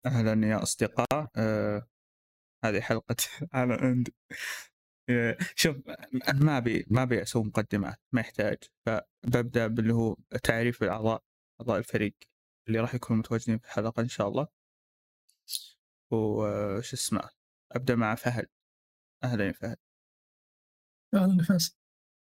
أهلا يا أصدقاء. هذه حلقة على عندي. شوف، أنا ما أبي أسوي مقدمات، ما يحتاج. فببدأ باللي هو تعريف الأعضاء، أعضاء الفريق اللي راح يكونوا متواجدين في الحلقة إن شاء الله. وش اسمه، أبدأ مع فهد. أهلا يا فهد. أهلا فاس.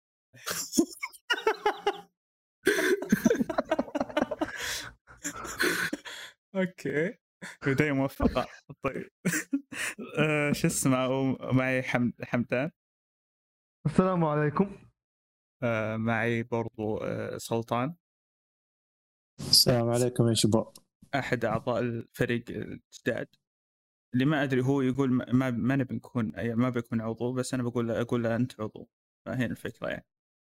أوكي، بداية موفقة. طيب. شو اسمه، معي حمدان. السلام عليكم. معي برضو سلطان، السلام عليكم يا شباب. أحد أعضاء الفريق الجداد اللي ما أدري، هو يقول ما نبي نكون، ما بيكون عضو، بس أنا أقول له أنت عضو. فهنا الفكرة يعني.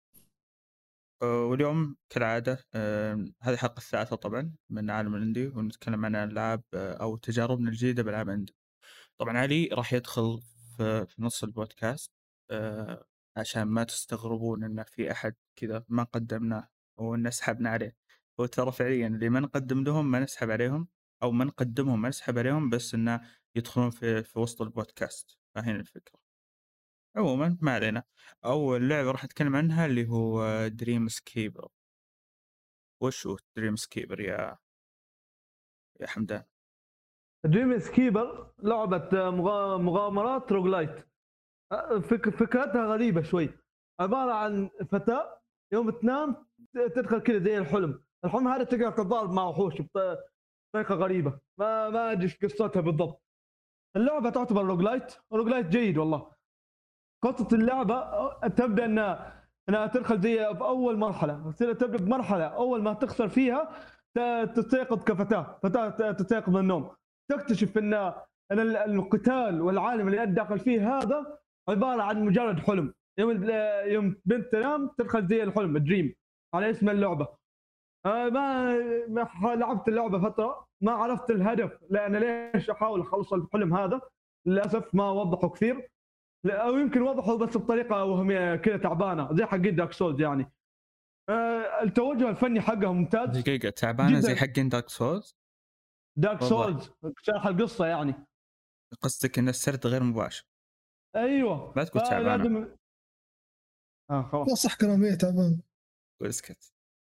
واليوم كالعادة هذه الحلقة الثالثة طبعا من عالم الاندي، ونتكلم عن ألعاب أو تجاربنا الجديدة بألعاب الاندي. طبعا علي راح يدخل في نص البودكاست، عشان ما تستغربون إن في أحد كذا ما قدمناه وإن سحبنا عليه. هو ترى فعليا اللي ما نقدم لهم ما نسحب عليهم، أو ما نقدمهم ما نسحب عليهم، بس إنه يدخلون في وسط البودكاست. فهنا الفكرة. عموما ما علينا. أول لعبة راح أتكلم عنها اللي هو دريم سكيبر. وش هو دريم سكيبر يا حمدان؟ دريم سكيبر لعبة مغامرات روجلايت. فكرتها غريبة شوي، عبارة عن فتاة يوم تنام تدخل كذا زي الحلم هذا تقدر تتضارب مع وحوش بطريقة غريبة. ما أدري قصتها بالضبط. اللعبة تعتبر روجلايت جيد والله. قصة اللعبة تبدأ انها تدخل زي في اول مرحلة، تبدأ بمرحلة اول ما تخسر فيها تستيقظ فتاة تستيقظ من النوم، تكتشف ان القتال والعالم اللي انت داخل فيه هذا عبارة عن مجرد حلم. يوم بنت تنام تدخل زي الحلم دريم على اسم اللعبة. ما لعبت اللعبة فترة، ما عرفت الهدف لأن ليش أحاول أخلص الحلم هذا. للأسف ما وضحوا كثير، او يمكن وضحوا بس بطريقه وهميه كذا تعبانه زي حق دارك سولز يعني. التوجه الفني حقها ممتاز. دقيقة، تعبانة زي حق دارك سولز؟ دارك سولز شرح القصه يعني. قصدك ان السرد غير مباشر؟ ايوه لا تقول تعبانة. خلاص صح كلامي تعبان. اسكت.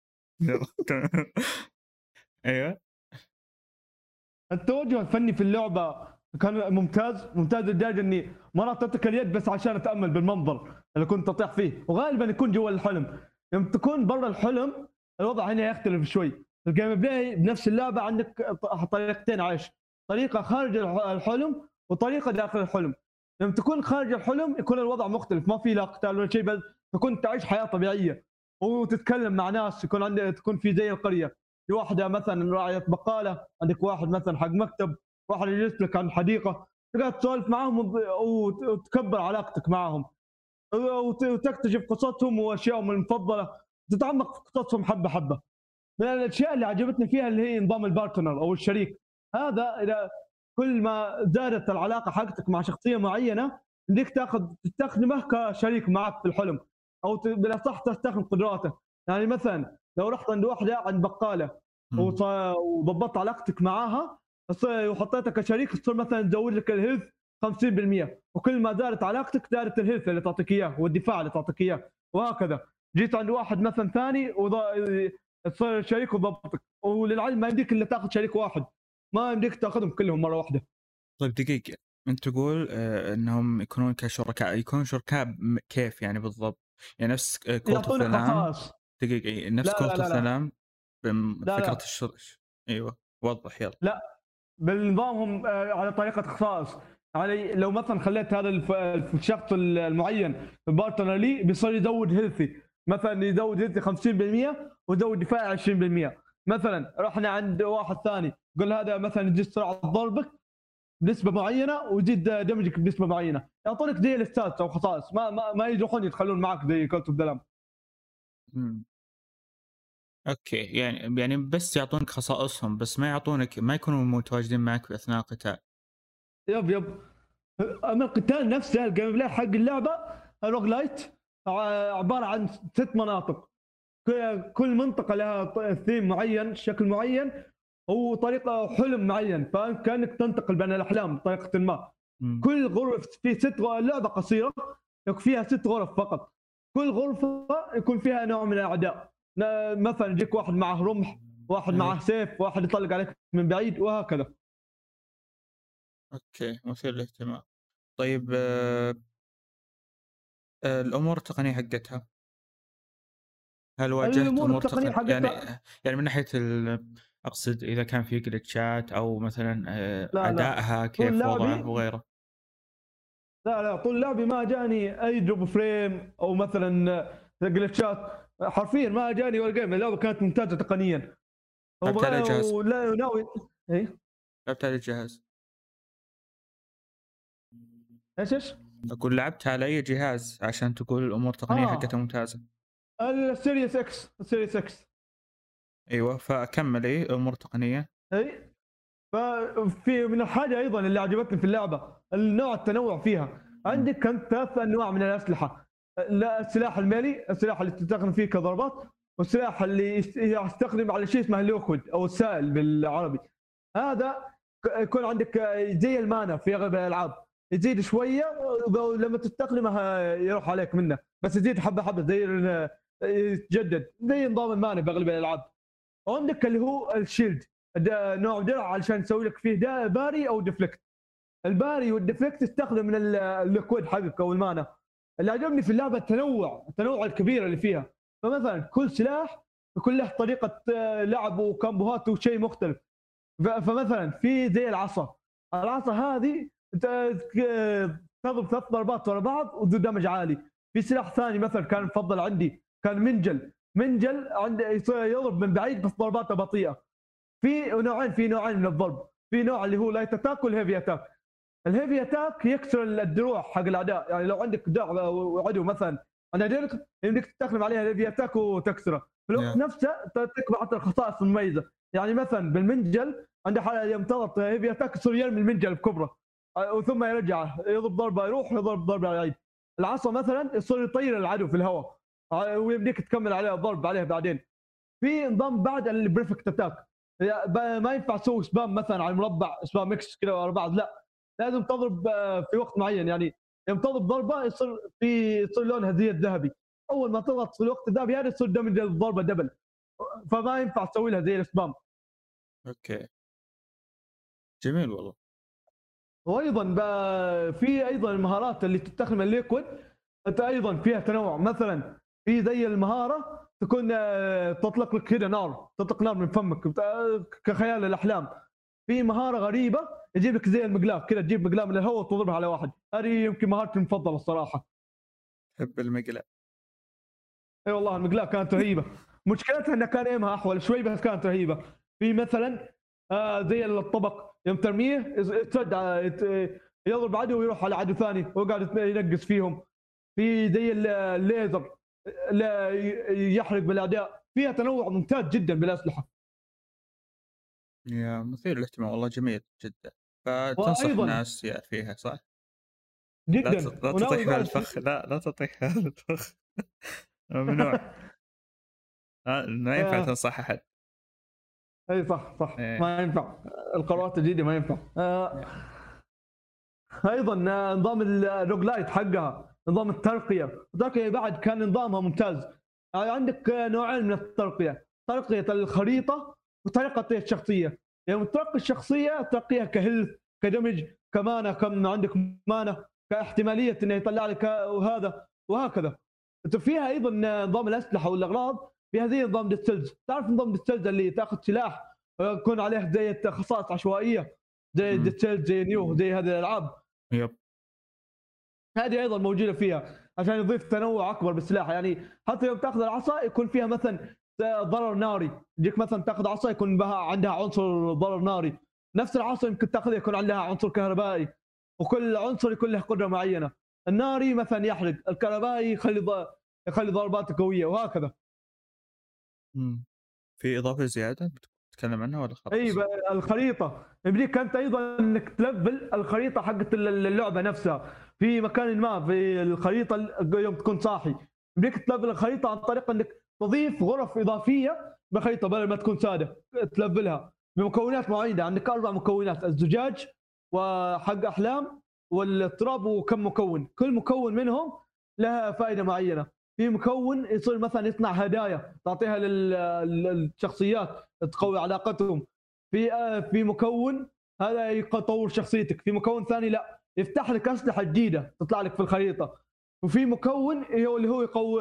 ايوه. التوجه الفني في اللعبه كان ممتاز لدرجه اني مرات اترك اليد بس عشان اتامل بالمنظر اللي كنت اطيح فيه، وغالبا يكون جوا الحلم. يوم تكون برا الحلم الوضع هنا يختلف شوي. الجيم بلاي بنفس اللعبه عندك طريقتين عيش، طريقه خارج الحلم وطريقه داخل الحلم. لما تكون خارج الحلم يكون الوضع مختلف، ما في لا قتال ولا شيء، بل تكون تعيش حياه طبيعيه وتتكلم مع ناس. تكون في زي القريه، في واحده مثلا راعيه بقاله، عندك واحد مثلا حق مكتب، واحد يجلس لك عن حديقه، تقعد تسولف معاهم وتكبر علاقتك معاهم وتكتشف قصصهم واشيائهم المفضله، تتعمق في قصصهم حبه حبه. من الاشياء اللي عجبتني فيها اللي هي نظام البارتنر او الشريك. هذا اذا كل ما زادت العلاقه حقتك مع شخصيه معينه بدك تستخدمه كشريك معك في الحلم، او بالاصح تستخدم قدراته. يعني مثلا لو رحت عند واحده عند بقاله وضبطت علاقتك معاها وحطيتها كشريك، تصير مثلا تزود لك الهيلث 50%، وكل ما زادت علاقتك زادت الهيلث اللي تعطيك اياه والدفاع اللي تعطيك اياه، وهكذا. جيت عند واحد مثلا ثاني تصير شريك وضبطك، وللعلم ما يمديك الا تاخذ شريك واحد، ما يمديك تاخذهم كلهم مره واحده. طيب دقيقة، انت تقول انهم يكونون كشركاء، يكونون شركاء كيف يعني بالضبط؟ يعني نفس كولت اوف يعطونك خصائص. دقيقة، نفس لا كولت لا لا اوف بفكرة الشرش. ايوه وضح يلا. لا، بنظامهم على طريقه خصائص. يعني لو مثلا خليت هذا الشخص المعين في بارتنر لي بيصير يزود هيلثي، مثلا يزود هيلثي 50% ويزود دفاعي 20%. مثلا رحنا عند واحد ثاني قل هذا مثلا يزيد سرعه ضربك بنسبه معينه ويزيد دمجك بنسبه معينه، يعطونك زي الستات او خصائص، ما يروحون يدخلون معك زي كولت اوف ذا. اوكي، يعني بس يعطونك خصائصهم، بس ما يعطونك، ما يكونوا متواجدين معك في اثناء القتال. يب اما القتال نفسه الجيم بلاي حق اللعبه روج لايت عباره عن 6 مناطق، كل منطقه لها ثيم معين، شكل معين، هو طريقه حلم معين، فكانك تنتقل بين الاحلام بطريقه ما. كل غرفه في لعبه قصيره يكون فيها 6 غرف فقط. كل غرفه يكون فيها نوع من الاعداء، مثلا يجيك واحد معه رمح، واحد معه سيف، واحد يطلق عليك من بعيد، وهكذا. اوكي، مثير للاهتمام. طيب الامور التقنيه حقتها، هل واجهت الامور امور التقنيه حقتها يعني من ناحيه اقصد اذا كان في جلتشات او مثلا لا لا، ادائها طول كيف وضعه لعبي وغيره؟ لا طول لعبي ما جاني اي دروب فريم او مثلا جلتشات، حرفيا ما جاني ولا جيم. اللعبه كانت ممتازه تقنيا. لعبت على جهاز؟ ولا ناوي ايه؟ لعبت على الجهاز؟ ايش؟ اقول لعبت على اي جهاز عشان تقول الامور التقنيه حقتها ممتازه؟ السيريس اكس، السيريس اكس. ايوه، فاكمل ايه امور تقنيه. اي، ففي من الحاجه ايضا اللي عجبتني في اللعبه النوع التنوع فيها. عندك كانت 3 انواع من الاسلحه: السلاح الميلي، السلاح اللي تستخدم فيه كضربات، والسلاح اللي يستخدم على شيء اسمه الليكويد او السائل بالعربي. هذا يكون عندك زي المانا في اغلب الالعاب، يزيد شويه ولما تستخدمه يروح عليك منه، بس يزيد حبه حبه زي يتجدد زي نظام المانا باغلب الالعاب. وعندك اللي هو الشيلد، نوع درع علشان يسوي لك فيه ده باري او ديفلكت. الباري والديفلكت تستخدم من الليكويد حقك او المانا. اللي عجبني في اللعبه التنوع الكبير اللي فيها. فمثلا كل سلاح يكون له طريقه لعب وكامبوهات وشيء مختلف. فمثلا في زي العصا هذه تضرب 3 ضربات ورا بعض وذو دمج عالي. في سلاح ثاني مثلا كان مفضل عندي، كان منجل عنده يضرب من بعيد بس ضرباته بطيئه. في نوعين من الضرب. في نوع اللي هو لايت اتاك والهيفي اتاك. الهيفي اتاك يكسر الدروع حق الاعداء، يعني لو عندك دروع وعدو مثلا انا ديرك يمديك تستخدم عليها الهيفي اتاك وتكسره في الوقت نفسه، تكبر حتى الخصائص المميزه. يعني مثلا بالمنجل عنده حاله يوم تضغط هيفي اتاك يصير يرمي المنجل بكبره وثم يرجعه، يضرب ضربه يروح يضرب ضربه يعيد. العصا مثلا يصير يطير العدو في الهواء ويمديك تكمل عليه ضرب عليه بعدين. في نظام بعد البريفكت اتاك، ما ينفع تسوي سبام مثلا على المربع سبام ميكس كذا ورا بعض، لا لازم تضرب في وقت معين. يعني يوم تضرب ضربه يصير لونها زي الذهبي، اول ما تضغط في الوقت الذهبي هذا يصير دمج الضربه دبل، فما ينفع تسوي لها زي السبام. اوكي، جميل والله. وايضا في ايضا المهارات اللي تستخدم الليكويد انت ايضا فيها تنوع. مثلا في زي المهاره تكون تطلق لك كذا نار، تطلق نار من فمك كخيال الاحلام. في مهاره غريبه يجيب لك زي المقلاة كذا، تجيب مقلاة من الهواء وتضربها على واحد. هذه يمكن مهارتي المفضله الصراحه. تحب المقلاة؟ اي والله المقلاة كانت رهيبه. مشكلتها انها كان ايمها احول شوي بس كانت رهيبه. في مثلا زي الطبق يوم ترميه يضرب عدو ويروح على عدو ثاني ويقعد ينقص فيهم. في زي الليزر يحرق بالاعداء. فيها تنوع ممتاز جدا بالاسلحه. يا مثير للاهتمام والله، جميل جدا. فتنصح وايضا الناس فيها صح؟ جدا لا وناوي تطيح هذا بعد الفخ، لا تطيح هذا الفخ. ممنوع. ما ينفع تنصح احد. اي صح إيه. ما ينفع، القرارات الجديده ما ينفع. ايضا نظام الروجلايت حقها، نظام الترقيه بعد كان نظامها ممتاز. عندك نوعين من الترقيه: ترقيه الخريطه وترقيه الشخصيه. يعني ترقي الشخصيه ترقيها كهيلث، كدمج، كمانا، كم عندك مانا، كاحتماليه انه يطلع لك وهذا وهكذا. فيها ايضا نظام الاسلحه والاغراض فيها زي نظام ديستلز. تعرف نظام ديستلز اللي تاخذ سلاح يكون عليه زي خصائص عشوائيه زي ديستلز زي نيو زي هذه الالعاب. يب. هذه ايضا موجوده فيها عشان يضيف تنوع اكبر بالسلاح. يعني حتى يوم تاخذ العصا يكون فيها مثلا ضرر ناري، يجيك مثلا تاخذ عصا يكون بها عندها عنصر ضرر ناري. نفس العصا يمكن تاخذها يكون عندها عنصر كهربائي، وكل عنصر يكون له قدره معينه. الناري مثلا يحرق، الكهربائي يخلي ضرباته قويه وهكذا. في اضافه زياده بتتكلم عنها ولا خلاص؟ اي الخريطه يمديك انت ايضا انك تلفل الخريطه حقت اللعبه نفسها. في مكان ما في الخريطه يوم تكون صاحي يمديك تلفل الخريطه عن طريق انك تضيف غرف اضافيه بالخريطه بدل ما تكون ساده تلفلها. بمكونات معينه. عندك 4 مكونات: الزجاج وحق احلام والتراب وكم مكون. كل مكون منهم لها فائده معينه. في مكون يصير مثلا يصنع هدايا تعطيها للشخصيات تقوي علاقتهم. في مكون هذا يطور شخصيتك. في مكون ثاني لا، يفتح لك اسلحه جديده تطلع لك في الخريطه. وفي مكون هو اللي هو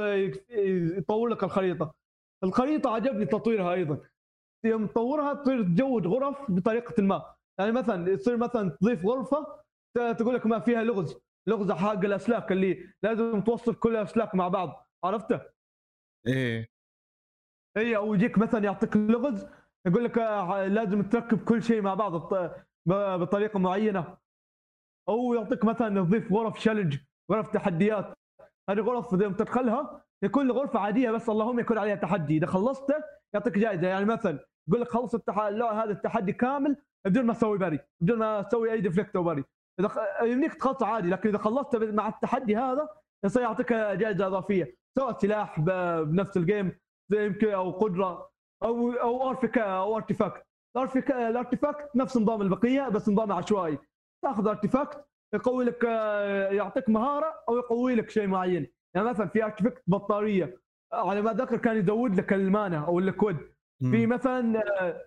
يطور لك الخريطه. الخريطه عجبني تطويرها ايضا. يوم تطورها تصير تجود غرف بطريقه ما. يعني مثلا يصير مثلا تضيف غرفه تقول لك ما فيها لغز حق الاسلاك اللي لازم توصل كل الاسلاك مع بعض، عرفته؟ ايه اي، او يجيك مثلا يعطيك لغز يقول لك لازم تركب كل شيء مع بعض بطريقه معينه. او يعطيك مثلا تضيف غرف شلج، غرف تحديات. هذه غرف اذا تدخلها يكون غرفه عاديه بس اللهم يكون عليها تحدي، اذا خلصته يعطيك جائزه. يعني مثلا يقول لك خلص هذا التحدي كامل بدون ما تسوي باري، بدون ما تسوي اي ديفليكت او باري. يمديك تخلص عادي، لكن اذا خلصت مع التحدي هذا يصير يعطيك جائزه اضافيه، سواء سلاح بنفس الجيم زي يمكن او قدره او ارتفاكت. الارتفاكت نفس نظام البقيه بس نظام عشوائي. تاخذ ارتفاكت يقوي لك، يعطيك مهاره او يقوي لك شيء معين. يعني مثلا في ارتفاكت بطاريه على ما ذكر كان يزود لك المانا او الليكويد. في مثلا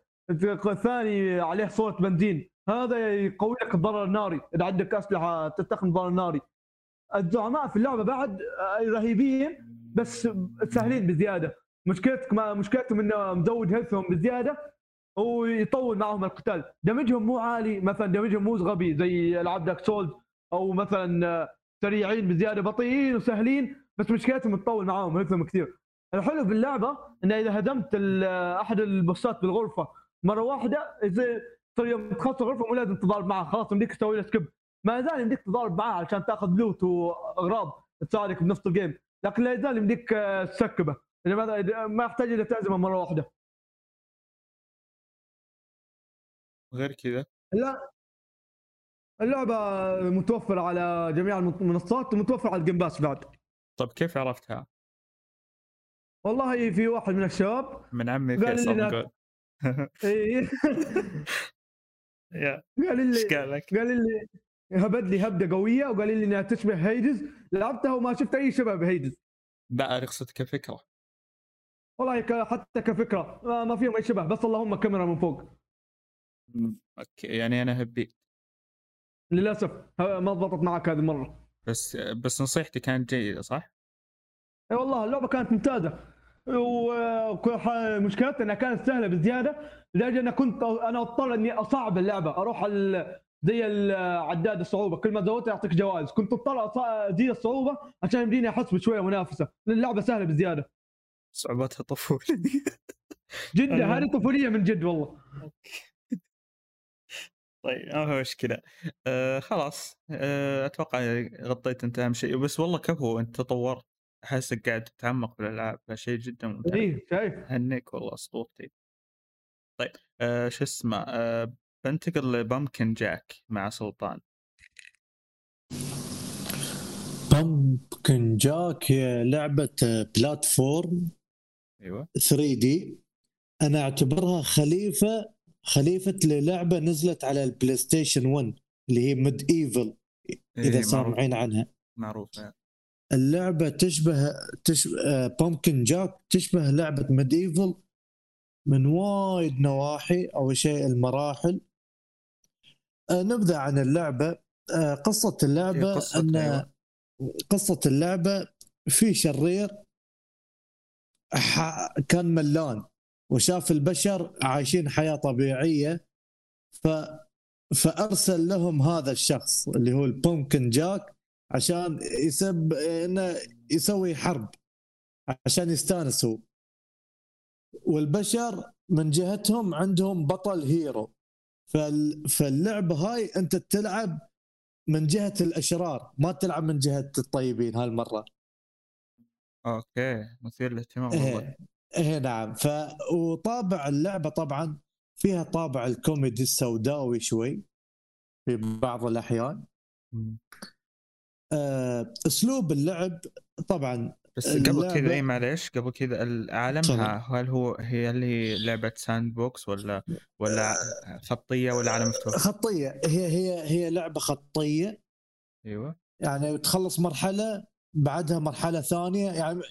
ثاني عليه صوره بنزين، هذا يقوي لك الضرر الناري اذا عندك اسلحه تستخدم ضرر ناري. الزعماء في اللعبه بعد رهيبين بس سهلين بزياده. مشكلتهم انه مزود هيلثهم بزياده ويطول معهم القتال. دمجهم مو عالي، مثلا دمجهم مو غبي زي العاب دارك سولز، او مثلا سريعين بزياده، بطيئين وسهلين بس مشكلتهم تطول معاهم هيلثهم كثير. الحلو باللعبه انه اذا هدمت احد البوسات بالغرفه مره واحده صار يوم تخلص الغرفه مو لازم تضارب معاه، خلاص يمديك تسوي له سكيب. ما زال يمديك تضارب معاه علشان تاخذ لوت واغراض تساعدك بنفس الجيم، لكن لا يزال يمديك تسكبه ما يحتاج الى تعزمه مره واحده. غير كذا لا، اللعبه متوفره على جميع المنصات ومتوفره على الجيم باس بعد. طب كيف عرفتها؟ والله في واحد من الشباب من عمي قال فيصل لي نقول. إيه. يا قال ايش لي قال لك؟ قال لي هبد لي هبده قويه وقال لي انها تشبه هيدز. لعبتها وما شفت اي شبه بهيدز. لا اقصد كفكره. والله حتى كفكره ما فيهم اي شبه، بس اللهم كاميرا من فوق. اوكي يعني انا هبي. للاسف ما ضبطت معك هذه المره. بس نصيحتي كانت جيده صح؟ اي والله اللعبه كانت ممتازه، ومشكلتها انها كانت سهله بزياده لدرجه ان كنت انا اضطر اني اصعب اللعبه، اروح زي العداد الصعوبه كل ما زودتها يعطيك جوائز، كنت اضطر ازيد الصعوبه عشان يمديني احس بشويه منافسه لان اللعبه سهله بزياده. صعوبتها طفولة. جدا هذه طفوليه من جد والله. طيب ما هو مشكلة. خلاص أتوقع غطيت أنت أهم شيء، بس والله كفو أنت تطورت، أحسك قاعد تتعمق بالألعاب، فشيء جدا ممتاز. ايه شايف. هنيك والله أسطورتي. طيب شو اسمه بنتقل لبامكن جاك مع سلطان. بامبكن جاك هي لعبة بلاتفورم أيوة 3D. أنا أعتبرها خليفة للعبة نزلت على البلاي ستيشن 1 اللي هي ميد ايفل، إذا سامعين عنها. معروفة. اللعبة تشبه بامبكن جاك تشبه لعبة ميد ايفل من وايد نواحي. أول شيء المراحل. نبذة عن اللعبة. قصة اللعبة أن أيوة. قصة اللعبة في شرير كان ملان وشاف البشر عايشين حياة طبيعية، فأرسل لهم هذا الشخص اللي هو البومكن جاك عشان إنه يسوي حرب عشان يستانسوا. والبشر من جهتهم عندهم بطل هيرو. فاللعبة هاي أنت تلعب من جهة الأشرار، ما تلعب من جهة الطيبين هالمرة. أوكي مثير للاهتمام والله. إيه نعم. وطابع اللعبة طبعا فيها طابع الكوميدي السوداوي شوي في بعض الأحيان. أسلوب اللعب طبعا بس قبل كذا اللعبه معليش قبل كذا العالم تفضل. هي اللي لعبة ساند بوكس ولا خطية ولا عالم مفتوح؟ خطيه، هي لعبه خطيه. ايوه. يعني تخلص مرحله بعدها مرحله ثانيه،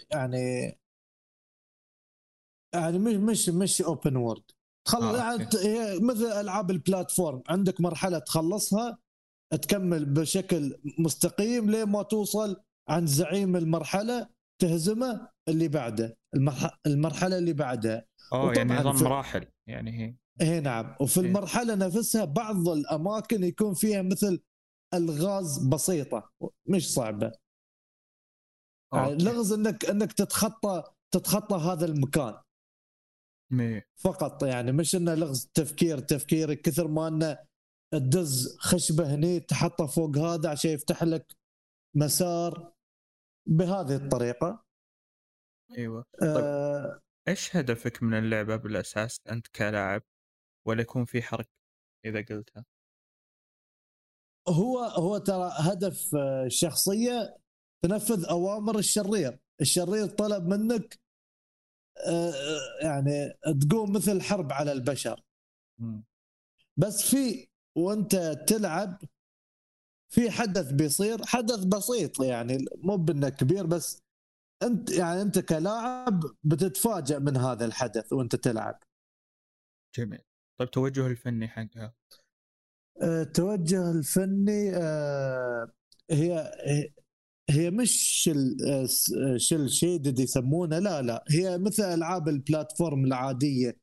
يعني مش اوبن وورد. تخلص يعني اوكي. هي مثل العاب البلاتفورم، عندك مرحله تخلصها تكمل بشكل مستقيم لين ما توصل عند زعيم المرحله، تهزمه اللي بعده المرحله اللي بعدها. يعني وطبعا نظام في مراحل يعني هي. نعم، وفي إيه. المرحله نفسها بعض الاماكن يكون فيها مثل الغاز بسيطه مش صعبه. يعني اوكي. لغز انك تتخطى هذا المكان مي. فقط، يعني مش انه لغز تفكير كثر ما انه تدز خشبه هني تحطه فوق هذا عشان يفتح لك مسار بهذه الطريقه. ايوه. طيب آه ايش هدفك من اللعبة بالاساس انت كلاعب، ولا يكون في حرق اذا قلتها؟ هو ترى هدف الشخصيه تنفذ اوامر الشرير طلب منك يعني تقوم مثل حرب على البشر. مم. بس وانت تلعب في حدث بيصير، حدث بسيط يعني مو بانه كبير، بس انت كلاعب بتتفاجأ من هذا الحدث وانت تلعب. جميل. طيب توجه الفني حقها؟ التوجه الفني هي هي مش شل شيدد يسمونه، لا هي مثل العاب البلاتفورم العاديه.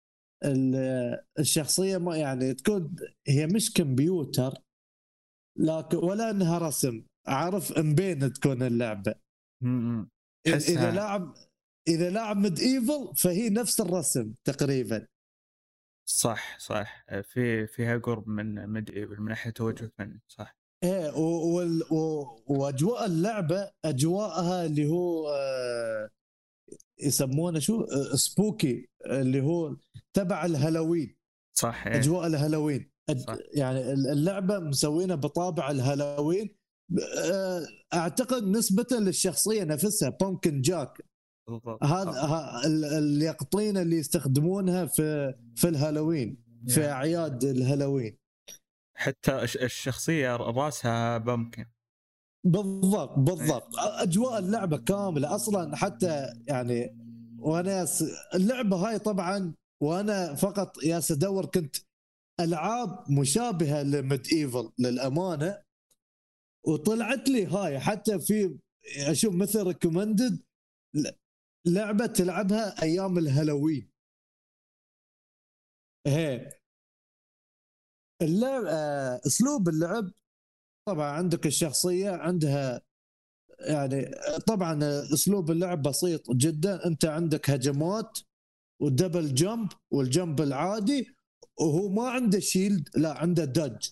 الشخصيه ما يعني تكون هي مش كمبيوتر، لكن ولا انها رسم، عارف مبين تكون اللعبه. اذا تحسها. لاعب اذا لاعب ميد ايفل فهي نفس الرسم تقريبا. صح صح، فيها قرب من ميد ايفل من ناحية توجه فني، صح. ايه واجواء اللعبه اجواءها اللي هو يسمونه شو سبوكي، اللي هو تبع الهالوين. صح ايه. اجواء الهالوين صح يعني اللعبه مسوينه بطابع الهالوين. اعتقد نسبه للشخصيه نفسها بومكن جاك، بالضبط. هذا اليقطين اللي يستخدمونها في الهالوين، في يعني اعياد الهالوين. حتى الشخصية راسها ممكن. بالضبط اجواء اللعبه كامله اصلا حتى يعني. وانا اللعبه هاي طبعا، وانا فقط ادور كنت العاب مشابهه لميد ايفل للامانه، وطلعت لي هاي حتى في اشوف مثل ريكومندد لعبه تلعبها ايام الهالوين. هي اللعب اسلوب اللعب طبعا عندك الشخصيه عندها يعني طبعا اسلوب اللعب بسيط جدا. انت عندك هجمات والدبل جمب والجمب العادي، وهو ما عنده شيلد، لا عنده دج.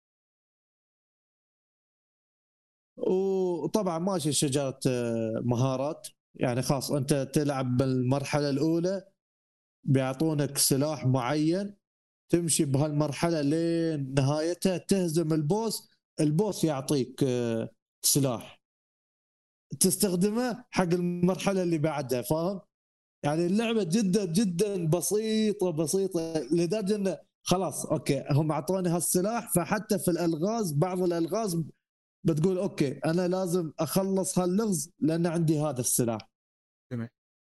وطبعا ماشي شجره مهارات، يعني خاص انت تلعب بالمرحله الاولى بيعطونك سلاح معين، تمشي بهالمرحله لين نهايتها تهزم البوس يعطيك سلاح تستخدمه حق المرحله اللي بعدها، فاهم؟ يعني اللعبه جدا جدا بسيطه لدرجه انه خلاص اوكي هم اعطوني هالسلاح، فحتى في الالغاز بعض الالغاز بتقول اوكي انا لازم اخلص هاللغز لان عندي هذا السلاح. جميل.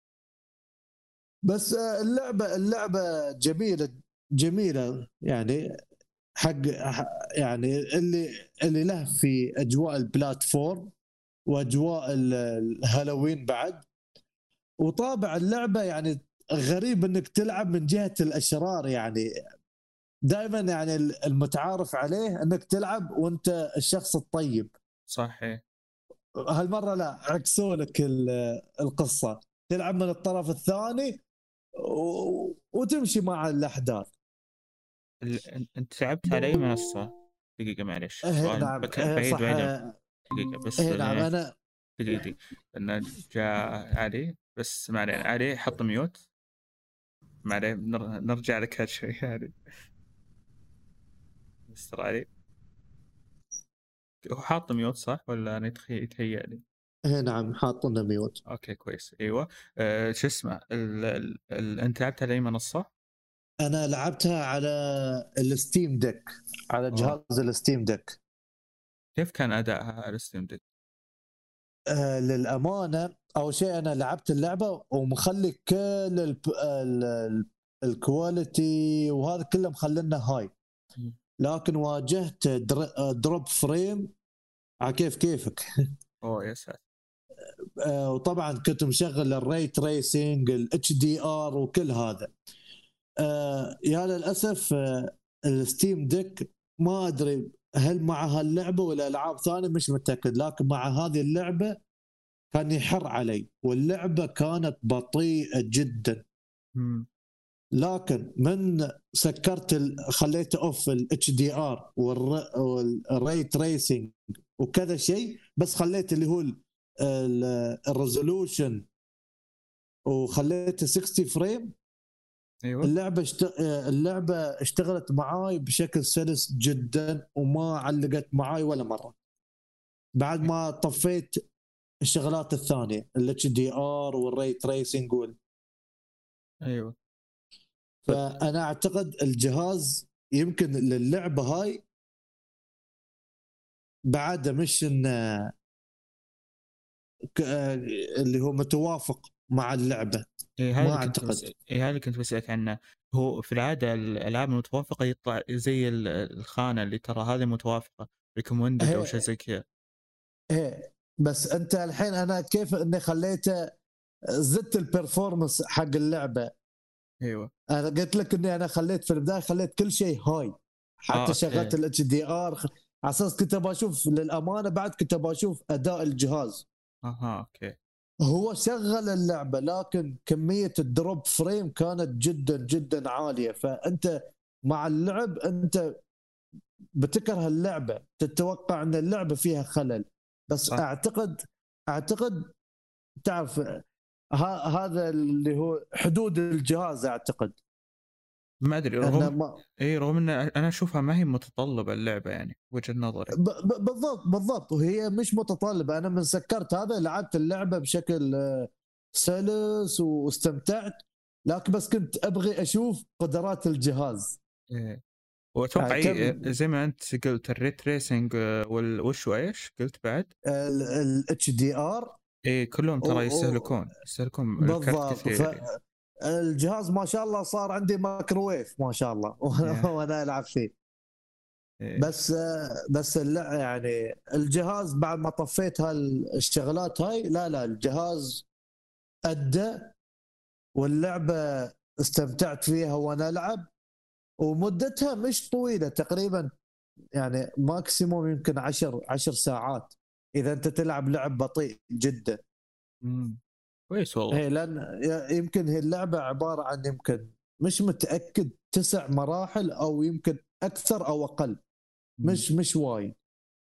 بس اللعبه جميله يعني حق يعني اللي له في اجواء البلاتفورم واجواء الهالوين بعد. وطابع اللعبه يعني غريب انك تلعب من جهه الاشرار، يعني دائما يعني المتعارف عليه انك تلعب وانت الشخص الطيب. صح ايه. هالمره لا، عكسوا لك القصه، تلعب من الطرف الثاني وتمشي مع الاحداث. انت لعبت على اي منصة؟ دقيقة معلش، سؤال نعم بعيد صح بعيد. دقيقة بس نعم يعني انا دقيقة. لأن جاء علي، بس ما علينا. علي حط ميوت. ما علينا، نرجع لك هالشيء علي. مستر علي، هو حاط ميوت صح ولا أنا يتهيأ لي؟ نعم حاط لنا ميوت. اوكي كويس. ايوه. شو اسمه انت لعبت على اي منصه؟ انا لعبتها على الستيم ديك، على أوه. جهاز الستيم ديك. كيف كان ادائها على ستيم ديك؟ للامانه اول شيء انا لعبت اللعبه ومخلي كل الكواليتي وهذا كله مخلينا هاي، لكن واجهت دروب فريم على كيفك. اوه يا ساتر. وطبعا كنت مشغل الري تريسنج الاتش دي ار وكل هذا. يا للاسف الستيم ديك ما ادري هل مع هاللعبه ولا العاب ثانيه مش متاكد، لكن مع هذه اللعبه كان يحر علي واللعبه كانت بطيئه جدا. مم. لكن من سكرت خليت اوف الاتش دي ار والري تريسنج وكذا شيء، بس خليت اللي هو الريزولوشن وخليته 60 فريم. ايوه. اللعبه اشتغلت معاي بشكل سلس جدا وما علقت معاي ولا مره بعد ما طفيت الشغلات الثانيه الاتش دي ار والري تريسنج ايوه. فانا اعتقد الجهاز يمكن للعبه هاي بعد مش انه اللي هو متوافق مع اللعبه. إيه هذا ما اللي كنت اعتقد. إيه هذا اللي كنت بسألك عنه. هو في العادة الألعاب المتوافقة يطلع زي الخانة اللي ترى هذه متوافقة ريكومندد أو شيء هي زي كذا. هي بس انت الحين انا كيف اني خليته زدت البرفورمانس حق اللعبه. أيوة. انا قلت لك اني انا خليت في البدايه خليت كل شيء هاي، حتى شغلت أوكي. الاتش دي ار على اساس كنت بشوف للامانه بعد كنت بشوف اداء الجهاز. أوكي. هو شغل اللعبه لكن كميه الدروب فريم كانت جدا جدا عاليه، فانت مع اللعب انت بتكره اللعبه، تتوقع ان اللعبه فيها خلل. بس صح. اعتقد تعرف هذا اللي هو حدود الجهاز اعتقد. ما أدري انه رغم ما إيه رغم إن أنا أشوفها ما هي متطلبة اللعبة يعني وجهة نظري. بالضبط وهي مش متطلبه. انا من سكرت هذا لعبت اللعبه بشكل سلس واستمتعت، لكن بس كنت ابغي اشوف قدرات الجهاز. إيه. يعني وأتوقع كم إيه زي ما أنت قلت الريت ريسنج وشو إيش قلت بعد؟ الاتش دي ار إيه كلهم ترى يستهلكون الكرت بالضبط. كثير يعني. فالجهاز ما شاء الله صار عندي مايكروويف ما شاء الله إيه. وانا العب فيه. إيه. بس لا يعني الجهاز بعد ما طفيت هالشغلات هاي لا الجهاز ادى واللعبه استمتعت فيها وانا العب، ومدتها مش طويله تقريبا يعني ماكسيموم يمكن 10 ساعات اذا انت تلعب لعب بطيء جدا. كويس والله. هي لان يمكن هي اللعبه عباره عن يمكن مش متاكد 9 مراحل او يمكن اكثر او اقل، مش وايد.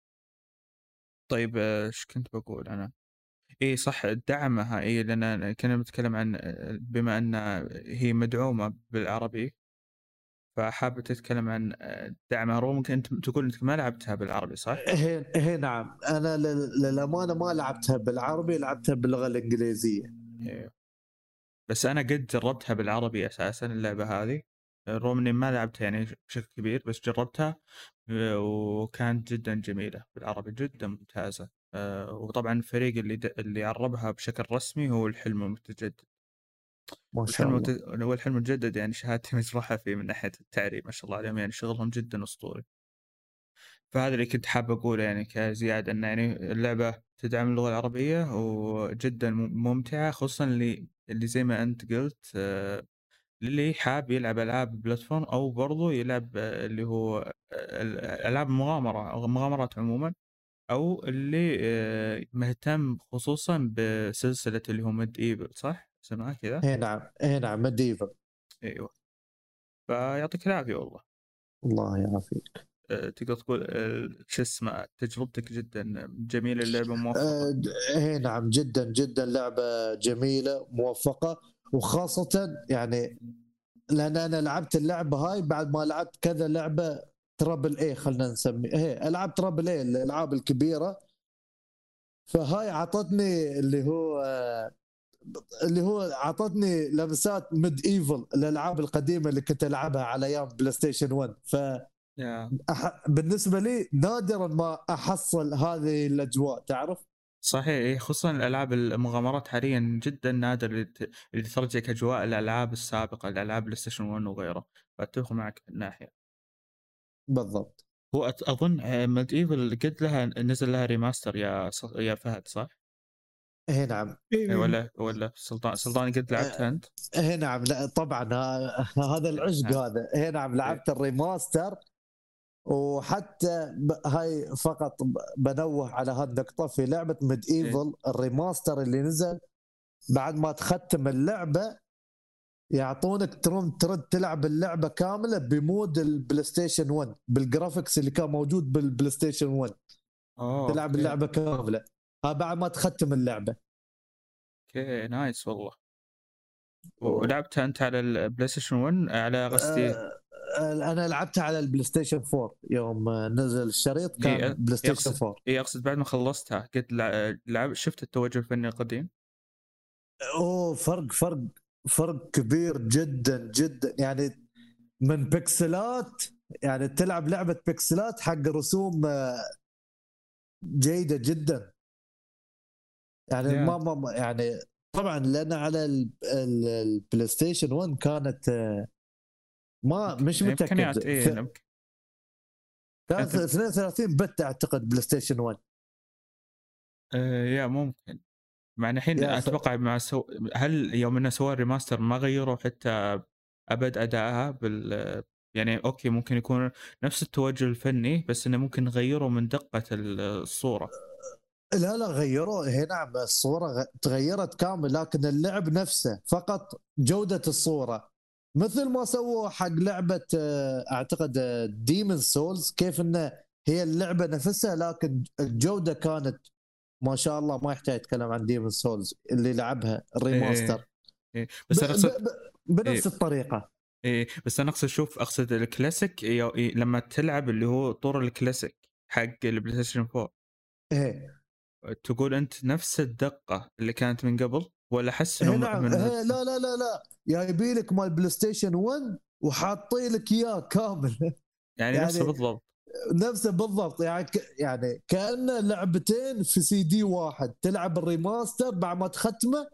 طيب ايش كنت بقول انا؟ اي صح دعمها اي لان كنا بنتكلم عن بما ان هي مدعومة بالعربي فحابة تتكلم عن دعمها رغم ممكن انت تقول انك ما لعبتها بالعربي صح؟ هي نعم انا للامانه ما لعبتها بالعربي، لعبتها باللغه الانجليزيه. إيه. بس انا قد جربتها بالعربي اساسا اللعبة هذه رغم اني ما لعبتها يعني بشكل كبير بس جربتها وكانت جدا جميلة بالعربي جدا ممتازة. وطبعا الفريق اللي عربها بشكل رسمي هو الحلم المتجدد. ما شاء الله. والحلم المتجدد يعني شهادتي مجروحة فيه من ناحية التعريب ما شاء الله عليهم يعني شغلهم جدا أسطوري. فهذا اللي كنت حاب أقوله يعني كزيادة أن يعني اللعبة تدعم اللغة العربية وجدا ممتعة خصوصا اللي زي ما أنت قلت للي حاب يلعب ألعاب بلاتفورم أو برضو يلعب اللي هو ألعاب مغامرة أو مغامرات عموما أو اللي مهتم خصوصا بسلسلة اللي هو ميد إيفل صح؟ اسمها كذا؟ هي نعم مديفل. أيوه. فيعطيك العافية والله. الله يعافيك. تقدر تقول شو اسمه تجربتك جدا جميلة اللعبة موفقة. هي نعم جدا جدا لعبه جميله موفقه، وخاصه يعني لان انا لعبت اللعبه هاي بعد ما لعبت كذا لعبه ترابل اي، خلينا نسمي هي العاب ترابل اي الالعاب الكبيره. فهاي عطتني اللي هو عطتني لمسات ميد ايفل الالعاب القديمه اللي كنت العبها على ايام بلاي ستيشن 1. يا بالنسبه لي نادرا ما احصل هذه الاجواء، تعرف. صحيح إيه، خصوصا الألعاب المغامرات حاليا جدا نادر اللي ترجعك أجواء الألعاب السابقة، الألعاب بلاي ستيشن 1 وغيره. فأتفق معك في الناحية. بالضبط. هو أظن ميد إيفل قد لها نزل لها ريماستر يا فهد صح؟ اي نعم. إيه، ولا سلطان قد لعبتها أنت؟ اي نعم، لا طبعا هذا العشق ها. هذا. اي نعم، إيه. لعبت الريماستر. وحتى هاي فقط بنوه على هالنقطة في لعبة ميد إيه. ايفل الريماستر اللي نزل. بعد ما تختم اللعبة يعطونك ترد تلعب اللعبة كاملة بمود البلاي ستيشن 1 بالجرافيكس اللي كان موجود بالبلاي ستيشن 1. تلعب أوكي. اللعبة كاملة بعد ما تختم اللعبة. أوكي نايس والله. ولعبتها أنت على البلاي ستيشن 1 على قصدي؟ انا لعبتها على البلاي ستيشن 4 يوم نزل الشريط كان إيه بلاي ستيشن أقصد 4. إيه أقصد بعد ما خلصتها قد شفت التوجه الفني القديم؟ اوه، فرق كبير جدا جدا يعني. من بكسلات، يعني تلعب لعبة بكسلات حق رسوم جيدة جدا. يعني يا يعني طبعا لان على البلاي ستيشن 1 كانت ما مش إمكانيات متاكد إيه يمكن. كانت كانت 32 بت اعتقد بلاي ستيشن 1. يا ممكن. مع إن الحين يا أتوقع هل يوم إنه سووا الريماستر ما غيروا حتى أبد أدائها يعني أوكي ممكن يكون نفس التوجه الفني، بس إنه ممكن يغيروا من دقة الصورة. لا غيروه. هنا نعم، الصورة تغيرت كامل، لكن اللعب نفسه فقط جودة الصورة مثل ما سووا حق لعبة اعتقد ديمن سولز، كيف انه هي اللعبة نفسها لكن الجودة كانت ما شاء الله. ما يحتاج اتكلم عن ديمن سولز اللي لعبها إيه الريماستر إيه إيه بس أنا أقصد بنفس إيه الطريقة. إيه بس أنا أقصد الكلاسيك إيه لما تلعب اللي هو طور الكلاسيك حق البلاي ستيشن 4، ايه تقول أنت نفس الدقة اللي كانت من قبل ولا حس إنه نعم. من لا جايبين لك مال بلاي ستيشن 1 وحاطين لك اياه كامل. يعني نفسه يعني بالضبط؟ نفسه بالضبط. يعني يعني كأنه لعبتين في سي دي واحد. تلعب الريماستر بعد ما تختمه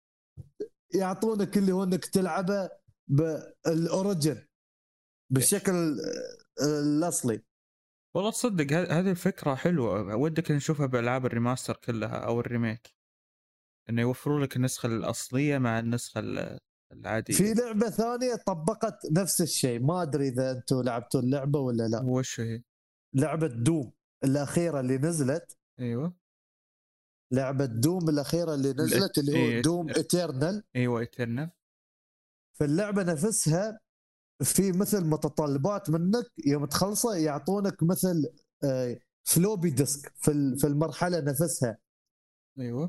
يعطونك اللي هو انك تلعبه بالاوريجن بالشكل الاصلي. والله تصدق هذه الفكرة حلوة، ودك نشوفها بألعاب الريماستر كلها أو الريميك، إنه يوفروا لك النسخة الأصلية مع النسخة العادية. في لعبه ثانيه طبقت نفس الشيء، ما ادري اذا انتم لعبتوا اللعبه ولا لا. وش هي؟ لعبه دوم الاخيره اللي نزلت. أيوة. لعبه دوم الاخيره اللي نزلت اللي هو إيه دوم ايترنال. أيوة إيترنال. في اللعبه نفسها في مثل متطلبات منك يوم تخلصه يعطونك مثل فلوبي ديسك في المرحله نفسها. أيوة.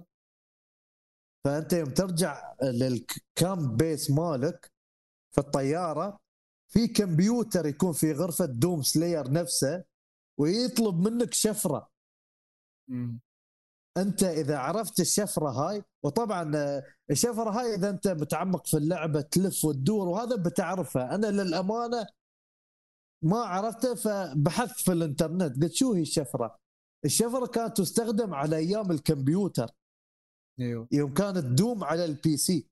فانت يوم ترجع للكامب بيس مالك في الطياره في كمبيوتر يكون في غرفه دوم سلاير نفسه ويطلب منك شفره. مم. انت اذا عرفت الشفره هاي، وطبعا الشفره هاي اذا انت متعمق في اللعبه تلف وتدور وهذا بتعرفها. انا للامانه ما عرفته فبحثت في الانترنت قلت شو هي الشفره. الشفره كانت تستخدم على ايام الكمبيوتر أيوة. يوم كانت دوم على البي سي.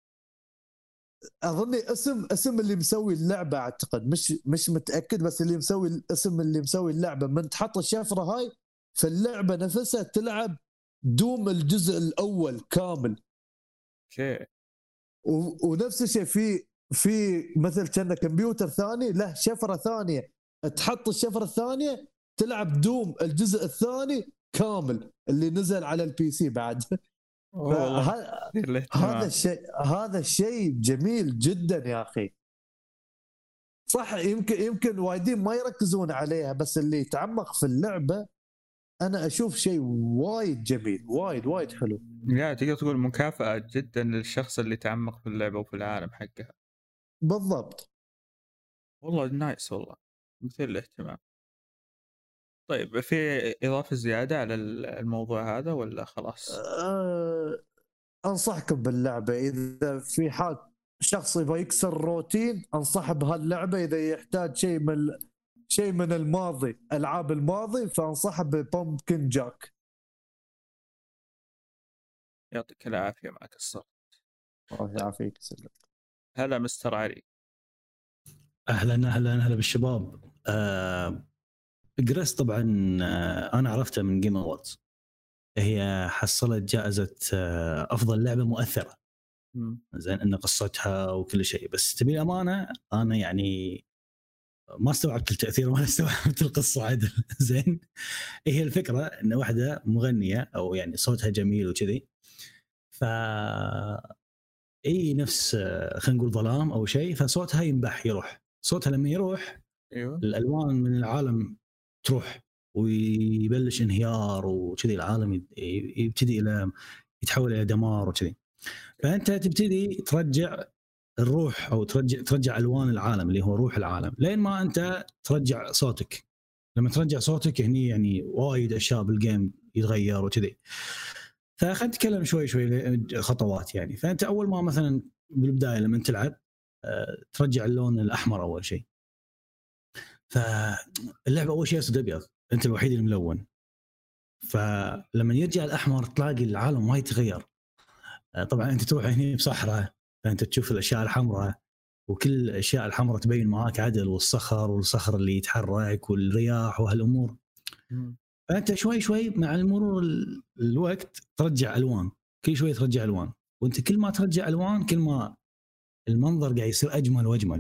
اظني اسم اللي مسوي اللعبه اعتقد، مش متاكد، بس اللي مسوي الاسم اللي مسوي اللعبه من تحط الشفره هاي في اللعبه نفسها تلعب دوم الجزء الاول كامل. أوكي. ونفس الشيء في مثل كان كمبيوتر ثاني له شفره ثانيه، تحط الشفره الثانيه تلعب دوم الجزء الثاني كامل اللي نزل على البي سي بعد. والله كثير الاهتمام. هذا الشيء جميل جدا يا اخي. صح، يمكن وايدين ما يركزون عليها، بس اللي يتعمق في اللعبه انا اشوف شيء وايد جميل، وايد حلو. يا تقدر تقول مكافأة جدا للشخص اللي تعمق في اللعبة وفي العالم حقها. بالضبط. والله نايس والله، مثير للاهتمام. طيب في إضافة زيادة على الموضوع هذا ولا خلاص؟ انصحكم باللعبه اذا في حال شخص يبغى يكسر الروتين، انصح بهاللعبه. اذا يحتاج شيء من الماضي، العاب الماضي، فانصح ببومبكن جاك. يعطيك العافية معك الصراحة. الله يعافيك سلام. هلا مستر علي. اهلا بالشباب. جريس طبعا انا عرفتها من جيم اووردز، هي حصلت جائزه افضل لعبه مؤثره. زين ان قصتها وكل شيء، بس تبي الامانه انا يعني ما استوعبت التاثير ولا استوعبت القصه عدل. زين هي الفكره ان واحده مغنيه او يعني صوتها جميل وكذي، ف اي نفس خلينا نقول ظلام او شيء، فصوتها يروح. صوتها لما يروح ايوه الالوان من العالم تروح ويبلش انهيار وكذي، العالم يبتدي الى يتحول الى دمار وكذي. فانت تبتدي ترجع الروح او ترجع الوان العالم اللي هو روح العالم، لين ما انت ترجع صوتك. لما ترجع صوتك هني يعني وايد اشياء بالجيم يتغير وكذي. فخلينا نتكلم شوي خطوات يعني. فانت اول ما مثلا بالبدايه لما تلعب ترجع اللون الاحمر اول شيء. فاللعبه اول شيء اسود ابيض، انت الوحيد الملون. فلما يرجع الاحمر تلاقي العالم ما يتغير. طبعا انت تروح هنا بصحراء، فانت تشوف الاشياء الحمراء، وكل الاشياء الحمراء تبين معاك عدل، والصخر اللي يتحرك والرياح وهالامور. فانت شوي مع المرور الوقت ترجع الوان، كل شوي ترجع الوان، وانت كل ما ترجع الوان كل ما المنظر قاعد يصير اجمل واجمل.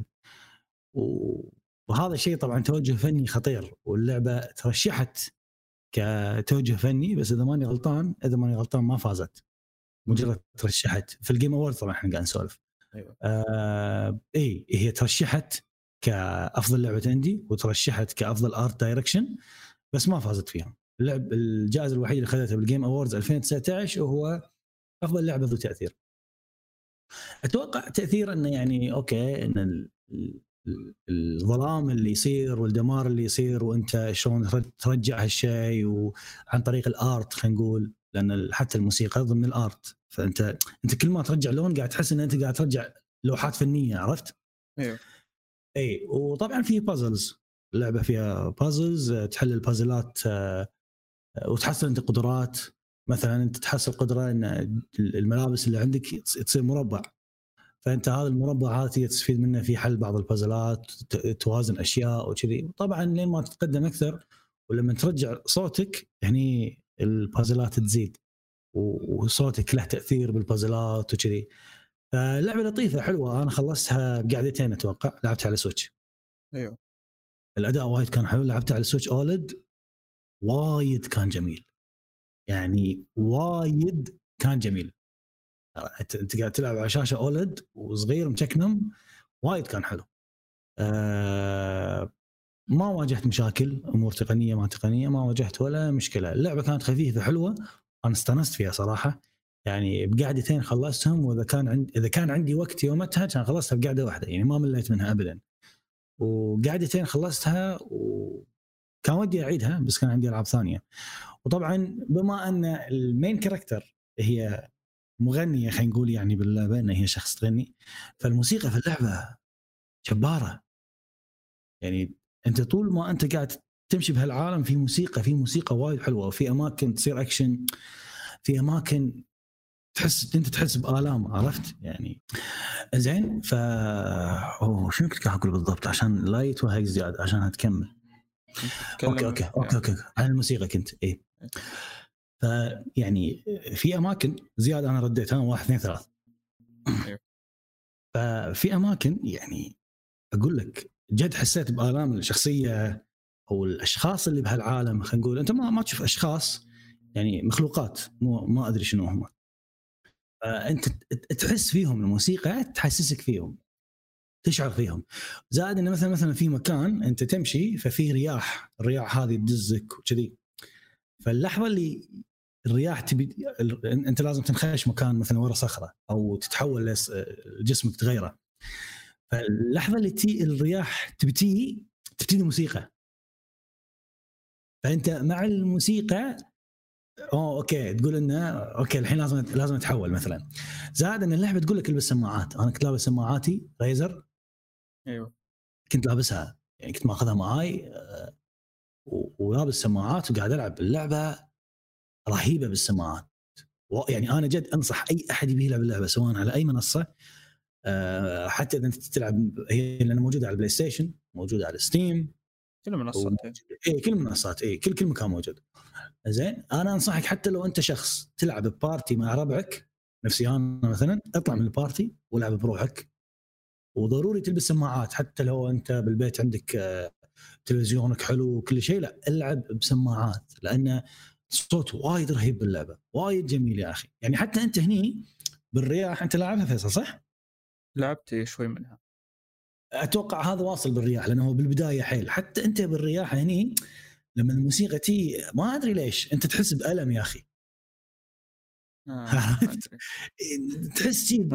وهذا الشيء طبعا توجه فني خطير، واللعبه ترشحت كتوجه فني، بس اذا ماني غلطان ما فازت، مجرد ترشحت في الجيم اوورد. طبعا احنا قاعد نسولف. ايوه هي ترشحت كافضل لعبه اندي، وترشحت كافضل ارت دايركشن، بس ما فازت فيها. الجائزه الوحيده اللي اخذتها بالجيم اووردز 2019 وهو افضل لعبه ذو تاثير. اتوقع تاثير انه يعني اوكي ان الظلام اللي يصير والدمار اللي يصير، وانت شلون ترجع هالشيء وعن طريق الارت، خلينا نقول، لان حتى الموسيقى ضمن الارت. فانت كل ما ترجع لون قاعد تحس ان انت قاعد ترجع لوحات فنيه، عرفت؟ ايوه اي. وطبعا في بازلز، اللعبه فيها بازلز، تحل البازلات وتحصل انت قدرات. مثلا انت تحصل قدره ان الملابس اللي عندك تصير مربع، فانت هذا المربع هذا تستفيد منه في حل بعض البازلات، توازن اشياء وكذي. طبعا لين ما تتقدم اكثر ولما ترجع صوتك يعني البازلات تزيد، وصوتك له تاثير بالبازلات وكذي. فلعبه لطيفه حلوه، انا خلصتها بقعدتين اتوقع. لعبتها على سويتش. ايوه الاداء وايد كان حلو. لعبتها على سويتش اولد، وايد كان جميل، يعني وايد كان جميل. انت قاعد تلعب على شاشه اولد وصغير مشكنم، وايد كان حلو. ما واجهت مشاكل، امور تقنيه ما تقنيه ما واجهت ولا مشكله. اللعبه كانت خفيفه حلوه، انا استانست فيها صراحه. يعني بقعدتين خلصتهم، واذا كان عندي وقت يومتها كان خلصتها بقعده واحده، يعني ما مليت منها ابدا. وقعدتين خلصتها، وكان ودي اعيدها بس كان عندي العاب ثانيه. وطبعا بما ان المين كاركتر هي مغنيه، خلينا نقول يعني باللعبه ان هي شخص تغني، فالموسيقى في اللعبه جباره. يعني انت طول ما انت قاعد تمشي بهالعالم في موسيقى وايد حلوه، وفي اماكن تصير اكشن، في اماكن تحس بآلام، عرفت يعني. زين شنو كنت قاعد اقول بالضبط عشان لا يتوهق زياده عشان هتكمل. اوكي عن الموسيقى كنت ايه. فيعني في اماكن زياده انا رديتها 1 2 3. ففي اماكن يعني اقول لك جد حسيت بآلام الشخصيه او الاشخاص اللي بهالعالم. خلينا نقول انت ما تشوف اشخاص، يعني مخلوقات، ما ادري شنو هم. انت تحس فيهم، الموسيقى تحسسك فيهم، تشعر فيهم. زائد انه مثلا في مكان انت تمشي ففي الرياح هذه تدزك وكذي. فاللحظه اللي الرياح تبي انت لازم تنخش مكان مثلا ورا صخره او تتحول جسمك تغيره. فاللحظه اللي الرياح تبتدي موسيقى، فانت مع الموسيقى اوكي تقول انه اوكي الحين لازم اتحول مثلا. زائد ان اللعبه تقول لك البس سماعات. انا كنت لابس سماعاتي ريزر، ايوه كنت لابسها يعني كنت ماخذها معاي ولابس سماعات وقاعد العب اللعبه رهيبه بالسماعات. يعني انا جد انصح اي احد يبي يلعب اللعبه سواء على اي منصه، حتى اذا انت تلعب هي لانها موجوده على البلاي ستيشن، موجوده على ستيم، كل المنصات. كل المنصات، كل مكان موجود. زين انا انصحك حتى لو انت شخص تلعب ببارتي مع ربعك نفسي انا مثلا، اطلع من البارتي والعب بروحك، وضروري تلبس سماعات حتى لو انت بالبيت عندك تلفزيونك حلو وكل شيء، لا العب بسماعات لان الصوت وايد رهيب باللعبه، وايد جميل يا اخي. يعني حتى انت هني بالرياح انت لاعبها فيصل صح؟ لعبت شوي منها. اتوقع هذا واصل بالرياح لانه هو بالبدايه حيل. حتى انت بالرياح هني لما الموسيقى تي ما ادري ليش انت تحس بالم يا اخي. عرفت؟ تحس شيء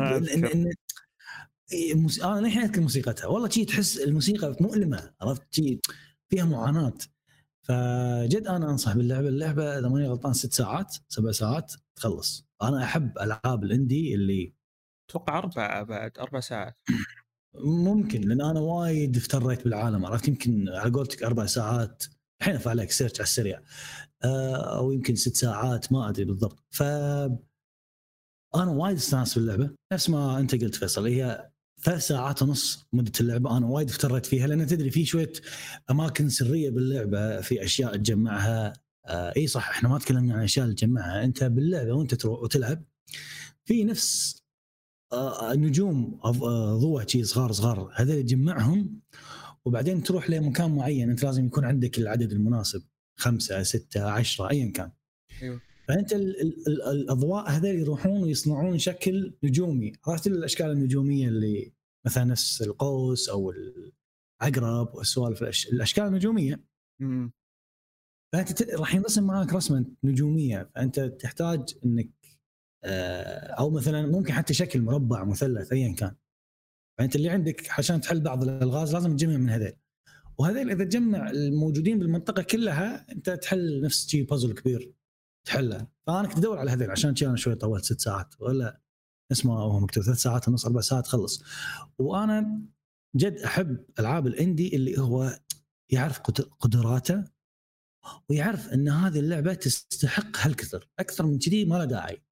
انا للحين اذكر موسيقتها والله شيء تحس الموسيقى مؤلمه، عرفت؟ شيء فيها معاناه. فجد انا انصح باللعبه. اللعبه اذا ماني غلطان 6 ساعات 7 ساعات تخلص. انا احب العاب الاندي اللي اتوقع 4 ساعات ممكن، لان انا وايد افتريت بالعالم، عرفت؟ يمكن على قولتك 4 ساعات الحين افعل لك سيرش على السريع، او يمكن 6 ساعات ما ادري بالضبط. ف انا وايد استانس باللعبه نفس ما انت قلت فيصل. هي 3 ساعات ونص مده اللعبه، انا وايد افتريت فيها لان تدري في شويه اماكن سريه باللعبه، في اشياء تجمعها. اي صح احنا ما تكلمنا عن اشياء اللي تجمعها انت باللعبه وانت تروح وتلعب في نفس نجوم ضوء شيء صغار هذول تجمعهم وبعدين تروح لمكان معين. انت لازم يكون عندك العدد المناسب 5 6 10 ايا كان. ايوه فانت الاضواء هذول يروحون ويصنعون شكل نجومي. عرفت الاشكال النجوميه اللي مثلا نفس القوس او العقرب والسوالف الاشكال النجوميه. فانت راح ينرسم معك رسمه نجوميه، فانت تحتاج انك او مثلا ممكن حتى شكل مربع مثلث ايا كان. فانت اللي عندك عشان تحل بعض الالغاز لازم تجمع من هذول، وهذول اذا تجمع الموجودين بالمنطقه كلها انت تحل نفس شيء بازل كبير تحلها. فانا كنت ادور على هذول عشان كذا انا شوي طولت 6 ساعات ولا اسمه هو مكتوب 3 ساعات ونص 4 ساعات خلص. وانا جد احب العاب الاندي اللي هو يعرف قدراته ويعرف ان هذه اللعبه تستحق هالكثر، اكثر من كذي ما له داعي.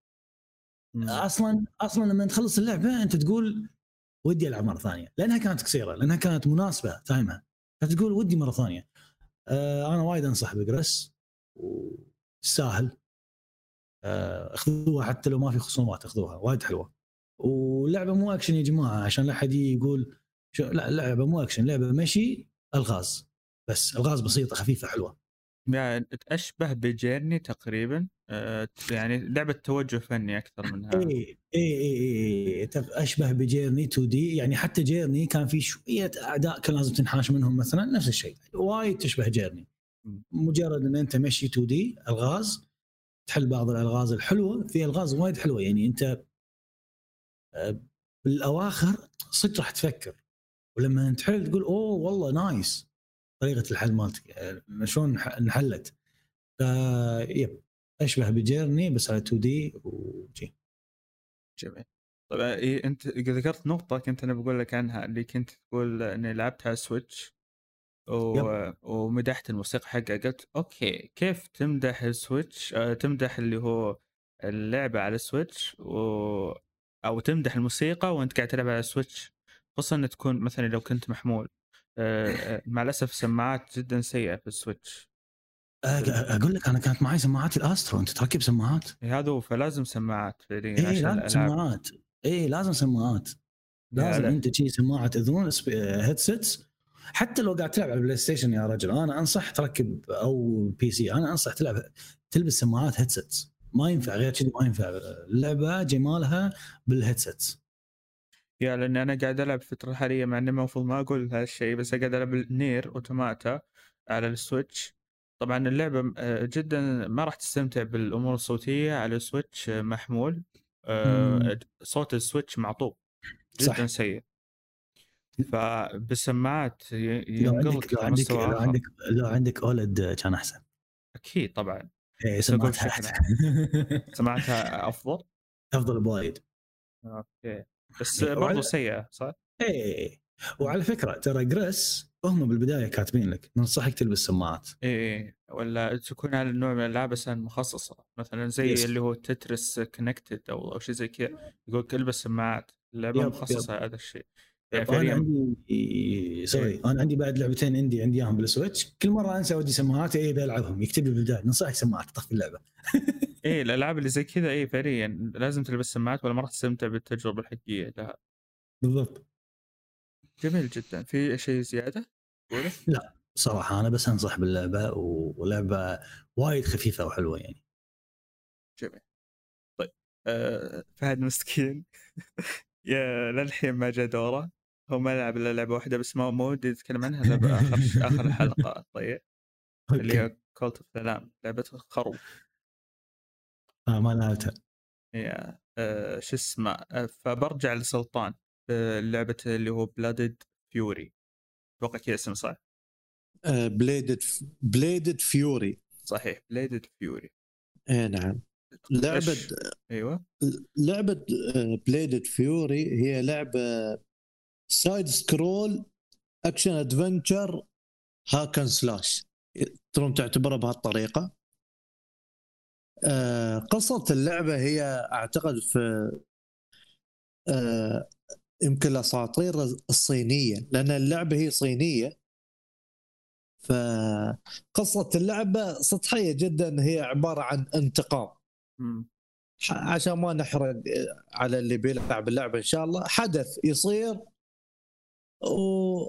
اصلا لما تخلص اللعبه انت تقول ودي العب مره ثانيه لانها كانت قصيره، لانها كانت مناسبه تايمها، فتقول ودي مره ثانيه. انا وايد انصح بجرس وتستاهل. اخذوها حتى لو ما في خصومات، اخذوها وايد حلوه. واللعبه مو اكشن يا جماعه عشان لا احد يقول لا اللعبه مو اكشن، لعبه مشي الغاز بس، الغاز بسيطه خفيفه حلوه. يعني اشبه بجيرني تقريبا، يعني لعبه توجه فني اكثر منها. اي اشبه بجيرني 2 دي. يعني حتى جيرني كان في شويه اعداء كان لازم تنحاش منهم مثلا، نفس الشيء وايد تشبه جيرني. مجرد ان انت مشي 2 دي الغاز تحل بعض الالغاز الحلوه، في الغاز وايد حلوه. يعني انت بالاواخر صدق راح تفكر، ولما تحل تقول اوه والله نايس طريقه الحل مالتك شلون انحلت. يب اشبه بجيرني بس على 2 دي وجي. جميل. طيب إيه انت ذكرت نقطه كنت انا بقول لك عنها، اللي كنت تقول اني لعبتها على سويتش ومدحت الموسيقى حقها. قلت اوكي كيف تمدح السويتش، تمدح اللي هو اللعبه على السويتش او تمدح الموسيقى وانت قاعد تلعب على السويتش، خصوصا ان تكون مثلا لو كنت محمول. مع الاسف سماعات جدا سيئه في السويتش. اقول لك انا كانت معي سماعات الاسترو، انت تركب سماعات هذا فلازم سماعات عشان لازم الألعاب. سماعات. لازم سماعات، لازم انت شيء سماعه اذون هيدسيتس. حتى لو قاعد تلعب على البلاي ستيشن يا رجل انا انصح تركب او بي سي، انا انصح تلبس سماعات هيدسيتس. ما ينفع غير كذي، ما ينفع. اللعبه جمالها بالهيدسيتس. لان انا قاعد العب الفتره الحاليه، مع اني المفروض ما اقول هالشيء، بس قاعد العب نير اوتوماتا على السويتش. طبعا اللعبه جدا ما راح تستمتع بالامور الصوتيه على السويتش محمول. صوت السويتش معطوب جدا سيء. فبالسماعات ينقلك لمستوى آخر. لو عندك اولد كان احسن. اكيد طبعا. إيه، بس أقول سمعتها بشكل أحد. عام سمعتها افضل. افضل بوايد. اوكي بس إيه، برضو سيئه صح؟ ايه. وعلى فكره ترى جريس هم بالبدايه كاتبين لك ننصحك تلبس سماعات. ايه ولا تكون على النوع من الالعاب مثلا مخصصه، مثلا زي يس. اللي هو تترس كونكتد او شيء زي كذا، يقول لك البس سماعات، اللعبه يب مخصصه هذا الشيء يعني يب انا فعليا. عندي سوري، إيه. انا عندي بعد لعبتين عندي اياهم بالسويتش، كل مره انسى اودي سماعات ايه بلعبهم يكتب لي بالبدايه ننصحك سماعات طفي اللعبه. ايه الالعاب اللي زي كذا ايه فعليا لازم تلبس سماعات ولا ما راح تستمتع بالتجربه الحقيقيه لها. بالضبط. جميل جدا. في شيء زياده تقوله؟ لا صراحه انا بس انصح باللعبه، ولعبه وايد خفيفه وحلوه يعني. جميل. طيب فهد مسكين يا للحين ما جاء دوره. هو ما لعب الا لعبه واحده بس ما ودي يتكلم عنها الا باخر الحلقه. طيب اللي اوكي. هي كولت اوف سلام، لعبه خروف. ما لعبتها. هي شو اسمه فبرجع لسلطان لعبة اللي هو بلادد فيوري، اتوقع كذا اسم صح؟ بليدد فيوري. صحيح بلادد فيوري. ايه نعم. لعبه ايش؟ ايوه لعبه بليدد فيوري هي لعبه سايد سكرول اكشن ادفنتشر هاكن سلاش، ترون تعتبرها بهالطريقه. قصه اللعبه هي اعتقد في يمكن الاساطير الصينيه، لان اللعبه هي صينيه. فقصه اللعبه سطحيه جدا، هي عباره عن انتقام. عشان ما نحرق على اللي بيلعب اللعبه، ان شاء الله حدث يصير و...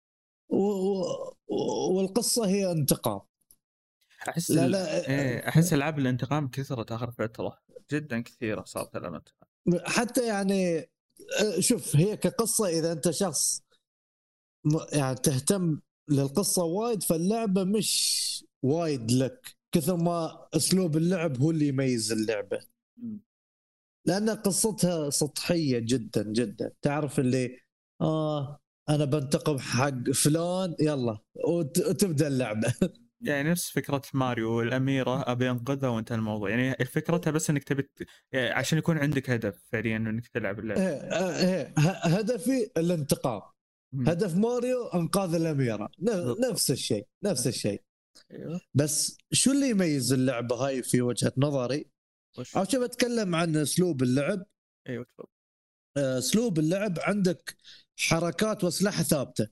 والقصه هي انتقام. احس لا لا ايه احس العاب الانتقام كثرت اخر فترة جدا كثيرة صارت العاب الانتقام. حتى يعني شوف، هي كقصه اذا انت شخص يعني تهتم للقصه وايد، فاللعبه مش وايد لك كثر ما اسلوب اللعب هو اللي يميز اللعبه، لان قصتها سطحيه جدا جدا. تعرف اللي انا بنتقم حق فلان يلا وتبدا اللعبه. يعني نفس فكرة ماريو الأميرة أبي أنقذها وانتهى الموضوع، يعني فكرتها بس إنك تبي يعني عشان يكون عندك هدف فعليا إنك تلعب اللعبة. هدفي الانتقام. هدف ماريو انقاذ الاميره، نفس الشيء نفس الشيء. أيوه. بس شو اللي يميز اللعبه هاي في وجهه نظري؟ او شو بتكلم عن اسلوب اللعب. ايوه تفضل. اسلوب اللعب عندك حركات واسلحه ثابته،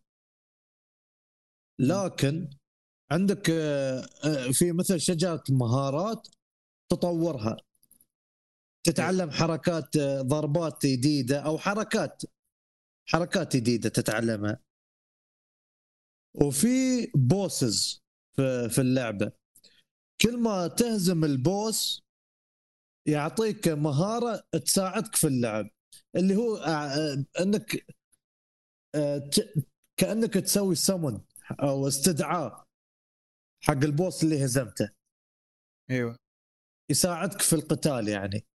لكن عندك في مثل شجره مهارات تطورها، تتعلم حركات ضربات جديده او حركات جديده تتعلمها. وفي بوسز في اللعبه، كل ما تهزم البوس يعطيك مهاره تساعدك في اللعب، اللي هو انك كانك تسوي سمن او استدعاء حق البوس اللي هزمته. ايوه يساعدك في القتال يعني.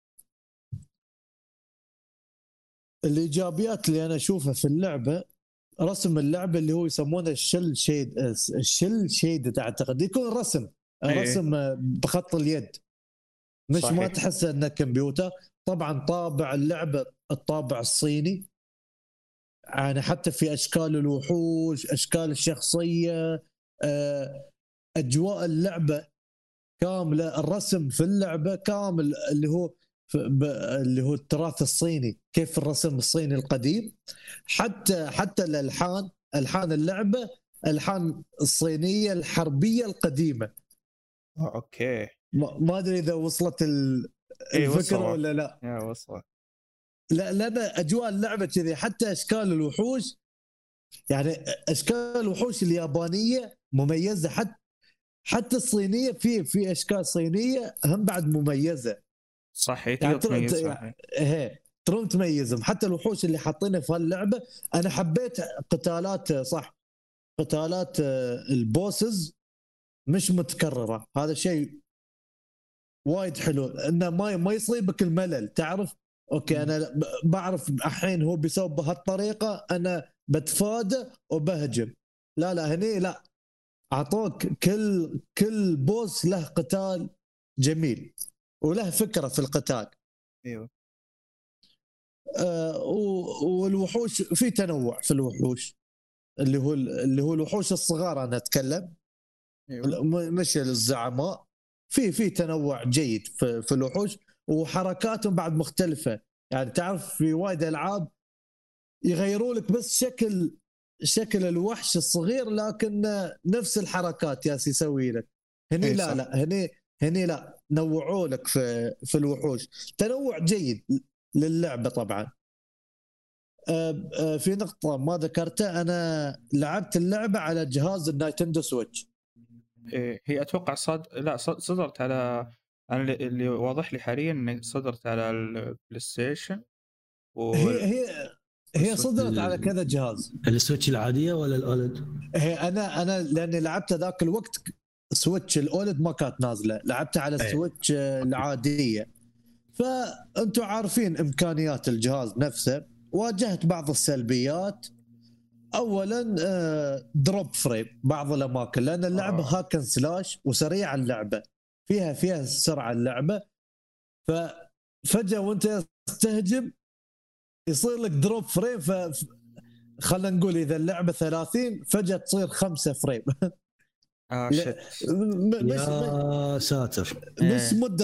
الايجابيات اللي انا اشوفها في اللعبه، رسم اللعبه اللي هو يسمونه الشل شيد اعتقد يكون رسم بخط اليد، مش صحيح. ما تحس انه كمبيوتر. طبعا طابع اللعبه الطابع الصيني، يعني حتى في اشكال الوحوش، اشكال الشخصيه، اجواء اللعبه كامله. الرسم في اللعبه كامل اللي هو التراث الصيني، كيف الرسم الصيني القديم. حتى الحان اللعبه الحان الصينيه الحربيه القديمه. اوكي ما ادري اذا وصلت الفكره ولا لا. يا وصل. لا لان اجواء اللعبه كذي، حتى اشكال الوحوش، يعني اشكال الوحوش اليابانيه مميزه، حتى الصينيه في اشكال صينيه هم بعد مميزه. صحيح يعني تقدر تميزها. ترون تميزهم. حتى الوحوش اللي حاطينها في هاللعبه انا حبيت قتالات، صح، قتالات البوسز مش متكرره. هذا شيء وايد حلو، انه ما يصيبك الملل. تعرف اوكي انا بعرف الحين هو بيسوي بهالطريقه، انا بتفادى وبهجم. لا هني لا، اعطوك كل بوس له قتال جميل وله فكره في القتال. ايوه والوحوش في تنوع في الوحوش، اللي هو الوحوش الصغار انا اتكلم، ايوه مش الزعماء. في تنوع جيد في الوحوش، وحركاتهم بعد مختلفه. يعني تعرف في وايد العاب يغيروا لك بس شكل الوحش الصغير، لكن نفس الحركات يسوي لك. هني إيه لا صح. لا هني لا، نوعوا لك في الوحوش، تنوع جيد للعبه طبعا. في نقطه ما ذكرتها، انا لعبت اللعبه على جهاز النايتندو سويتش. إيه هي اتوقع صدرت على، انا اللي واضح لي حاليا ان صدرت على البلاي ستيشن هي وال... هي هي والسويتش. صدرت على كذا جهاز. السويتش العاديه ولا الاولد؟ هي انا لاني لعبتها ذاك الوقت سويتش الاولد ما كانت نازله، لعبتها على السويتش العاديه. فانتم عارفين امكانيات الجهاز نفسه. واجهت بعض السلبيات. اولا دروب فريم بعض الاماكن، لان اللعبه هاكن سلاش وسريعه اللعبه، فيها سرعه اللعبه. ففجاه وانت تستهجم يصير لك دروب فريم. خلينا نقول اذا اللعبه 30 فجاه تصير 5 فريم. شت. يا ساتر. مش مده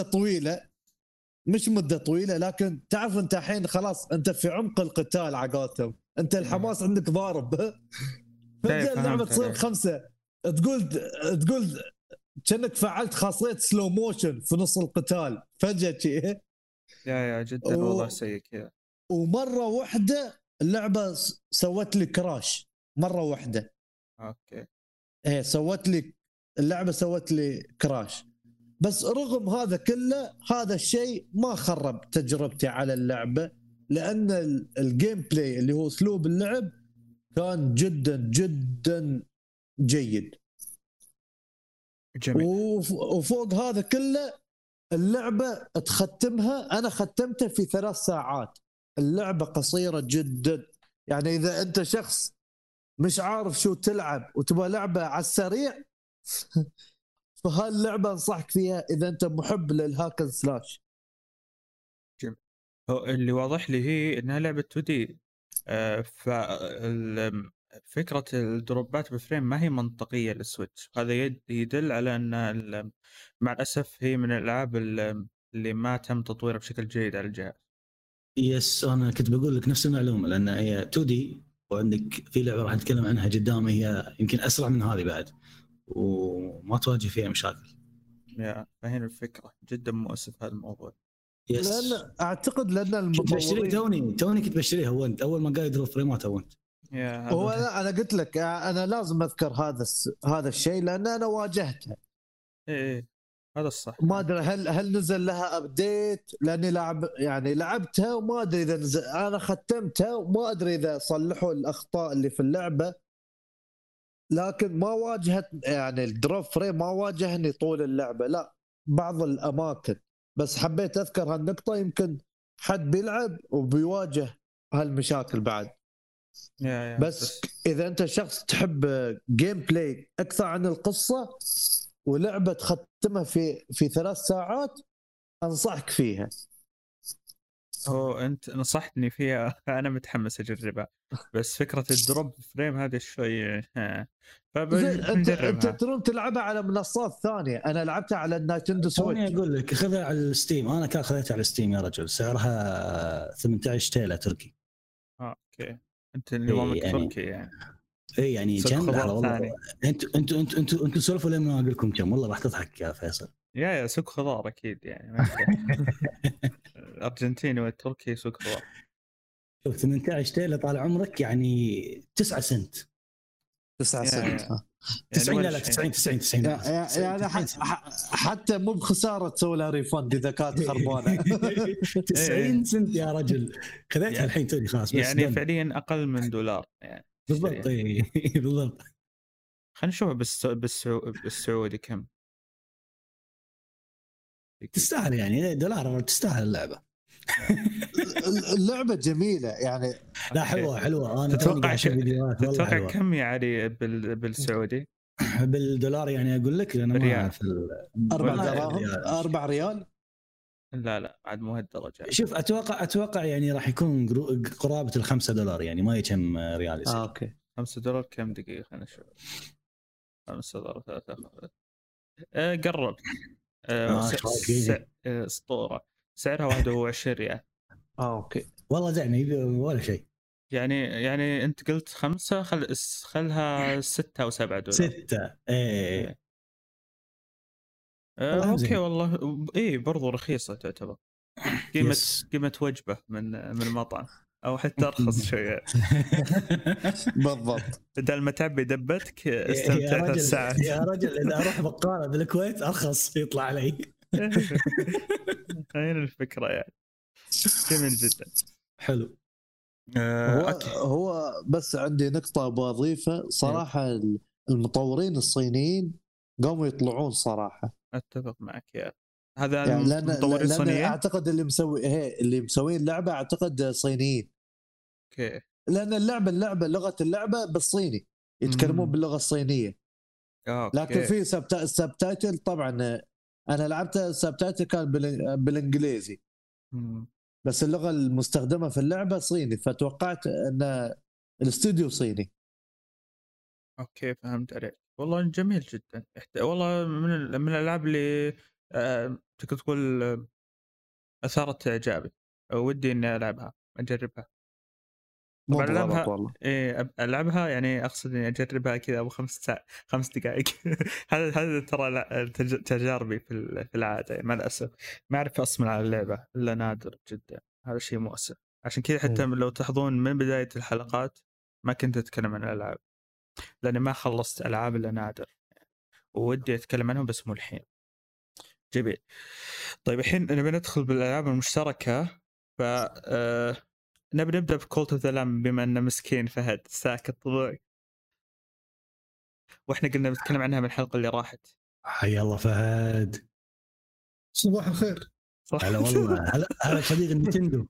طويله، لكن تعرف انت الحين خلاص انت في عمق القتال عقاتهم، انت الحماس عندك ضارب. فجاه اللعبه تصير 5. تقول كأنك فعلت خاصيه سلو موشن في نص القتال فجاه شيء. يا جدا والله سيء كذا. ومره واحده اللعبه سوت لي كراش مره واحده. اوكي. اللعبه سوت لي كراش. بس رغم هذا كله، هذا الشيء ما خرب تجربتي على اللعبه، لان الجيم بلاي اللي هو اسلوب اللعب كان جدا جدا جيد. جميل. وفوق هذا كله اللعبه انا ختمتها في 3 ساعات. اللعبه قصيره جدا، يعني اذا انت شخص مش عارف شو تلعب وتبغى لعبه على السريع فهاللعبه انصحك فيها اذا انت محب للهاكن سلاش. جميل. هو اللي واضح لي هي انها لعبه 2D. فكره الدروبات بفريم ما هي منطقيه للسويتش. هذا يدل على ان مع الاسف هي من الالعاب اللي ما تم تطويرها بشكل جيد على الجهاز. يس انا كنت بقول لك نفس المعلومه، لان هي 2 دي وعندك في لعبه راح نتكلم عنها قدام هي يمكن اسرع من هذه بعد وما تواجه فيها مشاكل. فهنا الفكره جدا مؤسف هذا الموضوع. يس. لان اعتقد لان كنت بشتري المطورين توني كنت بشتريها هو انت اول ما قاعد يدرو فريمات هو انت. هو انا قلت لك انا لازم اذكر هذا الشيء لان انا واجهتها. ايه هذا الصح. ما ادري هل نزل لها ابديت، لاني لعبتها وما ادري اذا نزل. انا ختمتها وما ادري اذا صلحوا الاخطاء اللي في اللعبه، لكن ما واجهت يعني الدروب فريم ما واجهني طول اللعبه، لا بعض الاماكن. بس حبيت اذكر هالنقطه، يمكن حد بيلعب وبيواجه هالمشاكل بعد. بس اذا انت شخص تحب جيم بلاي اكثر عن القصه ولعبه تختمها في 3 ساعات انصحك فيها. انت نصحتني فيها انا متحمس اجربها، بس فكره الدروب فريم هذا شوي انت تروم تلعبها على منصات ثانيه. انا لعبتها على النايتندو سويتش. انا اقول لك خذها على الستيم، انا كان خذيتها على الستيم يا رجل، سعرها 18 تيلا تركي. اوكي انت نظامك تركي يعني. اي يعني كم والله. انتوا سولفوا لما اقول لكم كم، والله راح تضحك يا فيصل. يا سوق خضار اكيد يعني. الارجنتيني والتركي سوق خضار. شوف 18 تيلا طال عمرك يعني 9 سنت 9 سنت 90 لا 90 يعني حتى مو بخساره تسوي لها ريفند اذا كانت خربانه. 90 سنت يا رجل، خذيتها الحين توني خلاص. بس يعني فعليا اقل من $1 يعني. بالضبط. بالضبط. خلينا نشوف بالسعودي كم تستاهل يعني $1 تستاهل اللعبه. اللعبه جميله يعني. لا حلوه انا تتوقع كم يعني بالسعودي بالدولار يعني اقول لك لان ما بالريال. اعرف 4 ولا دراهم 4 ريال. لا عاد مو هالدرجة. شوف اتوقع يعني راح يكون قرابه $5 يعني ما يكم ريال يصير. اوكي. $5 كم دقيقة؟ خلينا نشوف. $5 3 قرب. اسطورة. سعرها 21 ريال. اوكي والله زين ولا شيء. يعني انت قلت 5 خلها 6 أو 7 دولار. 6 ايه. اوكي والله ايه برضو رخيصة تعتبر. قيمة وجبة من المطعم او حتى ارخص شوية. بالضبط. بدل ما تعبي دبتك استمتع 3 ساعات. يا رجل اذا اروح بقالة بالكويت ارخص يطلع علي. هين الفكرة يعني. جميل جدا. حلو. هو بس عندي نقطة بضيفها صراحة. المطورين الصينيين قاموا يطلعون صراحة. اتفق معك يا هذا يعني المطورين لأن الصينيين. اعتقد اللي مسوين اللعبة اعتقد صينيين. اوكي. لأن اللعبة لغة اللعبة بالصيني يتكلمون باللغة الصينية. أوكي. لكن في سبتايتل طبعا. انا لعبت سبتايتل كان بالانجليزي. بس اللغة المستخدمة في اللعبة صيني فتوقعت ان الاستوديو صيني. اوكي فهمت عليك. والله جميل جدا. والله من الالعاب اللي تقدر تقول اثارت اعجابي. ودي اني العبها اجربها. مو طبعا بغلط والله. العبها يعني اقصد اني اجربها كذا ابو 5 دقائق. هذا ترى تجاربي في العاده مع الاسف. ما اعرف اصمل على اللعبه الا نادر جدا. هذا شيء مؤسف. عشان كذا حتى لو تلاحظون من بدايه الحلقات ما كنت اتكلم عن الالعاب لاني ما خلصت العاب الا نادر وودي اتكلم عنهم بس مو الحين. جميل. طيب الحين نبي ندخل بالالعاب المشتركه. ف نبي نبدا بكولت اوف ذا لام بما انه مسكين فهد ساكت طبعا واحنا قلنا بنتكلم عنها من الحلقه اللي راحت. حي الله فهد. صباح الخير. هلا والله. هلا صديق النينتندو.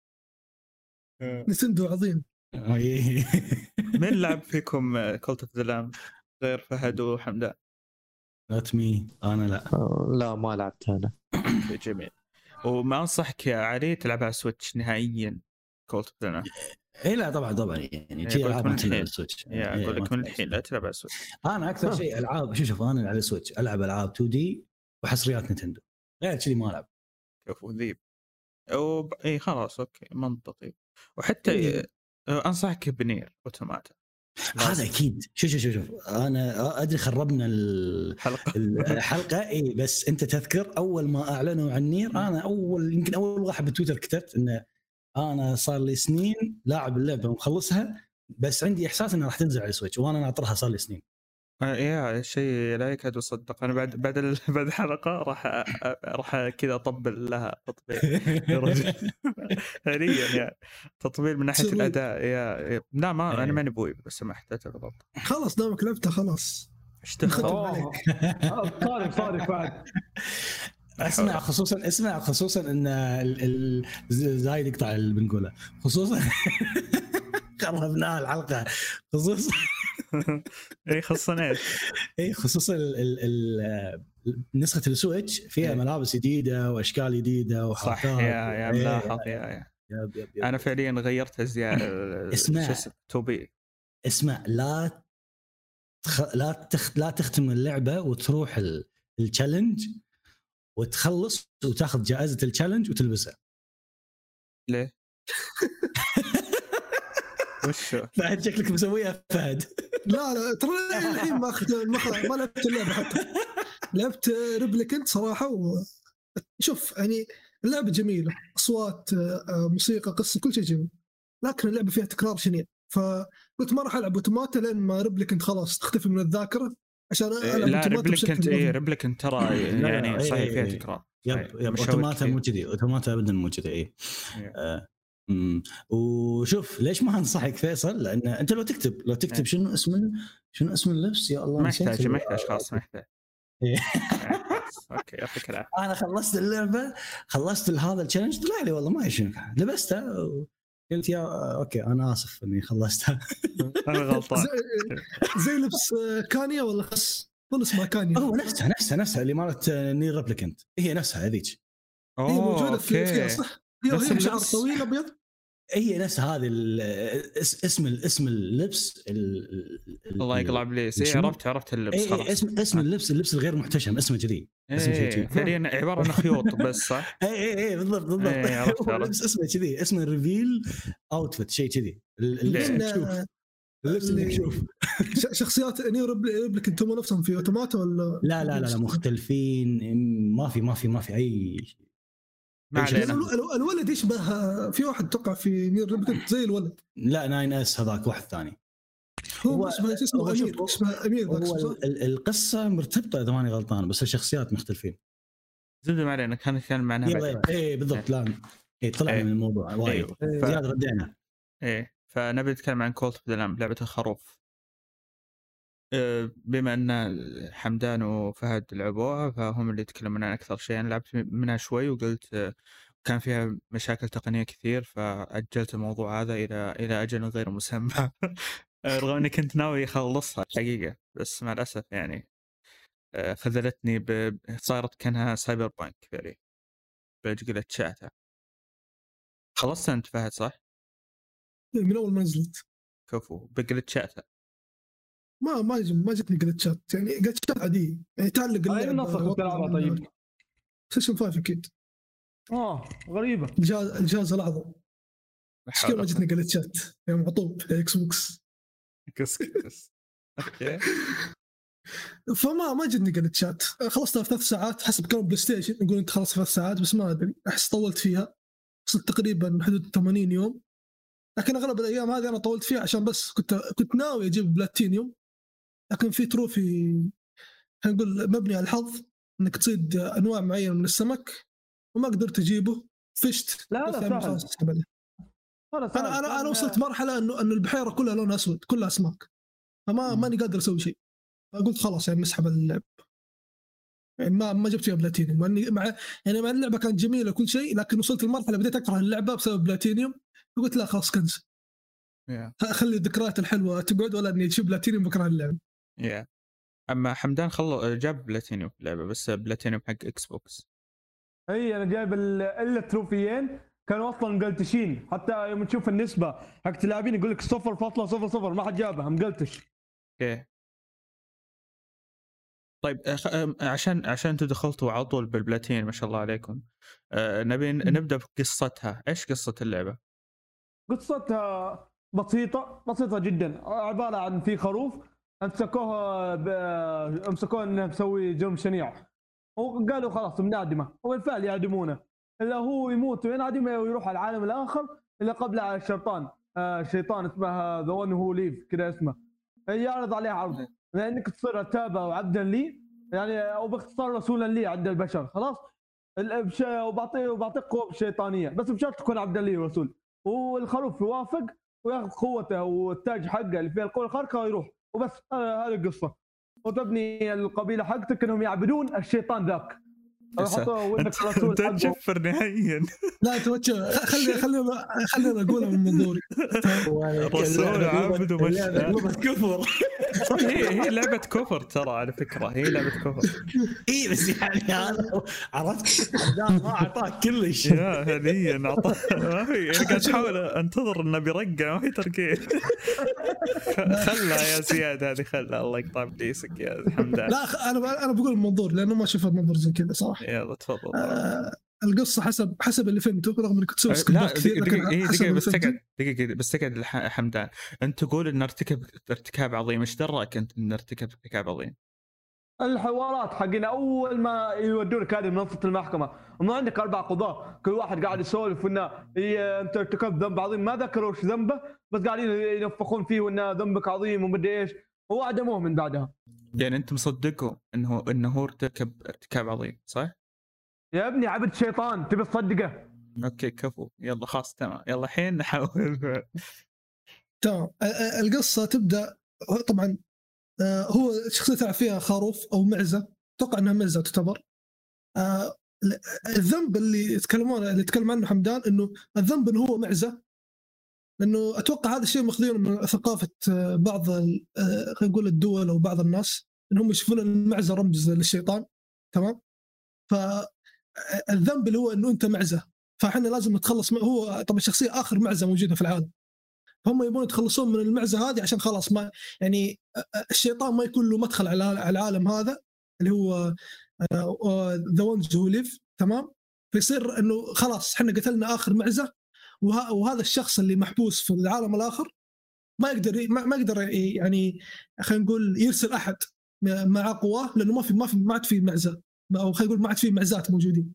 نينتندو عظيم. من لعب فيكم كولت اوف ذا لام غير فهد وحمدان؟ نوت مي انا لا ما لعبت انا. جميل. وما انصحك يا علي تلعبها على سويتش نهائيا كولت اوف ذا لام. اي لا طبعا يعني شيء العاب من السويتش. اقول لك من الحين لا تلعب على السويتش. انا اكثر شيء العاب شوف انا على السويتش العب العاب 2 دي وحصريات نينتندو غير كذي ما العب. كفو ذيب. اي خلاص اوكي منطقي. وحتى انصحك بنير اوتوماتا. هذا اكيد. شوف انا ادري خربنا الحلقه اي بس انت تذكر اول ما اعلنوا عن نير انا يمكن اول واحد بتويتر كتبت انه انا صار لي سنين لاعب اللعبه ومخلصها بس عندي احساس انها راح تنزل على السويتش وانا ناطرها صار لي سنين. يا شيء لا يكاد يصدق. انا بعد الحلقه راح كذا اطبل لها تطبيل فعليا يعني تطبيل من ناحيه الاداء. لا ما انا ماني بوي بس سمحت اتغلط. خلاص دامك لعبتها خلاص اشتغل. صار فعلا. اسمع خصوصا ان زايد يقطع اللي بنقوله خصوصا خربنا الحلقه خصوصا خصوصا خصوصا نسخه السويتش فيها ملابس جديده واشكال جديده وحركات. صح يا ملاحظ يا انا فعليا غيرت ازياء. اسمع توبي اسمع لا تختم اللعبه وتروح التشالنج وتخلص وتاخذ جائزه التشالنج وتلبسها. ليه؟ وشو؟ فهد شكلك مسويها فهد. لا ترى الحين ما لعبت اللعبه حتى لعبت ريبليكنت صراحه شوف يعني اللعبه جميله اصوات موسيقى قصه كل شيء جميل لكن اللعبه فيها تكرار شنيع فقلت ما راح العب اوتوماتا لين ما ريبليكنت خلاص تختفي من الذاكره عشان العب اوتوماتا. ريبليكنت ترى يعني صحيح فيها تكرار. يب اوتوماتا مو كذي اوتوماتا ابدا مو كذي. وشوف ليش ما انصحك فيصل لان انت لو تكتب شنو اسم اللبس يا الله ما يحتاج خلاص ما يحتاج. اوكي يعطيك العافيه. انا خلصت اللعبه خلصت هذا التشالنج طلع لي والله ما يشنك لبسته قلت يا اوكي انا اسف اني خلصتها. انا غلطان. زي لبس كانيا ولا خس ولا اسمها كانيا؟ هو نفسها اللي مالت نير ريبليكنت، هي نفسها هذيك. هي موجوده اوكي فيها صح؟ هي شعر طويل ابيض. هي نفسها هذه اسم اللبس الله يقلع ابليس. عرفت اللبس خلاص. اسم اللبس الغير محتشم اسمه كذي. اسمه شيء فعليا عباره عن خيوط بس صح. اي بالضبط. اللبس اسمه كذي، اسمه ريفيل اوتفيت شيء كذي. اللبس اللي نشوف شخصيات نيو ريبليك انتم نفسهم في اوتوماتا ولا لا مختلفين. ما في اي ما علينا. الولد يشبه في واحد توقع في نيو ريبليك زي الولد. لا 9S هذاك واحد ثاني. هو اسمه امير هو القصه مرتبطه اذا ماني غلطان، بس الشخصيات مختلفين. زبده ما علينا. كان معناها اي بالضبط. لا طلعنا من الموضوع وايد زياده ردينا. فنبي نتكلم عن كولت اوف ذا لامب، لعبه الخروف. بما ان حمدان وفهد لعبوها فهم اللي يتكلمون عن اكثر شيء. انا لعبت منها شوي وقلت كان فيها مشاكل تقنيه كثير، فاجلت الموضوع هذا الى اجل غير مسمى. رغم اني كنت ناوي اخلصها الحقيقه، بس مع الاسف يعني خذلتني. صارت كانها سايبر بانك فيري بجلتشاتها. خلصت انت فهد صح؟ من اول ما نزلت كفو بجلتشاتها. ما جتني جلتشات، يعني جلتشات عاديه يعني تعلق اي نص تلعبها. طيب سيشن 5 اكيد. غريبه. الجهاز الاعظم مش ما جتني جلتشات يعني معطوب اكس بوكس كس. اوكي. فما جتني جلتشات. خلصتها في 3 ساعات حسب كم بلاي ستيشن. يقول انت خلصت في 3 ساعات، بس ما ادري، احس طولت فيها. وصلت تقريبا حدود 80 يوم، لكن اغلب الايام هذه انا طولت فيها عشان بس كنت ناوي اجيب بلاتينيوم، لكن في تروفي هنقول مبني على الحظ انك تصيد انواع معينه من السمك وما قدرت اجيبه. فشت. لا سهل. انا وصلت مرحله انه البحيره كلها لون اسود، كلها اسماك، فما ماني قادر اسوي شيء. فقلت خلاص يعني نسحب اللعب. يعني ما جبت فيها بلاتينيوم مع اللعبه كانت جميله كل شيء، لكن وصلت المرحله بديت اكره اللعبه بسبب بلاتينيوم. فقلت لا خلاص كنسل. خلي الذكريات الحلوه تقعد، ولا اني اجيب بلاتينيوم بكره اللعبه. اما حمدان جاب بلاتينيوم في اللعبه، بس بلاتينيوم حق اكس بوكس. انا جايب الا تروفيين كانوا اصلا مقلتشين. حتى يوم تشوف النسبه حق اللاعبين يقول لك 0.00 ما حد جابها، مقلتش. اوكي طيب. عشان انتم دخلتوا على طول بالبلاتين ما شاء الله عليكم. نبي نبدا بقصتها. ايش قصه اللعبه؟ قصتها بسيطه جدا. عباره عن في خروف امسكوه انه مسوي جرم شنيع، وقالوا خلاص بنادمه، وبالفعل يعدمونه. الا هو يموت وينعدم ويروح على العالم الاخر اللي قبله على شيطان اسمه ذا ون هو ليف كذا اسمه. يعرض عليه عرض لانك تصير تابع وعبدا لي، يعني او باختصار رسولا لي عند البشر. خلاص وبعطيك قوه شيطانيه، بس بشرط تكون عبدا لي ورسول. والخروف يوافق وياخذ قوته والتاج حقه اللي فيه القوه الخارقه ويروح. وبس هذه القصه. وتبني القبيله حقتك انهم يعبدون الشيطان ذاك. انت تشفر نهائيا. لا توجه. خلينا اقولها من منظوري. الرسول عابد ومشى كفر. هي لعبه كفر ترى على فكره. هي لعبه كفر. بس يعني انا عرفت ما اعطاك كلش. يا هنيا اعطاه ما في. انا قاعد احاول انتظر انه بيرجع ما في ترقيع. خلها يا زياد هذه خلها. الله يقطع بليسك يا حمدان. لا انا بقول المنظور لانه ما شفت منظور زي كذا صراحه. يلا تفضل. القصه حسب اللي فهمته، رغم اني كنت اسوي سكيبات كثير. دقيقه بس تقعد حمدان. انت تقول ان ارتكاب عظيم. ايش دراك انت ان ارتكاب عظيم؟ الحوارات حقنا اول ما يودونك هذه منصه المحكمه، وما عندك 4 قضاه كل واحد قاعد يسولف انه انت ارتكبت ذنب عظيم. ما ذكروش ذنبه، بس قاعدين ينفخون فيه وانه ذنبك عظيم ومدري ايش، وعدموه من بعدها. يعني انت مصدقه انه ارتكاب عظيم صح؟ يا ابني عبد شيطان تبي تصدقه؟ اوكي كفو. يلا خلاص تمام. يلا الحين نحاول. تمام. القصه تبدا طبعا. هو الشخصيه تلعب فيها خروف او معزه، اتوقع انها معزه تعتبر. الذنب اللي يتكلم عنه حمدان انه الذنب انه هو معزه لانه اتوقع هذا الشيء ماخذينه من ثقافه بعض خلينا نقول الدول او بعض الناس انهم يشوفون المعزه رمز للشيطان. تمام. فالذنب اللي هو انه انت معزه، فاحنا لازم نتخلص هو طبعا الشخصيه اخر معزه موجوده في العالم، هم يبون يتخلصون من المعزه هذه عشان خلاص ما يعني الشيطان ما يكون له مدخل على العالم هذا اللي هو ذا وانز هو ليف. تمام. فيصير انه خلاص احنا قتلنا اخر معزه، وهذا الشخص اللي محبوس في العالم الاخر ما يقدر يعني خلينا نقول يرسل احد مع قواه، لانه ما عاد في معزه، او خلينا نقول ما عاد في معزات موجودين.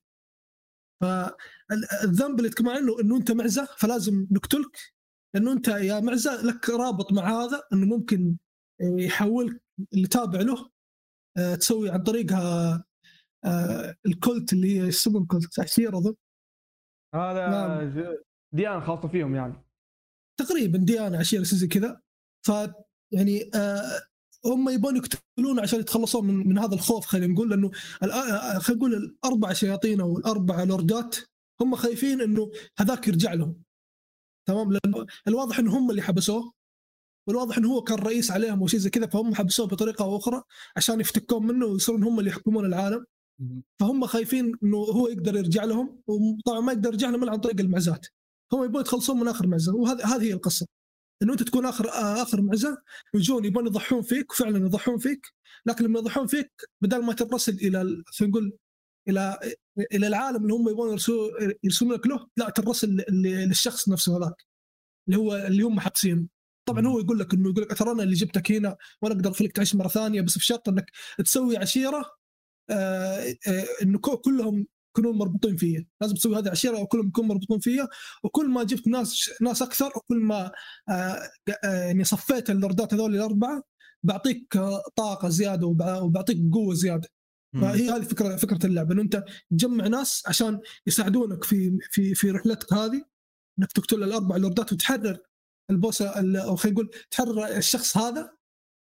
فالذنب اللي تكمل انه انت معزه فلازم نقتلك، لانه انت يا معزه لك رابط مع هذا انه ممكن يحولك اللي تابع له تسوي عن طريقها الكولت اللي هي السمن كولت عشيره ذا. هذا ديانة خاصة فيهم يعني تقريبا ديانة عشيرة زي كذا. ف يعني هم يبون يقتلون عشان يتخلصون من هذا الخوف، خلينا نقول، لانه خلينا نقول الاربع شياطين او الاربع لوردات هم خايفين انه هذاك يرجع لهم. تمام. لانه الواضح انه هم اللي حبسوه، والواضح انه هو كان رئيس عليهم وشيء زي كذا، فهم حبسوه بطريقه او اخرى عشان يفتكون منه ويصيرون هم اللي يحكمون العالم. فهم خايفين انه هو يقدر يرجع لهم، وطبعا ما يقدر يرجع لهم الا عن طريق المعزات. هم يبون يتخلصون من اخر معزه، وهذه هي القصه، انه انت تكون اخر معزه، يجون يبون يضحون فيك، وفعلا يضحون فيك، لكن لما يضحون فيك بدل ما ترسل الى نقول الى العالم اللي هم يبون يرسلونك له، لا ترسل للشخص نفسه هذاك اللي هم حابسينه. طبعا هو يقول لك ترى انا اللي جبتك هنا وانا اقدر اخليك تعيش مره ثانيه، بس بشرط انك تسوي عشيره انه كلهم يكونون مربوطين فيها. لازم تسوي هذه عشيره وكلهم يكونوا مربوطين فيها، وكل ما جبت ناس اكثر، وكل ما يعني صفيت اللوردات هذول الاربعه بعطيك طاقه زياده وبعطيك قوه زياده. فهي هذه فكره اللعبه، انه انت تجمع ناس عشان يساعدونك في رحلتك هذه، انك تقتل الاربع لوردات وتحرر البوس، او خلينا نقول تحرر الشخص هذا.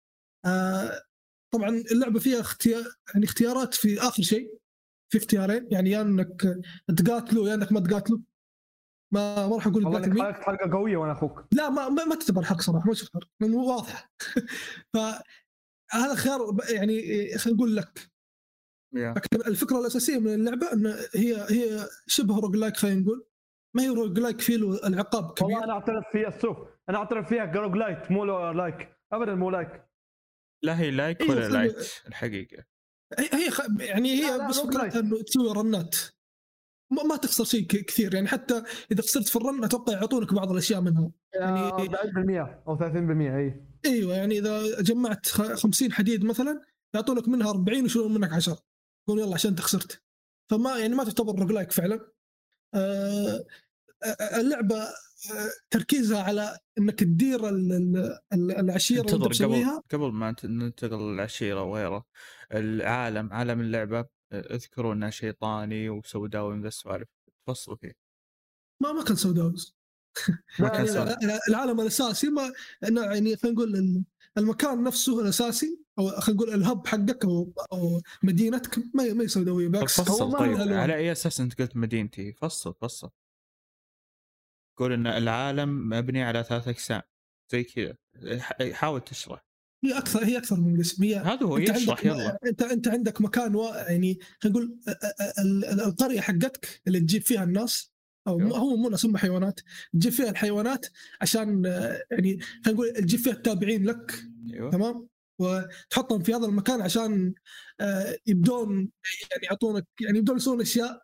طبعا اللعبه فيها اختيارات في اخر شيء، في اختيارين، يعني يا انك تقاتله يا انك ما تقاتله. ما راح اقول والله انك حلقت حلقه قويه وانا اخوك. لا ما تعتبر حلقه صراحه، ما شفت حلقه لانه واضح. فهذا خيار يعني خلينا نقول لك. لكن الفكره الاساسيه من اللعبه ان هي شبه روج لايك، خلينا نقول ما هي روج لايك، فيه العقاب كبير. والله انا اعترف فيها السوف، انا اعترف فيها روج لايك، مو لايك ابدا، مو لايك. لا هي لايك ولا لايت الحقيقه. هي يعني هي بس فكرتها انه تسوي رنات، ما تخسر شيء كثير يعني. حتى اذا خسرت في الرن اتوقع يعطونك بعض الاشياء منها، يعني 40% او 30%. ايوه يعني اذا جمعت 50 حديد مثلا يعطونك منها 40 ويشيلون منك 10، يقول يلا عشان انت خسرت. فما يعني ما تعتبر روج لايك فعلا. اللعبه تركيزها على انك تدير العشيره اللي تسويها. قبل ما ننتقل للعشيره وغيره، العالم عالم اللعبه اذكروا انه شيطاني وسوداوي من السوالف، تفصلوا فيه. ما كان سوداوي. ما كان العالم الاساسي ما يعني خلينا نقول المكان نفسه الاساسي، او خلينا نقول الهب حقك او مدينتك ما سوداويه بالعكس. فصل. طيب على اي اساس انت قلت مدينتي؟ فصل قول ان العالم مبني على 3 أقسام زي كذا، حاول تشرح. هي اكثر من قسم. هذا هو يشرح. يلا انت عندك مكان يعني خلينا نقول القريه حقتك اللي تجيب فيها الناس، او هو مو ناس، هم حيوانات، تجيب فيها الحيوانات عشان يعني خلينا نقول تجيب فيها التابعين لك. تمام. وتحطهم في هذا المكان عشان يبدون يعني يعطونك، يعني يبدون يسوون اشياء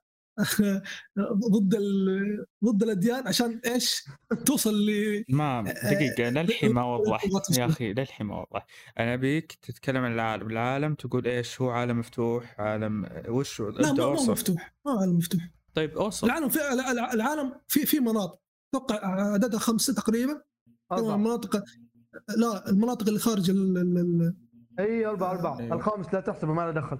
ضد الاديان عشان ايش توصل ما دقيقه للحين ما وضحت يا اخي، للحين ما وضحت. انا ابيك تتكلم عن العالم تقول ايش هو، عالم مفتوح، عالم وش؟ لا ما مفتوح، ما عالم مفتوح. طيب اوصل. العالم في مناطق اتوقع عددها 5 تقريبا. مناطق، لا المناطق اللي خارج اي 4 الخامس لا تحسبه، ما له دخل.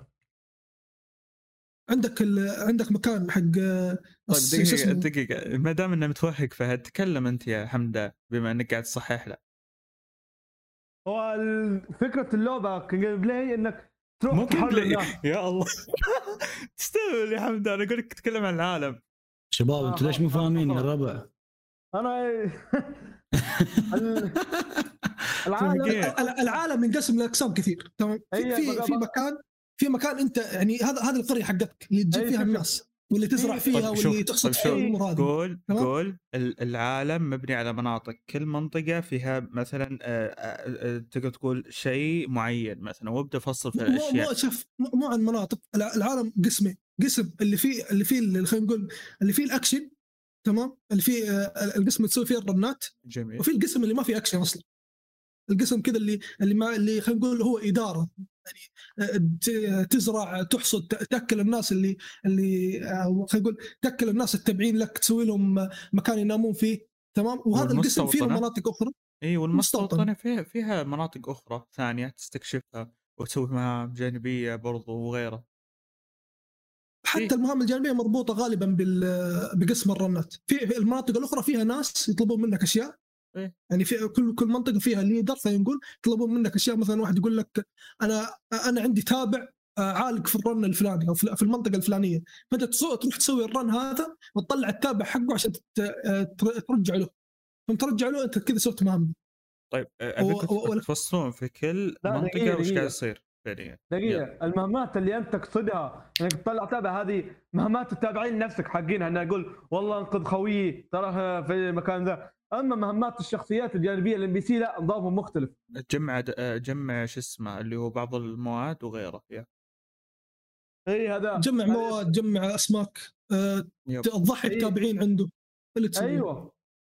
عندك مكان حق. طيب دقيقة ما دام انه متوهق فهد، تكلم انت يا حمدة بما انك قاعد تصحح له. هو فكرة اللعبة كجيم بلاي انك تروح تحرر يا الله تستوعب يا حمدة، انا اقول لك تتكلم عن العالم. شباب انتوا ليش مو فاهمين يا ربع؟ انا العالم العالم ينقسم لاقسام كثير تمام. في مكان انت يعني هذا القريه حقتك اللي تجيب فيها الناس واللي تزرع فيها واللي تحصد فيها الامور هذه. قول العالم مبني على مناطق، كل منطقه فيها مثلا تقدر تقول شيء معين مثلا، وابدا فصل في الاشياء. مو عن مناطق، العالم قسمين، قسم اللي فيه خلينا نقول اللي فيه الاكشن تمام، اللي فيه القسم اللي تسوي فيه الرنات. جميل. وفي القسم اللي ما فيه اكشن اصلا، القسم كذا اللي خلينا نقول هو اداره، يعني تزرع تحصد تاكل الناس اللي خلينا نقول تاكل الناس التابعين لك، تسوي لهم مكان ينامون فيه تمام. وهذا القسم فيه مناطق اخرى. اي والمستوطنه فيها مناطق اخرى ثانيه تستكشفها وتسوي مهام جانبيه برضو وغيره. حتى المهام الجانبيه مربوطه غالبا بقسم الرنات. في المناطق الاخرى فيها ناس يطلبون منك اشياء. يعني في كل منطقه فيها ليدر، فنقول يطلبون منك اشياء. مثلا واحد يقول لك انا عندي تابع عالق في الرن الفلاني او في المنطقه الفلانيه، فانت تروح تسوي الرن هذا وتطلع التابع حقه عشان ترجع له، ترجع له انت كذا سويت مهمه. طيب ابيكم تفصلون في كل منطقه وش قاعد يصير فعليا. دقيقه المهمات اللي انت تقصدها انك تطلع تابع، هذه مهمات التابعين نفسك حقينها، انا اقول والله انقذ خويي ترى في المكان ذا. اما مهمات الشخصيات الجانبيه الام بي سي لا، نظامهم مختلف. جمع شو اسمه اللي هو بعض المواد وغيره. اي هذا جمع مواد، جمع اسماك، تضحي التابعين عنده اللي تسويه. ايوه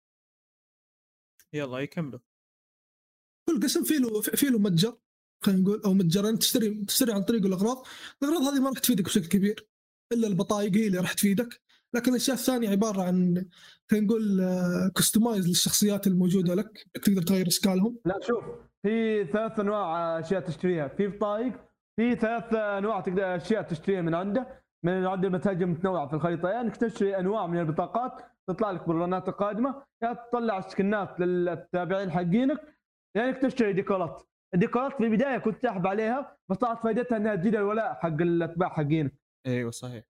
يلا يكملوا. كل قسم فيه له متجر، خلينا نقول او متجرين تشتري عن طريق الاغراض هذه ما راح تفيدك بشكل كبير، الا البطايق هي اللي راح تفيدك. لكن الاشياء الثانيه عباره عن خلينا نقول كستمايز للشخصيات الموجوده لك، تقدر تغير اشكالهم. لا شوف، في 3 انواع اشياء تشتريها في بطايق، في 3 انواع تقدر اشياء تشتريها من عنده المتاجر المتنوعه في الخريطه. يعني تشتري انواع من البطاقات تطلع لك بالرنات القادمه، يا تطلع سكنات للتابعين حقينك، يعني تشتري ديكورات. الديكورات في البدايه كنت ساحب عليها، بس طلعت فائدتها انها تزيد الولاء حق الاتباع حقينك. ايوه صحيح.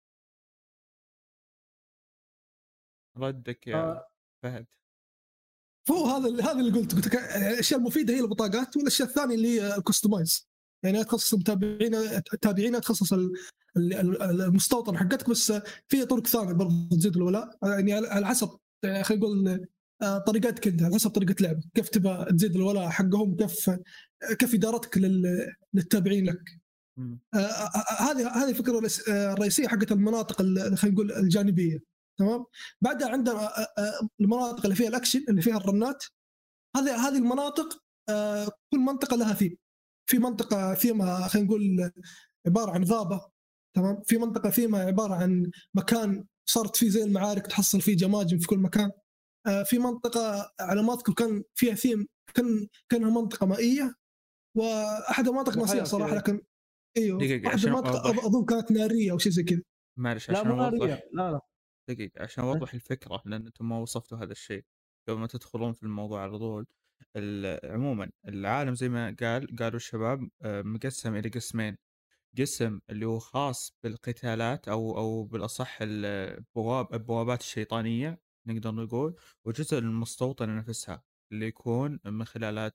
ردك يا فهد. فهو هذا اللي قلت لك الاشياء المفيده هي البطاقات، والاشياء الثانيه اللي هي الكستمايز، يعني تخصص التابعين تخصص المستوطن حقتك، بس في طرق ثانيه برضه تزيد الولاء، يعني على حسب خلينا نقول طريقتك انت، على حسب طريقه لعبك كيف تبغى تزيد الولاء حقهم، كيف ادارتك للتابعين لك. هذه الفكره الرئيسيه حقت المناطق خلينا نقول الجانبيه تمام. بعدها عندنا المناطق اللي فيها الاكشن اللي فيها الرنات. هذه المناطق كل منطقه لها ثيم. في منطقه ثيمها خلينا نقول عباره عن غابه تمام، في منطقه ثيمها عباره عن مكان صارت فيه زي المعارك تحصل فيه جماجم في كل مكان. في منطقه على ما اذكر كان فيها ثيم كانها منطقه مائيه، واحد المناطق ناسيه صراحه، لكن ايوه واحد المناطق اظن كانت ناريه او شيء زي كذا. معلش عشان اوضح. لا دقيقه عشان اوضح الفكره، لان انتم ما وصفتوا هذا الشيء قبل ما تدخلون في الموضوع على طول. عموما العالم زي ما قالوا الشباب مقسم الى قسمين. قسم اللي هو خاص بالقتالات او بالاصح البوابات الشيطانيه نقدر نقول، وجزء المستوطنه نفسها اللي يكون من خلالها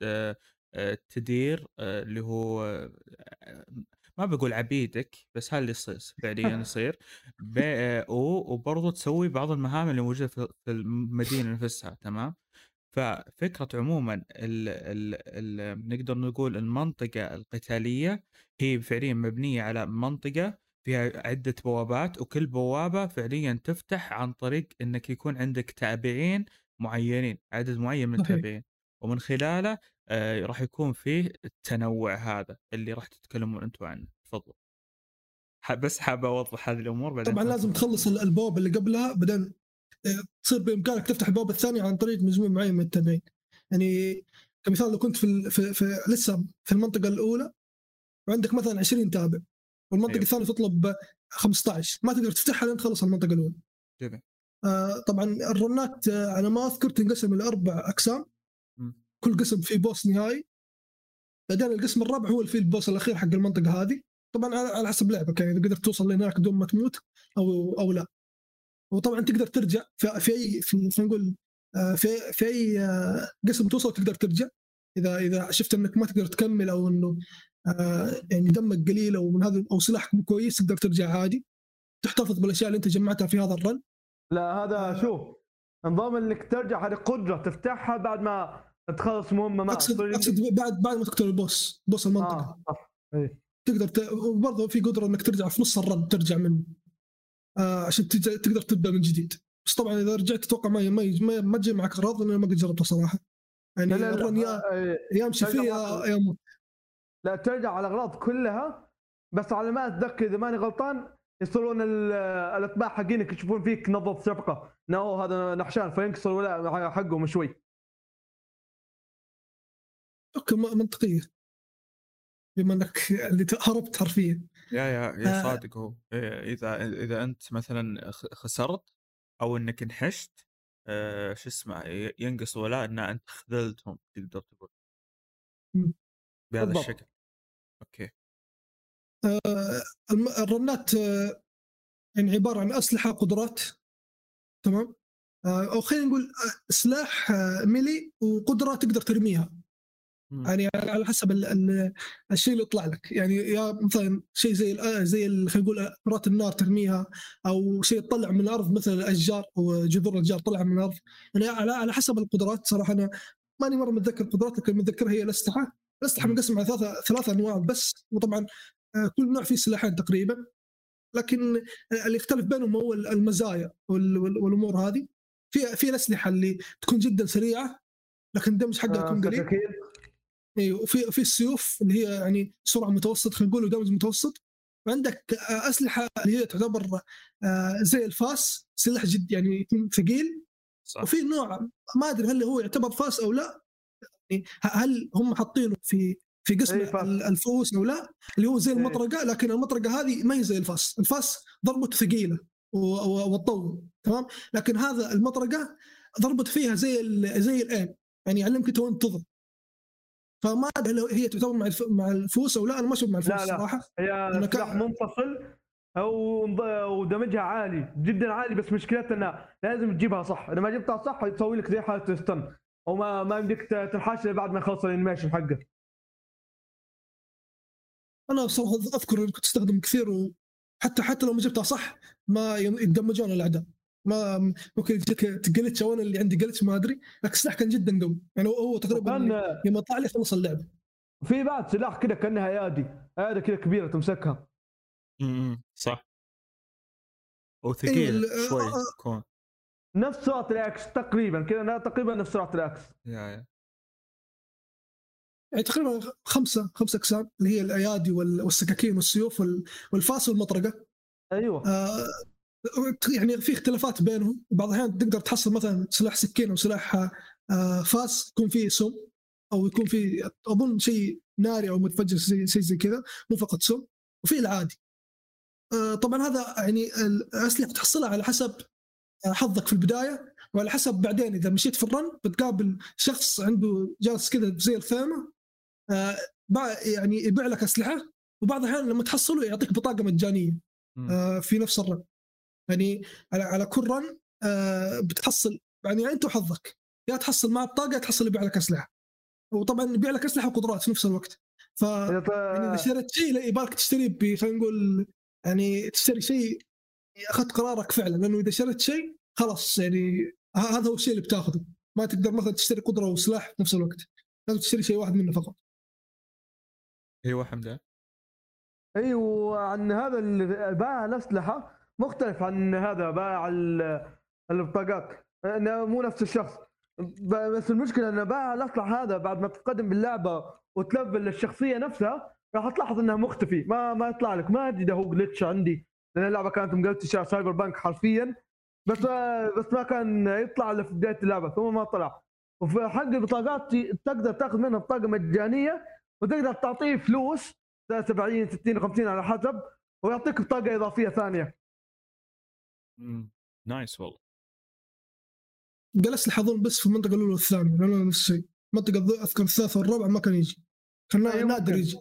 تدير اللي هو ما بقول عبيدك، بس هذا اللي يصير فعليا يصير وبرضه تسوي بعض المهام اللي موجوده في المدينه نفسها. تمام. ففكرة عموما نقدر نقول المنطقة القتالية هي فعليا مبنية على منطقة فيها عدة بوابات، وكل بوابة فعليا تفتح عن طريق انك يكون عندك تابعين معينين، عدد معين من التابعين، ومن خلاله راح يكون فيه التنوع هذا اللي راح تتكلمون انتم عنه. تفضل. بس حاب اوضح هذه الامور بعدين. طبعا لازم تخلص البوابة اللي قبلها، بعدين تصير بإمكانك تفتح البوابة الثانية عن طريق مجموع معين من التابعين. يعني كمثال لو كنت في لسه في المنطقة الأولى وعندك مثلا 20 تابع، والمنطقة الثانية تطلب 15، ما تقدر تفتحها لين تخلص المنطقة الأولى. جميل. طبعا الرنات على ما أذكر تنقسم إلى 4 أقسام. كل قسم فيه بوس نهائي، بعدين القسم الرابع هو اللي فيه البوس الأخير حق المنطقة هذه. طبعا على حسب لعبك، يعني إذا قدرت توصل لهناك بدون ما تموت أو لا. وطبعا تقدر ترجع في نقول في اي قسم توصل تقدر ترجع اذا شفت انك ما تقدر تكمل او انه يعني دمك قليل او من هذا او سلاحك مو كويس تقدر ترجع عادي تحتفظ بالاشياء اللي انت جمعتها في هذا الرن. لا هذا شوف نظام انك ترجع هذه قدره تفتحها بعد ما تخلص مهمه ما اقصد بعد ما تقتل البوس المنطقه صح. إيه. تقدر وبرضه في قدره انك ترجع في نص الرن ترجع منه عشان تقدر تبدا من جديد. بس طبعا اذا رجعت اتوقع ما تجي معك اغراض لان ما قد جربتها صراحه يعني الرن يا امشي فيه يا موت. لا ترجع على الاغراض كلها بس على ما اتذكر اذا ماني غلطان يصيرون الاتباع حقينك يشوفون فيك نبض شفقه انه هذا نحشان فينكسر ولا حقهم شوي. اوكي منطقيه بما انك اللي هربت حرفيا. يا صادق هو اذا انت مثلا خسرت او انك انحشت شو اسمه ينقص ولا ان انت خذلتهم تقدر تقول بهذا الشكل. اوكي. الرنات يعني عباره عن اسلحه قدرات تمام او خلينا نقول سلاح ميلي وقدره تقدر ترميها يعني على حسب الشيء اللي يطلع لك يعني يا مثلا شيء زي خلينا نقول كرات النار ترميها او شيء يطلع من الارض مثل الاشجار او جذور الاشجار طلع من الارض يعني على حسب القدرات. صراحه انا ماني مره متذكر القدرات لكن متذكر هي الاسلحه منقسم على ثلاث انواع بس وطبعا كل نوع فيه سلاحين تقريبا لكن اللي يختلف بينهم هو المزايا والامور هذه. في الاسلحه اللي تكون جدا سريعه لكن الدمج حقها يكون قليل. ايوه وفي السيوف اللي هي يعني سرعه متوسط خلينا نقول دمج متوسط. وعندك اسلحه اللي هي تعتبر زي الفاس سلاح جد يعني يكون ثقيل صح. وفي نوع ما ادري هل هو يعتبر فاس او لا يعني هل هم حاطينه في قسم الفوس او لا اللي هو زي المطرقه لكن المطرقه هذه ما هي زي الفاس ضربته ثقيله وتطول تمام لكن هذا المطرقه ضربت فيها زي الان يعني يعلمك تو تضرب. فما ادري هي تعتبر مع الفوس او لا انا ما اشوف مع الفوس صراحه. هي سلاح منفصل ودمجها عالي جدا عالي بس مشكلتها انها لازم تجيبها صح. اذا ما جبتها صح يسوي لك زي حاله ستن او ما يمديك تنحاش بعد ما يخلص الانيميشن حقه. انا بصراحه اذكر كنت استخدم كثير وحتى لو ما جبتها صح ما يتدمجون الاعداء ما ممكن يجيك تقلتش وانا اللي عندي قلتش ما ادري لكن السلاح كان جدا قوي يعني هو تقريبا لما طلع لي خلص اللعبه. في بعد سلاح كده كانها ايادي كده كبيره تمسكها صح وثقيل شوي يكون نفس سرعه الاكس تقريبا كده تقريبا نفس سرعه الاكس يعني تقريبا خمسة أقسام اللي هي الأيادي والسكاكين والسيوف والفاس والمطرقة. أيوة. يعني في اختلافات بينهم بعض الأحيان تقدر تحصل مثلا سلاح سكين أو سلاح فاس يكون فيه سم أو يكون فيه أظن شيء ناري أو متفجر زي كذا مو فقط سم. وفي العادي طبعا هذا يعني الأسلحة تحصلها على حسب حظك في البداية وعلى حسب بعدين إذا مشيت في الرن بتقابل شخص عنده جالس كذا زي الخيمة يعني يبيع لك أسلحة وبعض الأحيان لما تحصله يعطيك بطاقة مجانية في نفس الرن يعني على كل رن بتحصل يعني أنت وحظك يا تحصل مع بطاقة يا تحصل يبيع لك أسلحة وطبعا يبيع لك أسلحة وقدرات في نفس الوقت. يعني إذا اشتريت شيء يبالك تشتري خلينا نقول يعني تشتري شيء أخذت قرارك فعلا لأنه إذا اشتريت شيء خلاص يعني هذا هو الشيء اللي بتاخذه ما تقدر مثلا تشتري قدرة وسلاح في نفس الوقت لازم تشتري شيء واحد منه فقط. ايوه حمده. ايوه عن هذا اللي باع الاسلحه مختلف عن هذا باع البطاقات مو نفس الشخص بس المشكله انه باع الاسلحه هذا بعد ما تتقدم باللعبه وتلفل الشخصيه نفسها راح تلاحظ انها مختفي ما يطلع لك ما ادري اذا هو جلتش عندي لان اللعبه كانت مقلتشه سايبر بانك حرفيا بس ما كان يطلع الا في بدايه اللعبه ثم ما طلع. وفي حق البطاقات تقدر تاخذ منها بطاقه مجانيه وتقدر تعطيه فلوس 70 60 50 على حسب ويعطيك بطاقه اضافيه ثانيه. نايس والله. جلس لحظون بس في المنطقه الاولى والثانيه لانه نفس الشيء منطقه اذكر الثالثه والرابعه ما كان يجي كان نادر يجي.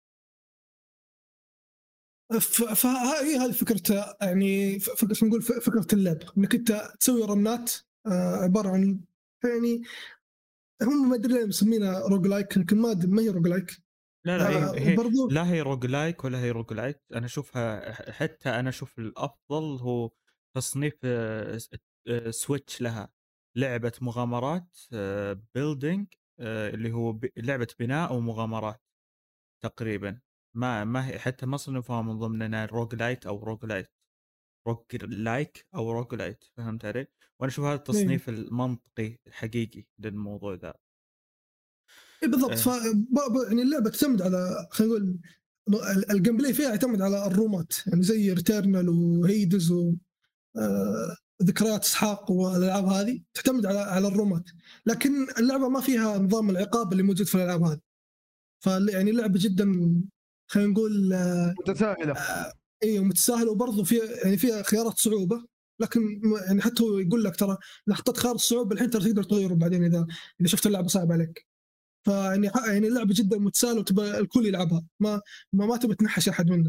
فهي هذه فكرة يعني نقول فكرة اللعب انك انت تسوي رنات عبارة عن يعني هم ما ادري ليه مسمينها روج لايك، لكن ما هي روج لايك. لا لا هي وبرضو لا هي روجلايك ولا هي روجلايت. انا اشوفها حتى انا اشوف الافضل هو تصنيف سويتش لها لعبة مغامرات بيلدينج، اللي هو لعبة بناء ومغامرات تقريبا. ما هي حتى ما صنفوها من ضمننا روجلايت او روجلايت، روجلايك او روجلايت، فهمت علي؟ وانا اشوف هذا التصنيف المنطقي الحقيقي للموضوع ذا. إيه بالضبط. يعني اللعبه تعتمد على، خلينا نقول الجيم بلاي فيها يعتمد على الرومات، يعني زي ريتيرنال وهيدز وذكريات اسحاق والالعاب هذه تعتمد على الرومات. لكن اللعبه ما فيها نظام العقاب اللي موجود في الالعاب هذه. يعني اللعبه جدا خلينا نقول متساهله. ايوه متساهله، وبرضه فيها خيارات صعوبه. لكن يعني حتى هو يقول لك ترى اذا حطيت خيار الصعوبه الحين ترى تقدر تغيره بعدين اذا شفت اللعبه صعبه عليك. يعني اللعبه جدا متساهله وتبى الكل يلعبها، ما تبي تنحش احد منها.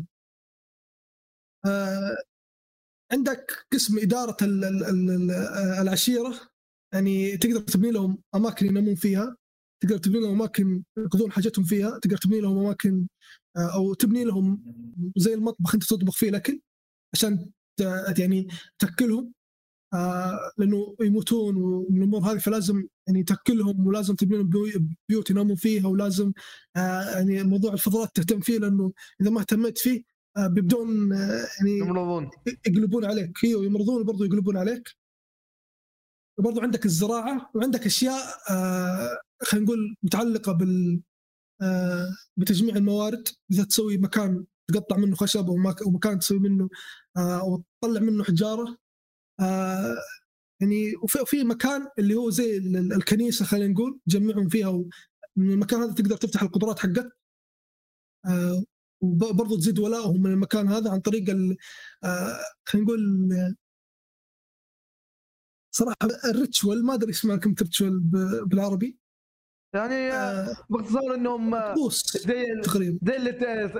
عندك قسم اداره العشيره، يعني تقدر تبني لهم اماكن ينامون فيها، تقدر تبني لهم اماكن يقضون حاجتهم فيها، تقدر تبني لهم اماكن او تبني لهم زي المطبخ انت تطبخ فيه الاكل عشان يعني تاكلهم، لانه يموتون ومن الامور هذه، فلازم يعني تاكلهم ولازم تبني لهم بيوت ينامون فيها، ولازم يعني موضوع الفضلات تهتم فيه، لانه اذا ما اهتميت فيه بيبدون يعني يمرضون. يقلبون عليك. هي ويمرضون وبرضه يقلبون عليك. وبرضه عندك الزراعه، وعندك اشياء خلينا نقول متعلقه بتجميع الموارد. اذا تسوي مكان تقطع منه خشب ومكان تسوي منه وتطلع منه حجاره، يعني وفي مكان اللي هو زي الكنيسه خلينا نقول تجمعهم فيها، ومن المكان هذا تقدر تفتح القدرات حقك، وبرضه تزيد ولائهم من المكان هذا عن طريق خلينا نقول صراحه الريتشوال، ما ادري اسمها كم ريتشوال بالعربي، يعني باختصار انهم تقريبا زي اللي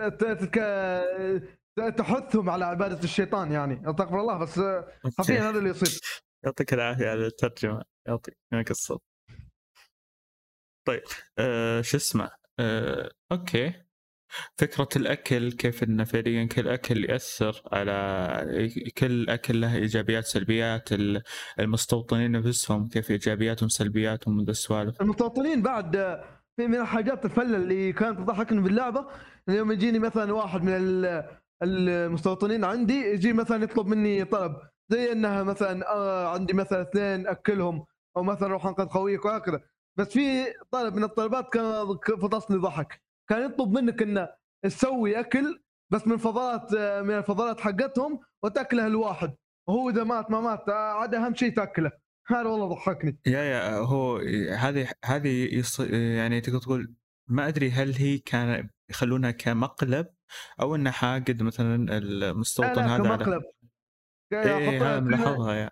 تحثهم على عباده الشيطان، يعني استغفر الله، بس حرفيا هذا اللي يصير. يعطيك العافيه على الترجمه، يعطيك الصوت. طيب شو اسمه اوكي، فكرة الأكل كيف إن فعليا كل أكل يأثر على كل أكل له إيجابيات سلبيات، المستوطنين نفسهم كيف إيجابياتهم سلبياتهم من السوالف. المستوطنين بعد في من الحاجات الفلة اللي كانت تضحكني باللعبة، اليوم يجيني مثلا واحد من المستوطنين عندي يجي مثلا يطلب مني طلب زي انها مثلا عندي مثلا 2 اكلهم، او مثلا روح انقذ خويك وهكذا. بس في طلب من الطلبات كان فطسني ضحك، كان يطلب منك انه تسوي اكل بس من الفضلات حقتهم وتاكله الواحد، وهو اذا مات ما مات عاد اهم شيء تاكله. هذا والله ضحكني. يا هو هذه يعني تقدر تقول ما أدري هل هي كان يخلونها كمقلب أو إنه حاقد مثلا المستوطن لا هذا كمقلب. إيه هذا ملاحظها يعني.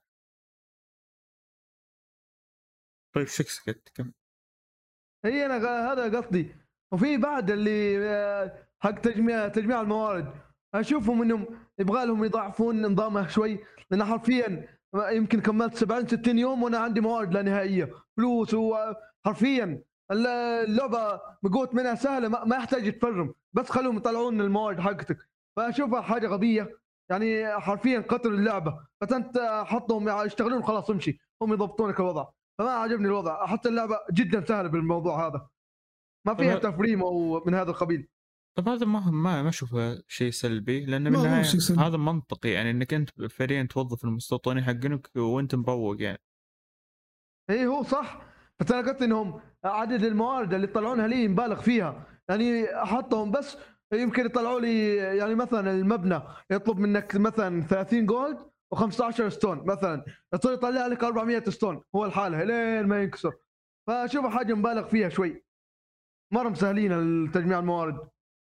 طيب شو سكت كم هي انا هذا قصدي. وفي بعد اللي حق تجميع الموارد، اشوفهم انهم يبغى لهم يضعفون نظامها شوي، لان حرفيا يمكن كملت 70-60 يوم وانا عندي موارد لا نهائيه فلوس، وحرفيا اللعبه مقوت منها سهله، ما يحتاج يتفرم، بس خلوهم يطلعون الموارد حقتك. فاشوفها حاجه غبيه، يعني حرفيا قتلوا اللعبه، بس انت حطهم يشتغلون خلاص امشي، هم يضبطونك الوضع. فما عجبني الوضع، حتى اللعبه جدا سهله بالموضوع هذا، ما فيها تفريم او من هذا القبيل. طب هذا ما اشوفه شيء سلبي، لان بالنهايه هذا منطقي، يعني انك انت فعليا توظف المستوطنين حقنك وانت مروق يعني. اي هو صح، بس انا قلت انهم عدد الموارد اللي يطلعونها لي مبالغ فيها، يعني احطهم بس يمكن يطلعوا لي، يعني مثلا المبنى يطلب منك مثلا 30 جولد و15 ستون مثلا، يصير يطلع لك 400 ستون هو الحاله لين ما ينكسر. فاشوفها حاجه مبالغ فيها شوي، مره مسهلين تجميع الموارد.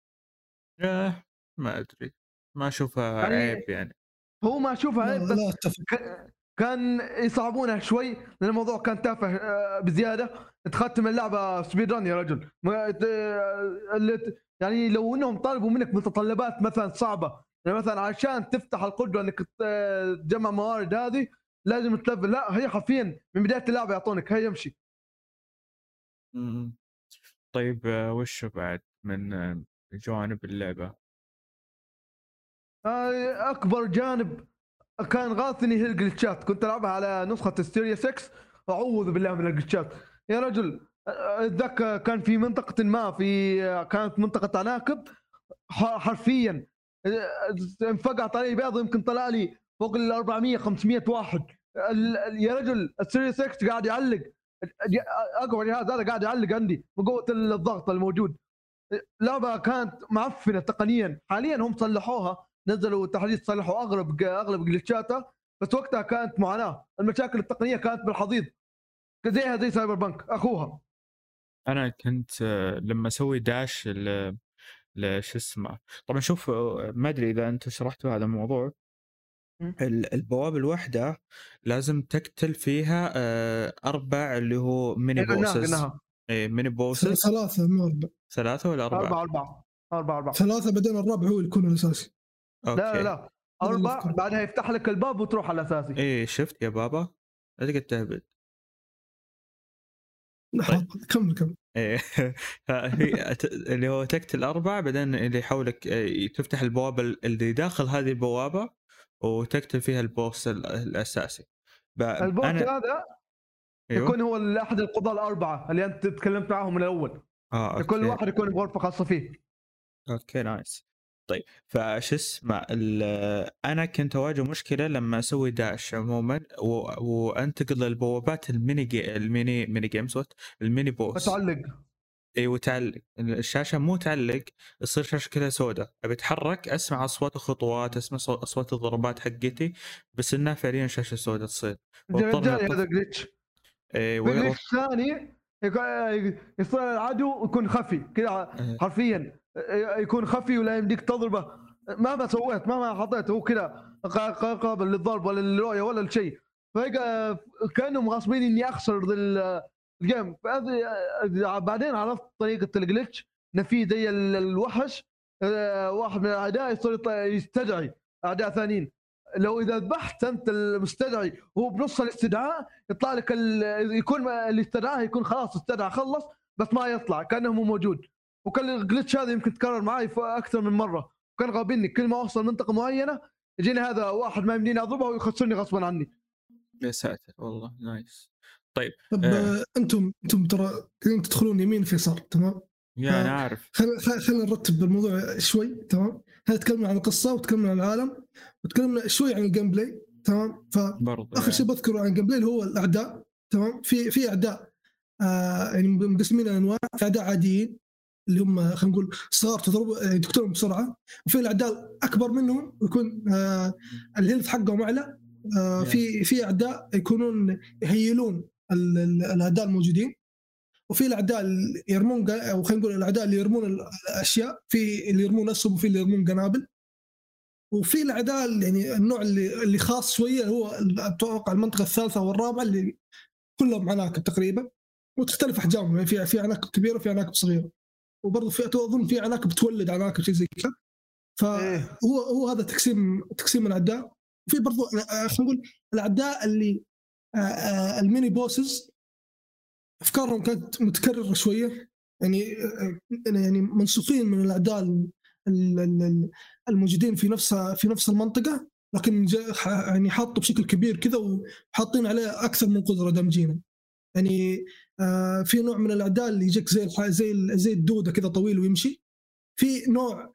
ما ادري، ما اشوفها يعني عيب يعني. هو ما اشوفها عيب، بس كان يصعبونها شوي، لان الموضوع كان تافه بزياده. تختم اللعبه سبيد ران يا رجل، يعني لو انهم طالبوا منك متطلبات مثلا صعبه، يعني مثلا عشان تفتح القدره انك تجمع موارد هذه لازم تلفل. لا هي حرفيا من بدايه اللعبه يعطونك هي يمشي. طيب وش بعد من جوانب اللعبة؟ اكبر جانب كان غاثني هي الجلتشات. كنت العبها على نسخه ستيريا 6، اعوذ بالله من الجلتشات يا رجل. اتذكر كان في منطقه ما كانت منطقه عناكب حرفيا انفقعت علي بيض، يمكن طلع لي فوق ال 400 500 واحد. يا رجل السيريس 6 قاعد يعلق، اقوى جهاز هذا قاعد يعلق عندي من قوه الضغط الموجود. لعبه كانت معفنه تقنيا. حاليا هم صلحوها، نزلوا تحديث صلحوا اغلب جلتشاتها، بس وقتها كانت معاناه. المشاكل التقنيه كانت بالحضيض زيها زي سايبر بانك اخوها. انا كنت لما اسوي داش شو اسمه، طبعا شوف ما ادري اذا انت شرحتوا هذا الموضوع. البوابه الواحده لازم تقتل فيها 4 اللي هو ميني بوسز. ميني بوسز 3 مو 4. 3 ولا 4؟ 4 3 بعدين الرابع هو اللي يكون الاساسي. لا 4 بعدها يفتح لك الباب وتروح على الاساسي. ايه شفت يا بابا لا تقعد تهبد. طيب. كمل. ايه هي اللي هو تقتل 4 بعدين اللي يحولك تفتح البوابة اللي داخل هذه البوابة وتقتل فيها البوس الأساسي. البوس هذا أيوه؟ يكون هو أحد القضاة ال4 اللي أنت تكلمت معهم من الأول. كل واحد يكون بغرفة خاصة فيه. اوكي نايس. طيب فش اسمه انا كنت اواجه مشكله لما اسوي داش عموما وانتقل للبوابات الميني جيمز الميني بوس تعلق. اي وتعلق الشاشه مو تعلق، تصير شاشه كذا سوداء، ابي اتحرك اسمع اصوات الخطوات، اسمع اصوات الضربات حقتي، بس انها فعليا شاشه سوداء تصير. هذا جليتش. جليتش ثاني يصير العدو يكون خفي كذا حرفيا، يكون خفي ولا يمديك تضربه مهما سويت مهما حطيت، هو كذا قابل للضرب ولا للرؤيه ولا لشيء. كانوا غاصبين اني اخسر الجيم. بعدين عرفت طريقه الجليتش نفي زي الوحش. واحد من الاعداء يصير يستدعي اعداء ثانيين. لو اذا ذبحت انت المستدعي وهو بنص الاستدعاء يطلع لك يكون اللي استدعاه يكون خلاص استدعى خلص بس ما يطلع كانه مو موجود. وكان الجلتش هذا يمكن تكرر معي اكثر من مره، وكان غابني كل ما اوصل منطقه معينه يجيني هذا واحد ما يمديني اضربه ويخسرني غصبا عني. يا ساتر والله نايس. طيب انتم ترى قاعدين تدخلون يمين في يسار تمام. يا انا عارف. خلينا نرتب الموضوع شوي تمام. تكلمنا عن القصه وتكلمنا عن العالم وتكلمنا شوي عن الجيم بلاي تمام. فاخر شيء بذكره عن الجيم بلاي اللي هو الاعداء تمام. في اعداء يعني مقسمين انواع. في اعداء عاديين اللي هم خلينا نقول صغار تضرب تقتلهم بسرعه، وفي الاعداء اكبر منهم يكون الهيلث حقهم اعلى. في اعداء يكونون يهيلون الاعداء الموجودين، وفي الاعداء اللي يرمون او خلينا نقول الاعداء اللي يرمون الاشياء، في اللي يرمون اسهم وفي اللي يرمون قنابل. وفي الاعداء يعني النوع اللي خاص شويه هو اتوقع المنطقه الثالثه والرابعه اللي كلهم عناكب تقريبا، وتختلف احجامهم يعني في عناكب كبيره وفي عناكب صغيره، وبرضه في اظن في عناكب تولد عناكب شيء زي كذا. فهو هذا تقسيم الاعداء. وفي برضه خلينا نقول الاعداء اللي الميني بوسز افكارهم كانت متكرره شويه، يعني منسوخين من الاعداء الموجودين في نفس المنطقه، لكن يعني حاطوا بشكل كبير كذا وحاطين عليه اكثر من قدره دمجينه. يعني في نوع من الاعداء اللي يجيك زي الدوده كذا طويل ويمشي، في نوع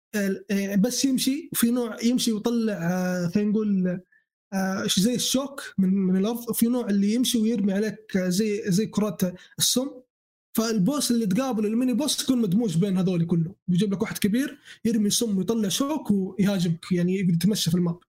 بس يمشي، وفي نوع يمشي ويطلع خلينا نقول زي الشوك من الارض، وفي نوع اللي يمشي ويرمي عليك زي كرات السم. فالبوس اللي تقابل الميني بوس يكون مدموج بين هذول كله، بيجيب لك واحد كبير يرمي سم ويطلع شوك ويهاجمك، يعني يقدر يتمشى في الماب.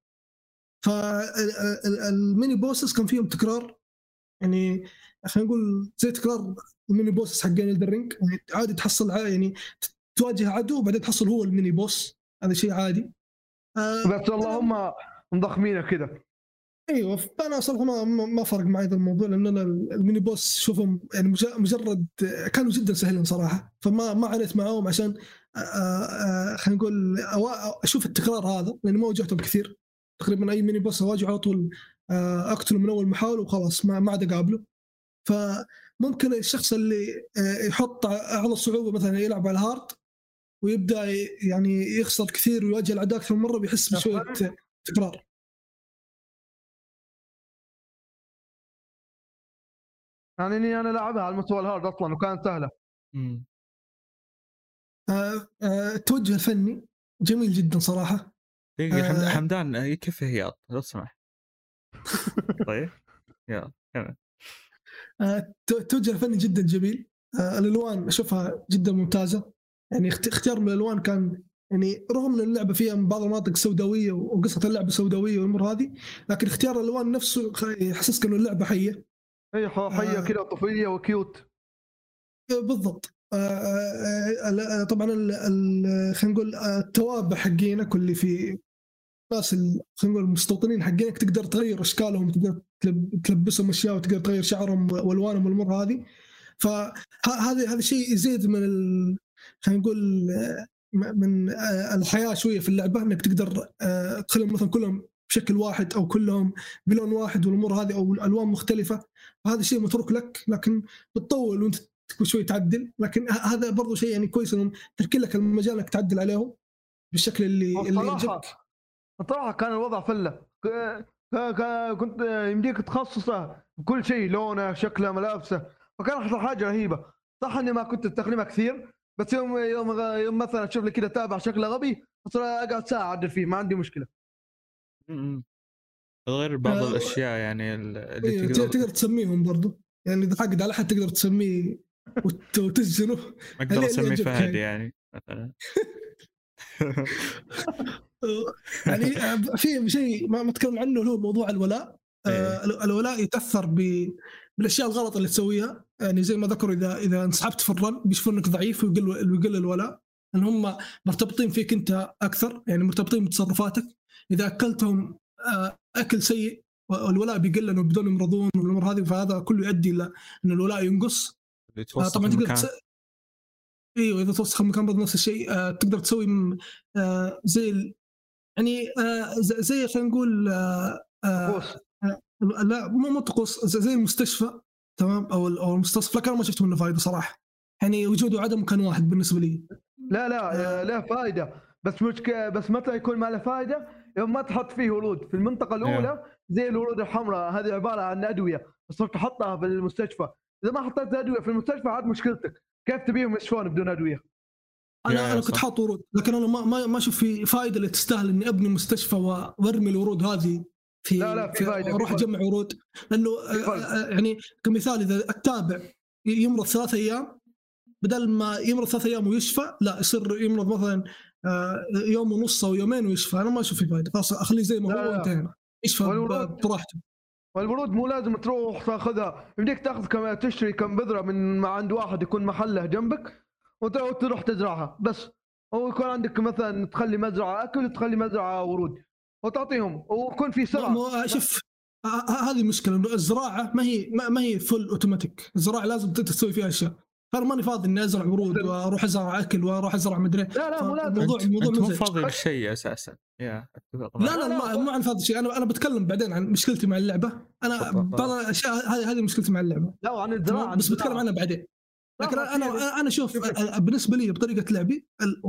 فالميني بوسز كان فيهم تكرار، يعني خلينا نقول زي تكرار الميني بوسز حقين الدرينج. يعني عادي تحصل يعني تواجه عدو وبعدين تحصل هو الميني بوس، هذا شيء عادي. بس اللهم مضخمينه كذا. ايوه انا صراحه ما فرق معي هذا الموضوع، لان انا الميني بوس شوفهم يعني مجرد كانوا جدا سهلين صراحه، فما عانيت معاهم عشان خلينا نقول اشوف التكرار هذا، لاني ما واجهتهم كثير. تقريبا اي ميني بوس اواجهه على طول اقتله من اول محاوله وخلاص ما عاد اقابله. فممكن الشخص اللي يحط اعلى صعوبه مثلا يلعب على الهارد ويبدا يعني يخسر كثير ويواجه الاعداء اكثر من مره بيحس بشويه تكرار. يعني اني انا لعبها على المستوى الهارد اصلا وكانت سهله. التوجه الفني جميل جدا صراحه. حمدان يكفي هياط لو سمحت. طيب يلا كمل. التوجه الفني جدا جميل. الالوان اشوفها جدا ممتازه، يعني اختيار من الالوان كان يعني رغم ان اللعبه فيها بعض المناطق سوداويه وقصه اللعبه سوداويه والامور هذه، لكن اختيار الالوان نفسه يحسسك انه اللعبه حيه. هي حيه كذا طفوليه وكيوت. بالضبط. طبعا خلينا نقول التوابع حقينك واللي في ناس خلينا نقول المستوطنين حقينك تقدر تغير اشكالهم، تقدر تلبسهم اشياء وتقدر تغير شعرهم والوانهم والامور هذه. فهذا شيء يزيد من خلينا نقول من الحياه شويه في اللعبه، انك تقدر تخليهم مثلا كلهم بشكل واحد او كلهم بلون واحد والامور هذه او الوان مختلفه. هذا شيء متروك لك، لكن بتطول وانت كل شوي تعدل. لكن هذا برضو شيء يعني كويس انهم تركين لك المجال انك تعدل عليهم بالشكل اللي يعجبك. صراحه كان الوضع فله. كنت يمديك تخصصه بكل شيء، لونه شكله ملابسه، فكان احسن حاجه رهيبه. صح اني ما كنت استخدمها كثير، بس يوم مثلا اشوف لي كذا تابع شكله غبي اصير اقعد ساعه اعدل فيه، ما عندي مشكله. غير بعض الاشياء يعني اللي تقدر تسميهم برضو، يعني اذا حقد على حد تقدر تسميه وتسجنه. ما اقدر اسميه فهد يعني مثلا. يعني في شيء ما تكلم عنه اللي هو موضوع الولاء. الولاء يتاثر بالاشياء الغلط اللي تسويها، يعني زي ما ذكروا اذا انسحبت في الرن بيشوفون انك ضعيف ويقل الولاء، لان هم مرتبطين فيك انت اكثر، يعني مرتبطين بتصرفاتك. اذا اكلتهم اكل سيء الولاء بيقل لانه بدون يمرضون والامور هذه، فهذا كله يؤدي الى ان الولاء ينقص. طبعا تقدر ايوه اذا توسخ المكان برضه نفس الشيء. تقدر تسوي زي يعني زي خلينا نقول لا مو طقوس، زي المستشفى تمام او المستصفى، لكن ما شفت منه فائده صراحه. يعني وجوده وعدمه كان واحد بالنسبه لي. لا له فائده، بس متى يكون ما له فائده؟ يوم ما تحط فيه ورود في المنطقه الاولى زي الورود الحمراء، هذه عباره عن ادويه صرت تحطها في المستشفى. اذا ما حطيت ادويه في المستشفى عاد مشكلتك، كيف تبيهم يشفون بدون ادويه؟ انا كنت حاط ورود، لكن انا ما اشوف في فائده اللي تستاهل اني ابني مستشفى وارمي الورود هذه في لا في فائده، اروح اجمع ورود. لانه يعني كمثال اذا التابع يمرض 3 أيام بدل ما يمرض 3 أيام ويشفى، لا يصير يمرض مثلا يوم ونص او يومين ويشفى. انا ما اشوف في فائده، خلاص اخليه زي ما هو وانتهينا، يشفى براحته. والورود مو لازم تروح تاخذها، يمديك تاخذ تشتري كم بذره من عند واحد يكون محله جنبك وتروح تزرعها بس. او يكون عندك مثلا تخلي مزرعه اكل وتخلي مزرعه ورود وتعطيهم، ويكون في سرعه. شوف هذه المشكله، انه الزراعه ما هي فل اوتوماتيك. الزراعه لازم تسوي فيها اشياء. انا ماني فاضي اني ازرع ورود واروح ازرع اكل واروح ازرع مدري. لا مو لازم. الموضوع مو فاضي للشيء اساسا. لا مو عن فاضي شيء. انا بتكلم بعدين عن مشكلتي مع اللعبه. انا بعض الاشياء هذه مشكلتي مع اللعبه. لا عن الزراعه بس بتكلم عنها بعدين. لكن انا شوف بالنسبه لي بطريقه لعبي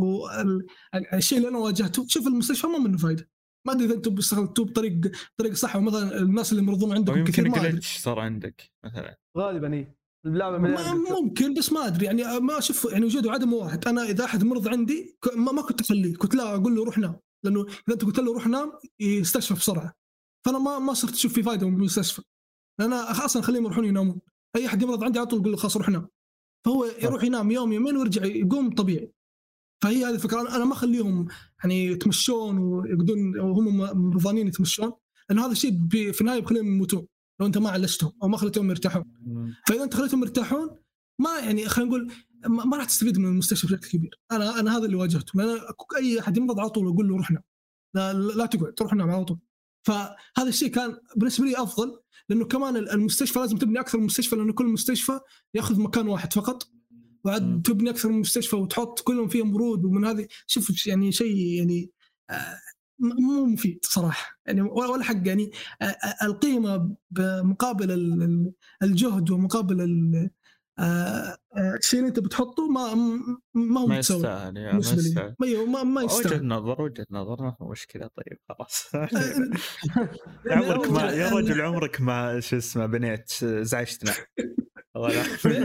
الشيء اللي انا واجهته، شوف المستشفى ما منه فايده. ما ادري اذا انتم استخدمتوه بطريقه صح، ومثلا الناس اللي يمرضون عندكم كثير ما ادري صار عندك مثلا غالبا اللعبه ممكن، بس ما ادري يعني ما اشوف يعني وجوده وعدمه واحد. انا اذا احد مرض عندي ما كنت اخليه، كنت لا اقول له روح نام، لانه اذا انت قلت له روح نام يستشفى بسرعه. فانا ما صرت اشوف في فائده من المستشفى، لان انا اصلا اخليهم يروحون ينامون. اي احد يمرض عندي على طول اقول له خلاص روح نام، فهو يروح ينام يوم يومين ويرجع يقوم طبيعي. فهي هذه الفكره. انا ما اخليهم يعني يتمشون ويقدرون وهم مرضانين يتمشون، لان هذا الشيء في النهايه بخليهم يموتون لو انت ما علشتهم او ما خليتهم يرتاحون. فاذا انت خليتهم يرتاحون ما يعني خلينا نقول ما راح تستفيد من المستشفى بشكل كبير. انا هذا اللي واجهته. لان اي احد يمرض على طول اقول له روح نام، لا تقعد تروح نام على طول. فهذا الشيء كان بالنسبه لي افضل، لانه كمان المستشفى لازم تبني اكثر من مستشفى، لانه كل مستشفى ياخذ مكان واحد فقط، وعد تبني اكثر من مستشفى وتحط كلهم فيهم ورود. ومن هذه شوف يعني شيء يعني مو مفيد صراحه يعني ولا حق يعني القيمه بمقابل الجهد ومقابل الشيء اللي انت بتحطه ما هو ما متساوي يستاهل يا ما بالنسبه لي. يستاهل. ما وجهة يستاهل. نظر ما في مشكلة. طيب خلاص. يعني عمرك ما يا رجل عمرك ما شو اسمه بنيت زعجتنا ولا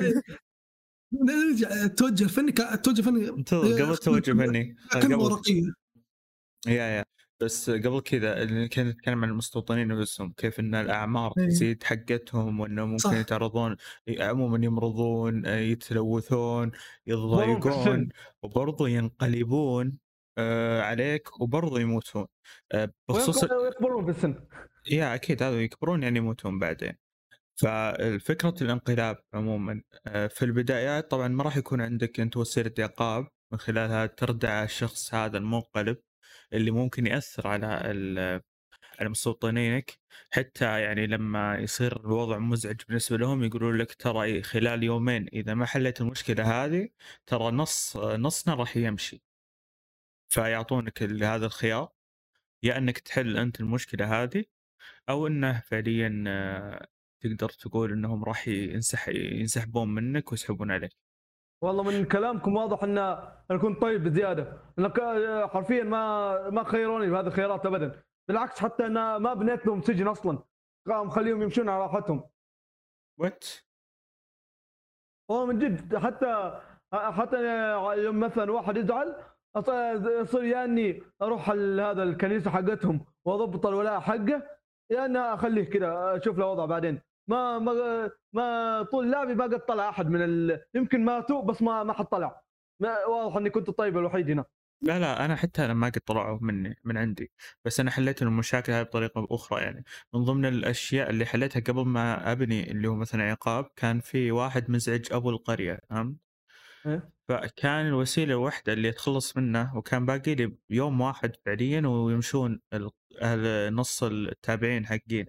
نرجع توجه فني قبل توجه فني كلمة ورقية. يا بس قبل كذا اللي كنا نتكلم عن المستوطنين نفسهم كيف ان الاعمار أيه. تزيد حقتهم وانه ممكن صح. يتعرضون عموما يمرضون يتلوثون يضايقون وبرضو ينقلبون عليك وبرضو يموتون بخصوص ويكبرون في السن. يا اكيد هذا يكبرون يعني يموتون بعدين. فالفكرة الانقلاب عموما في البدايات طبعا ما راح يكون عندك انت وسيلة عقاب من خلالها تردع الشخص هذا المنقلب اللي ممكن يأثر على مستوطنينك. حتى يعني لما يصير الوضع مزعج بالنسبة لهم يقولون لك ترى خلال يومين إذا ما حلت المشكلة هذه ترى نصنا راح يمشي. فيعطونك هذا الخيار يا أنك تحل أنت المشكلة هذه أو أنه فعليا تقدر تقول أنهم راح ينسحبون منك ويسحبون عليك. والله من كلامكم واضح ان انا كنت طيب بزياده، انك حرفيا ما خيروني بهذه الخيارات ابدا. بالعكس حتى انا ما بنيت لهم سجن اصلا، مخليهم يمشون على راحتهم. وات والله من جد. حتى يوم مثلا واحد يزعل يصير يا اني اروح هذا الكنيسه حقتهم واضبط الولاء حقه، يا اني اخليه كذا اشوف له وضع بعدين. ما طول لعبي ما قد طلع احد يمكن ماتوا بس ما حد طلع. واضح اني كنت الطيب الوحيد هنا. لا انا حتى انا ما قد طلعوا من عندي، بس انا حليت المشاكل هذه بطريقه اخرى. يعني من ضمن الاشياء اللي حليتها قبل ما ابني اللي هو مثلا عقاب كان في واحد مزعج ابو القريه فهمت. فكان الوسيله الوحده اللي اتخلص منه وكان باقي لي يوم واحد فعليا ويمشون نص التابعين حقين.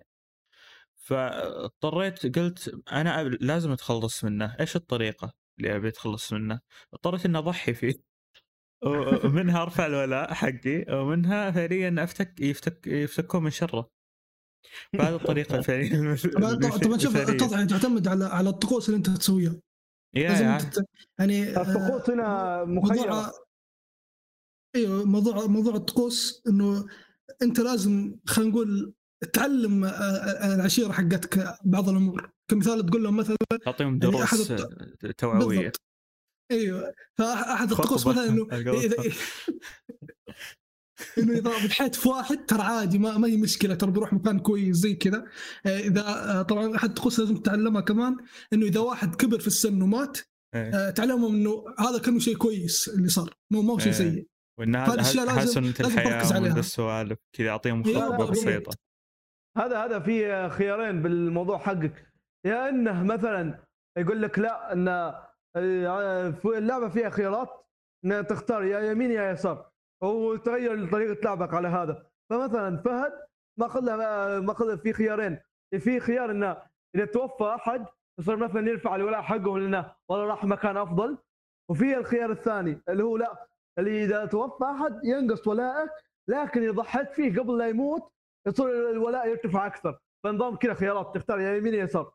فاضطريت قلت انا لازم اتخلص منه. ايش الطريقه اللي ابي اتخلص منه؟ اضطريت اني اضحي فيه ومنها ارفع الولاء حقي ومنها فعليا يفتكون من شره. بهذه الطريقه فعليا. طبعا شوف تعتمد على الطقوس اللي انت تسويها. لازم يعني الطقوس هنا مخيره. ايوه موضوع الطقوس انه انت لازم خلينا نقول تعلم العشيره حقتك بعض الامور. كمثال تقول لهم مثلا تعطيهم دروس توعويه. ايوه فاحد الطقوس مثلا انه اذا بتحيت في واحد ترى عادي ما هي مشكله، ترى بروح مكان كويس زي كذا. اذا طبعا احد الطقوس لازم تتعلمها كمان انه اذا واحد كبر في السن ومات تعلمهم انه هذا كانه شيء كويس اللي صار مو شيء سيء. وان هذا حسنة الحياه ومن السوالف كذا اعطيهم خطبه بسيطه. هذا في خيارين بالموضوع حقك، يا انه مثلا يقول لك لا ان اللعبه فيها خيارات ان تختار يا يمين يا يسار وتغير طريقه لعبك على هذا. فمثلا فهد ما خذ في خيارين. في خيار انه اذا توفى احد يصير مثلا يرفع الولاء حقه لانه والله راح مكان افضل. وفي الخيار الثاني اللي هو لا، اللي اذا توفى احد ينقص ولائك لكن اذا ضحيت فيه قبل لا يموت يصير الولاء يرتفع اكثر. فنظام كذا خيارات تختار يا يمين يا يسار.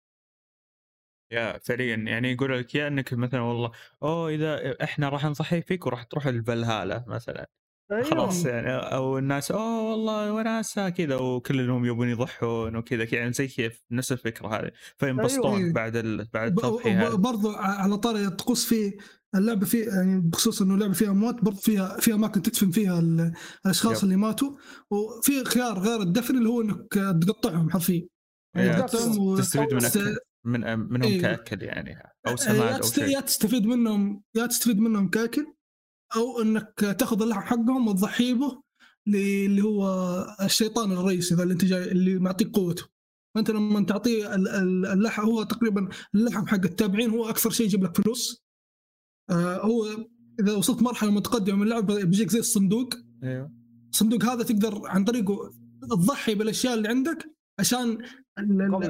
يا فعليا يعني يقول لك يا انك مثلا والله اذا احنا راح نضحي فيك وراح تروح الفلهاله مثلا. أيوة. خلاص يعني او الناس والله وناسه كذا وكلهم يبون يضحون وكذا يعني زي كيف نفس الفكره هذه فينبسطون. أيوة. بعد التضحيه برضو على طاري الطقوس في اللعبه في يعني بخصوص انه لعبه فيها اموات برضو فيها اماكن تدفن فيها الاشخاص اللي ماتوا. وفي خيار غير الدفن اللي هو انك تقطعهم حرفيا يعني تستفيد منهم أيوة. كأكل يعني او سماد او شيء. يا تستفيد منهم كأكل او انك تاخذ اللحم حقهم وتضحي به اللي هو الشيطان الرئيسي ذا اللي انت جاي اللي معطيك قوته. انت لما تعطيه اللحم هو تقريبا اللحم حق التابعين هو اكثر شيء يجيب لك فلوس. هو اذا وصلت مرحله متقدمه من اللعبه بيجيك زي الصندوق. ايوه الصندوق هذا تقدر عن طريقه تضحي بالاشياء اللي عندك عشان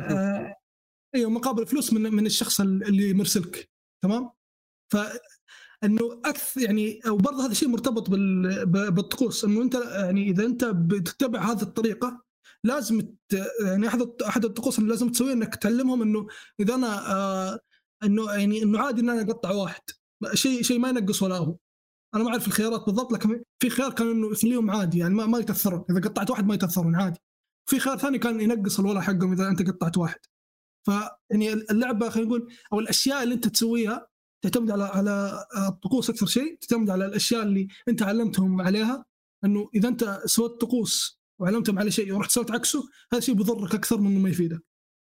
ايوه مقابل فلوس من الشخص اللي مرسلك. تمام. انه اكثر يعني، وبرضه هذا الشيء مرتبط بالطقوس، انه انت يعني اذا انت بتتبع هذه الطريقه لازم يعني احد الطقوس اللي لازم تسويه انك تعلمهم انه اذا انا انه يعني انه عادي ان انا اقطع واحد، شيء ما ينقص ولا هو. انا ما اعرف الخيارات بالضبط، لكن في خيار كان انه يخليهم عادي يعني ما يتاثرون اذا قطعت واحد، ما يتاثرون عادي. في خيار ثاني كان ينقص الولا حقهم اذا انت قطعت واحد. فيعني اللعبه خلينا نقول او الاشياء اللي انت تسويها تعتمد على الطقوس اكثر شيء، تعتمد على الاشياء اللي انت علمتهم عليها. انه اذا انت سويت طقوس وعلمتهم على شيء ورحت سويت عكسه، هذا الشيء بيضرك اكثر من انه ما يفيدك.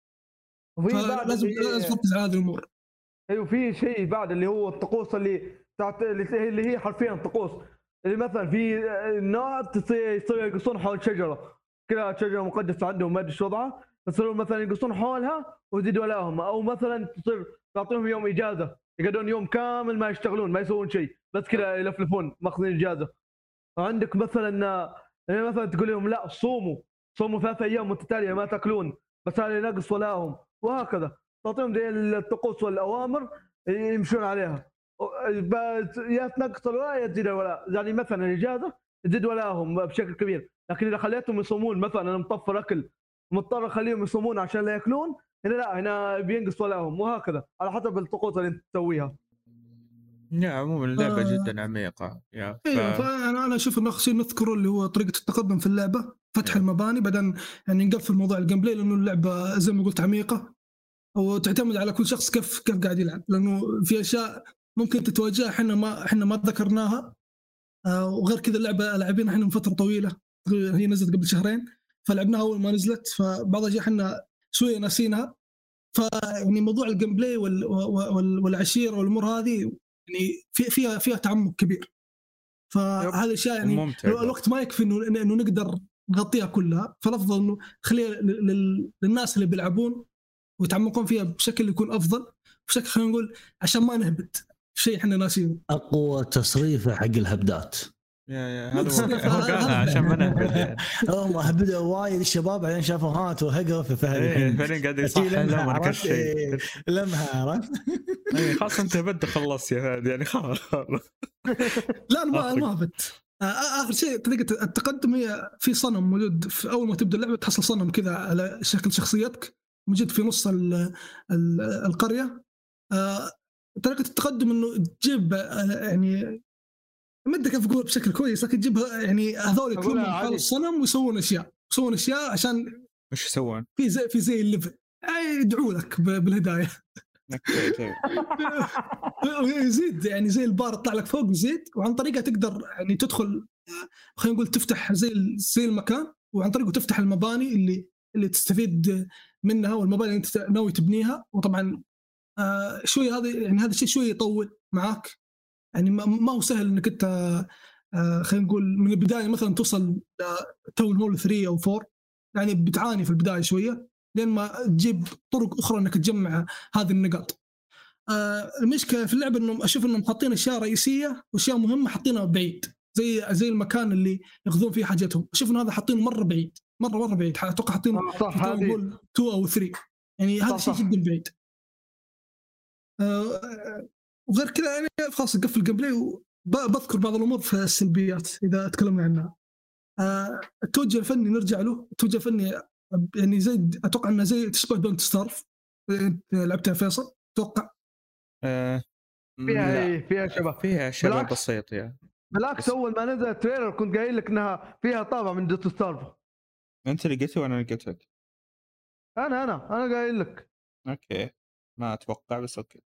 فلازم تركز على هذه الامور. ايوه في شيء بعد اللي هو الطقوس اللي هي حرفيا طقوس، اللي مثلا في نوع يصير يقصون حول شجره كذا، شجره مقدسه عندهم ما ادري شو وضعها، يصيرون مثلا يقصون حولها ويزيدوا لهم، او مثلا تصير تعطيهم يوم اجازه يقعدون يوم كامل ما يشتغلون ما يسوون شيء، بس كذا يلفلفون ماخذين اجازه. وعندك مثلا تقول لهم لا صوموا 3 ايام متتاليه ما تاكلون، بس هذا نقص ولاهم، وهكذا تعطيهم زي الطقوس والاوامر يمشون عليها، يا تنقص الولاء يا تزيد الولاء. يعني مثلا الاجازه تزيد ولاهم بشكل كبير، لكن اذا خليتهم يصومون مثلا انا مطفر اكل مضطر اخليهم يصومون عشان لا ياكلون، هنا لا هنا بينقص ولاهم، وهكذا على حسب الطقوس اللي انت تسويها. يا عموما اللعبة جدا عميقة ايوه. فانا اشوف انه اخر شيء نذكره اللي هو طريقه التقدم في اللعبه، فتح المباني بعدين يعني نقفل موضوع الجيم بلاي، لانه اللعبه زي ما قلت عميقه وتعتمد على كل شخص كيف قاعد يلعب، لانه في اشياء ممكن تتواجه احنا ما ذكرناها. وغير كذا اللعبه لاعبين احنا من فتره طويله، هي نزلت قبل شهرين فلعبناها اول ما نزلت، فبعض الاشياء احنا شويه ناسينها. فيعني موضوع الجيم بلاي والعشيره والامور هذه يعني فيها تعمق كبير، فهذا الشيء يعني الوقت ما يكفي انه نقدر نغطيها كلها، فالافضل انه خليها للناس اللي بيلعبون ويتعمقون فيها بشكل يكون افضل، بشكل خلينا نقول عشان ما نهبط شيء احنا ناسينه. اقوى تصريفه حق الهبدات هذا هو قالها عشان ما نهبط يعني. هم هبدوا وايد الشباب بعدين شافوا هات وهقوا في فهد الحين قاعد يصحح لهم كل شيء لمها عرفت. خلاص انت بدك خلص يا فهد يعني خلاص. لا ما هبط. اخر شيء طريقه التقدم هي في صنم موجود في اول ما تبدا اللعبه، تحصل صنم كذا على شكل شخصيتك موجود في نص القريه. طريقه التقدم انه تجيب يعني ما ادري كيف اقول بشكل كويس، لكن تجيب يعني هذول يكونوا حول الصنم ويسوون اشياء عشان وش يسوون في زي الليفل يدعوا لك بالهدايه. ويزيد يعني زي البار يطلع لك فوق يزيد، وعن طريقه تقدر يعني تدخل خلينا نقول تفتح زي المكان، وعن طريقه تفتح المباني اللي تستفيد منها والمباني اللي انت ناوي تبنيها. وطبعا شوي هذا الشيء شوي يطول معاك، يعني ما هو سهل انك انت خلينا نقول من البدايه مثلا توصل لتاون هول 3 او 4، يعني بتعاني في البدايه شويه لين ما تجيب طرق اخرى انك تجمع هذه النقاط. المشكله في اللعبه انهم اشوف انهم حاطين اشياء رئيسيه واشياء مهمه حاطينها بعيد، زي المكان اللي ياخذون فيه حاجتهم. اشوف ان هذا حاطينه مره بعيد، مره بعيد، اتوقع حاطينه في تاون هول 2 او 3، يعني هذا شيء جدا بعيد. وغير كذا يعني خلاص نقفل الجيم بلاي، وبذكر بعض الامور في السلبيات اذا تكلمنا عنها. التوجه الفني نرجع له. التوجه الفني يعني زي اتوقع انه زي تشبه دونت ستارف، لعبتها فيصل اتوقع. فيها شبه بسيط يعني. بالعكس اول ما نزل التريلر كنت قايل لك انها فيها طابع من دونت ستارف. انت اللي قلت وانا اللي قلت لك؟ انا قايل لك. اوكي ما اتوقع بس اوكي.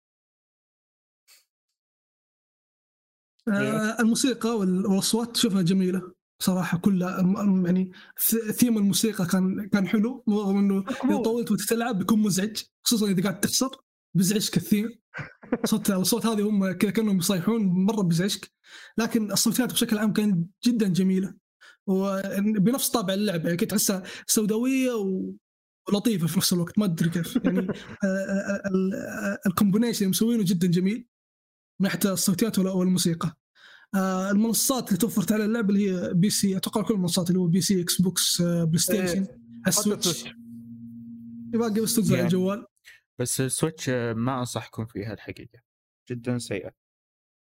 الموسيقى والاصوات شوفها جميله صراحه كلها، يعني ثيم الموسيقى كان حلو، رغم انه لو طولت وتتلعب بيكون مزعج، خصوصا اذا قاعد تخسر بيزعجك كثير. الصوت هذه هم كانوا يصيحون مره بيزعجك، لكن الصوتيات بشكل عام كانت جدا جميله وبنفس طابع اللعبه، يعني كنت تحسها سوداويه ولطيفه في نفس الوقت، ما ادري كيف يعني. الكومبينيشن مسوينه جدا جميل من ناحيه الصوتيات والموسيقى. المنصات اللي توفرت على اللعبه اللي هي بي سي، اتوقع كل المنصات اللي هو بي سي اكس بوكس بلاي ستيشن السويتش باقي بس تنزل على الجوال. بس السويتش ما انصحكم فيها الحقيقه، جدا سيئه.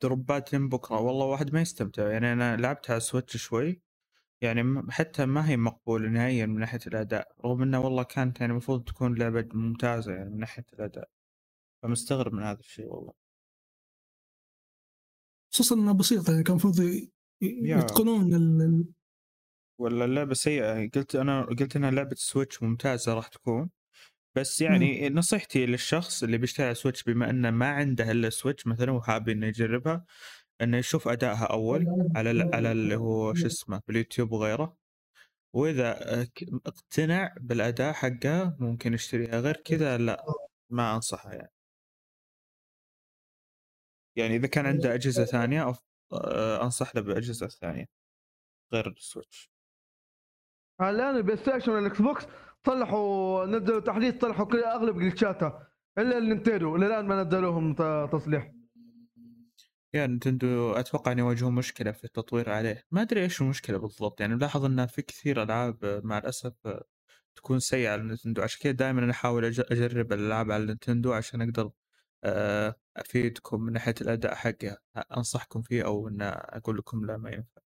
دروبات لين بكره والله واحد ما يستمتع. يعني انا لعبتها على سويتش شوي، يعني حتى ما هي مقبولة نهائيا من ناحية الأداء، رغم أنها والله كانت يعني المفروض تكون لعبة ممتازة يعني من ناحية الأداء. فمستغرب من هذا الشيء والله. خصوصا انها بسيطه، يعني كان المفروض يا يتقنون ولا اللعبة سيئة. قلت أنها لعبة سويتش ممتازة راح تكون، بس يعني نصيحتي للشخص اللي بيشتري على سويتش بما أنه ما عنده إلا سويتش مثلا وحابب إنه يجربها، إنه يشوف أدائها أول على اللي هو شو اسمه باليوتيوب وغيره، وإذا اقتنع بالأداء حقها ممكن يشتريها. غير كذا لا، ما أنصحها يعني إذا كان عنده أجهزة ثانية أنصح له بأجهزة ثانية غير السويتش. الان البلاي ستيشن والاكس بوكس صلحوا، نزلوا تحديث صلحوا كل اغلب جلتشاتها، الا النينتندو الان ما نزلوهم تصليح. يعني نتندو أتوقع أن يواجهون مشكلة في التطوير عليه، ما أدري إيش المشكلة بالضبط. يعني ملاحظ أن في كثير ألعاب مع الأسف تكون سيئة على النينتندو، عشان كذا دائما أنا أحاول أجرب الألعاب على النينتندو عشان أقدر أفيدكم من ناحية الأداء حقها، أنصحكم فيه أو أن أقول لكم لا ما ينفع.